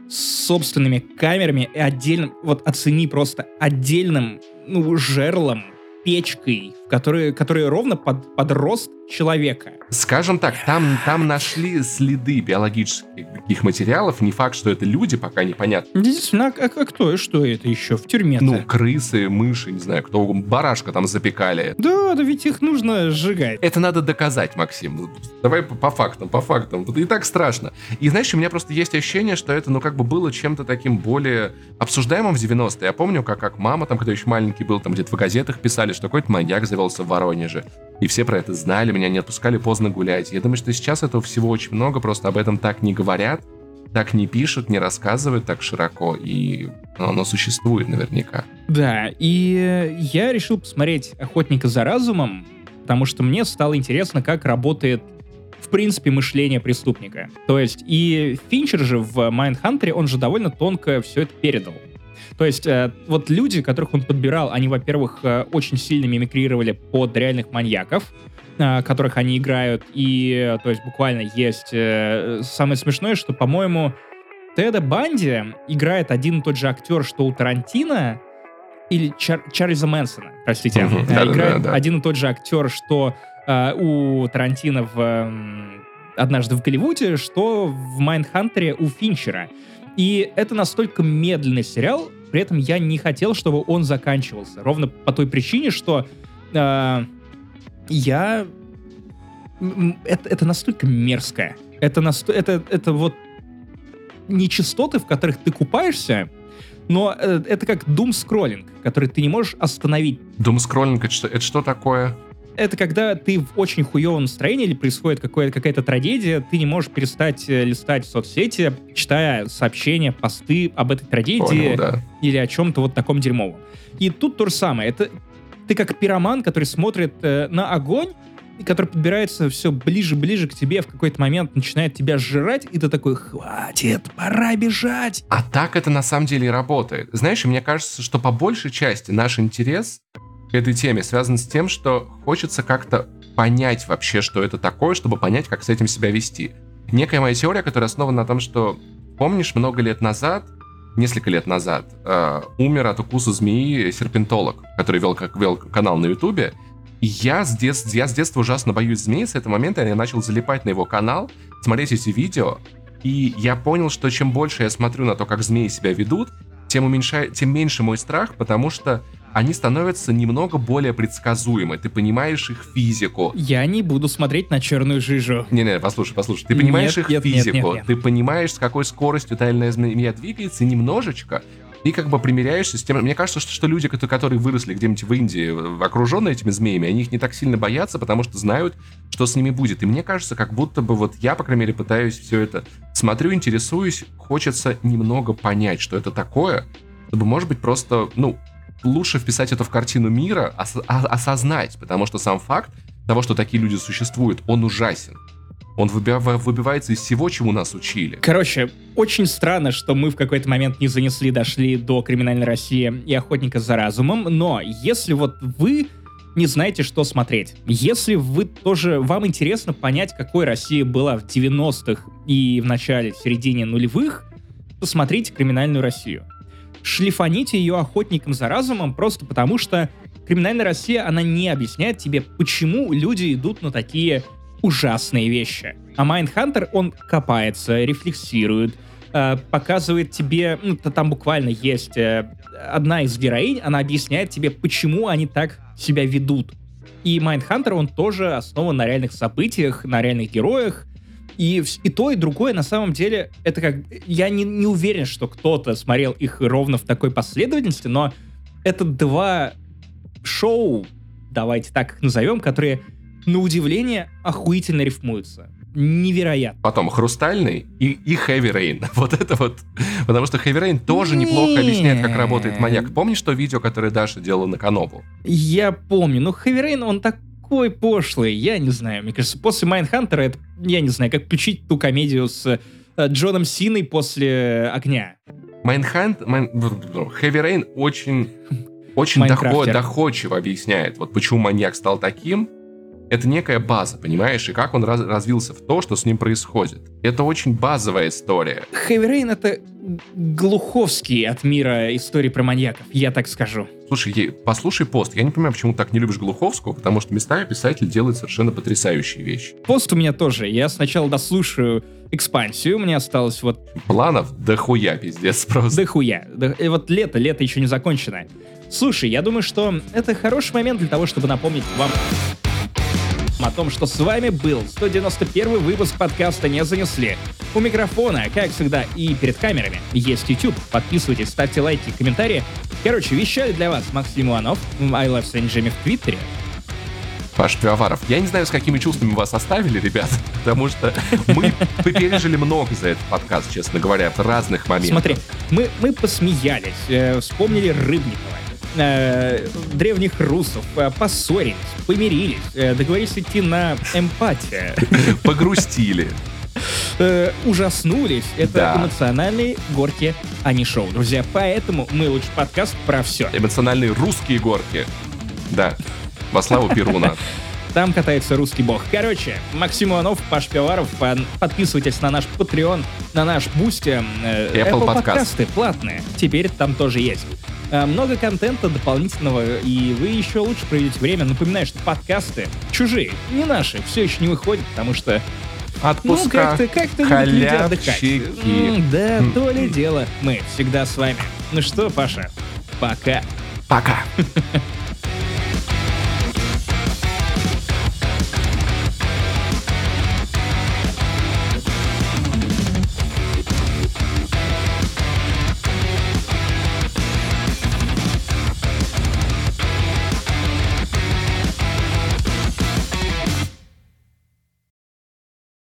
Speaker 1: с собственными камерами и отдельным, вот оцени просто отдельным, ну, жерлом, печкой, в которой, которая ровно под, под рост человека.
Speaker 2: Скажем так, там, там нашли следы биологических материалов. Не факт, что это люди, пока непонятно.
Speaker 1: Действительно, а, а кто и что это еще в тюрьме-то?
Speaker 2: Ну, крысы, мыши, не знаю, кто, барашка там запекали.
Speaker 1: Да, да ведь их нужно сжигать.
Speaker 2: Это надо доказать, Максим. Давай по, по фактам, по фактам. И так страшно. И знаешь, у меня просто есть ощущение, что это, ну, как бы было чем-то таким более обсуждаемым в девяностые. Я помню, как, как мама, там, когда еще маленький был, там где-то в газетах писали, что какой-то маньяк завелся в Воронеже. И все про это знали, меня не отпускали поздно гулять. Я думаю, что сейчас этого всего очень много, просто об этом так не говорят, так не пишут, не рассказывают так широко, и оно существует наверняка.
Speaker 1: Да, и я решил посмотреть «Охотника за разумом», потому что мне стало интересно, как работает, в принципе, мышление преступника. То есть и Финчер же в «Майндхантере», он же довольно тонко все это передал. То есть э, вот люди, которых он подбирал, они, во-первых, э, очень сильно мимикрировали под реальных маньяков, э, которых они играют, и, э, то есть, буквально есть... Э, самое смешное, что, по-моему, Теда Банди играет один и тот же актер, что у Тарантино, или Чар- Чарльза Мэнсона, простите,
Speaker 2: Угу,
Speaker 1: э,
Speaker 2: да,
Speaker 1: играет
Speaker 2: да, да.
Speaker 1: один и тот же актер, что э, у Тарантино в э, «Однажды в Голливуде», что в «Майндхантере» у Финчера. И это настолько медленный сериал, при этом я не хотел, чтобы он заканчивался. Ровно по той причине, что э, я... Это, это настолько мерзко. Это, насто... это, это вот нечистоты, в которых ты купаешься, но э, это как doom-скроллинг, который ты не можешь остановить.
Speaker 2: Doom-скроллинг, это что, это что такое?
Speaker 1: Это когда ты в очень хуевом настроении или происходит какое- какая-то трагедия, ты не можешь перестать э, листать в соцсети, читая сообщения, посты об этой трагедии.
Speaker 2: Понял, да.
Speaker 1: Или о чем-то вот таком дерьмовом. И тут то же самое. Это ты как пироман, который смотрит э, на огонь, и который подбирается все ближе-ближе к тебе, в какой-то момент начинает тебя сжирать, и ты такой: хватит, пора бежать.
Speaker 2: А так это на самом деле и работает. Знаешь, мне кажется, что по большей части наш интерес к этой теме связан с тем, что хочется как-то понять вообще, что это такое, чтобы понять, как с этим себя вести. Некая моя теория, которая основана на том, что, помнишь, много лет назад, несколько лет назад, э, умер от укуса змеи серпентолог, который вел, как, вел канал на Ютубе. И я с, детства, я с детства ужасно боюсь змей. С этого момента я начал залипать на его канал, смотреть эти видео. И я понял, что чем больше я смотрю на то, как змеи себя ведут, тем, уменьшай, тем меньше мой страх, потому что они становятся немного более предсказуемы. Ты понимаешь их физику.
Speaker 1: Я не буду смотреть на черную жижу.
Speaker 2: Не-не, послушай, послушай. Ты понимаешь
Speaker 1: нет,
Speaker 2: их
Speaker 1: нет,
Speaker 2: физику.
Speaker 1: Нет, нет, нет.
Speaker 2: Ты понимаешь, с какой скоростью та или иная змея двигается, и немножечко ты как бы примиряешься с тем... Мне кажется, что, что люди, которые выросли где-нибудь в Индии, окруженные этими змеями, они их не так сильно боятся, потому что знают, что с ними будет. И мне кажется, как будто бы вот я, по крайней мере, пытаюсь все это... Смотрю, интересуюсь, хочется немного понять, что это такое, чтобы, может быть, просто, ну, лучше вписать это в картину мира, ос- осознать, потому что сам факт того, что такие люди существуют, он ужасен. Он выби- выбивается из всего, чему нас учили.
Speaker 1: Короче, очень странно, что мы в какой-то момент не занесли, дошли до «Криминальной России» и «Охотника за разумом», но если вот вы не знаете, что смотреть, если вы тоже, вам интересно понять, какой Россия была в девяностых и в начале, в середине нулевых, то смотрите «Криминальную Россию». Шлифаните ее «Охотником за разумом» просто потому, что «Криминальная Россия», она не объясняет тебе, почему люди идут на такие ужасные вещи. А Майндхантер, он копается, рефлексирует, э, показывает тебе, ну, там буквально есть э, одна из героинь, она объясняет тебе, почему они так себя ведут. И Майндхантер, он тоже основан на реальных событиях, на реальных героях. И, и то, и другое, на самом деле, это как... Я не, не уверен, что кто-то смотрел их ровно в такой последовательности, но это два шоу, давайте так их назовем, которые, на удивление, охуительно рифмуются. Невероятно.
Speaker 2: Потом «Хрустальный» и, и «Heavy Rain». Вот это вот. Потому что «Heavy Rain» тоже неплохо объясняет, как работает маньяк. Помнишь то видео, которое Даша делала на Канову?
Speaker 1: Я помню. Но «Heavy Rain», он такой пошлый. Я не знаю. Мне кажется, после «Майндхантера» это, я не знаю, как включить ту комедию с э, Джоном Синой после «Огня».
Speaker 2: Майндхант... Майн... «Heavy Rain» очень, очень доход, доходчиво объясняет, вот почему маньяк стал таким. это некая база, понимаешь? И как он раз, развился в то, что с ним происходит. Это очень базовая история.
Speaker 1: Heavy Rain — это Глуховский от мира истории про маньяков, я так скажу.
Speaker 2: Слушай, послушай пост. Я не понимаю, почему ты так не любишь Глуховского, потому что местами писатель делает совершенно потрясающие вещи.
Speaker 1: Пост у меня тоже. Я сначала дослушаю экспансию, у меня осталось вот...
Speaker 2: Планов дохуя, пиздец, просто.
Speaker 1: Дохуя. Да, и вот лето, лето еще не закончено. Слушай, я думаю, что это хороший момент для того, чтобы напомнить вам о том, что с вами был сто девяносто первый выпуск подкаста «Не занесли». У микрофона, как всегда, и перед камерами есть YouTube. Подписывайтесь, ставьте лайки, комментарии. Короче, вещали для вас Максим Иванов, I Love Saint Jimmy в Твиттере.
Speaker 2: Паш Пивоваров. Я не знаю, с какими чувствами вас оставили, ребят, потому что мы пережили много за этот подкаст, честно говоря, в разных моментах.
Speaker 1: Смотри, мы, мы посмеялись, э, вспомнили Рыбникова, э, древних русов, э, поссорились, помирились, э, договорились идти на эмпатию.
Speaker 2: Погрустили.
Speaker 1: Э, ужаснулись. Это
Speaker 2: Да.
Speaker 1: эмоциональные горки, а не шоу, друзья. Поэтому мы лучше подкаст про все.
Speaker 2: Эмоциональные русские горки. Да. Во славу Перуна.
Speaker 1: Там катается русский бог. Короче, Максим Иванов, Паш Пивоваров. Подписывайтесь на наш Patreon, на наш Boosty. э,
Speaker 2: Apple Podcast.
Speaker 1: подкасты платные. Теперь там тоже есть. Э, Много контента дополнительного, и вы еще лучше проведете время. Напоминаю, что подкасты чужие, не наши, все еще не выходят, потому что
Speaker 2: Отпуска.
Speaker 1: ну, как-то, как-то любят люди отдыхать.
Speaker 2: Халявчики.
Speaker 1: М, Да, то ли дело. Мы всегда с вами. Ну что, Паша, пока.
Speaker 2: Пока.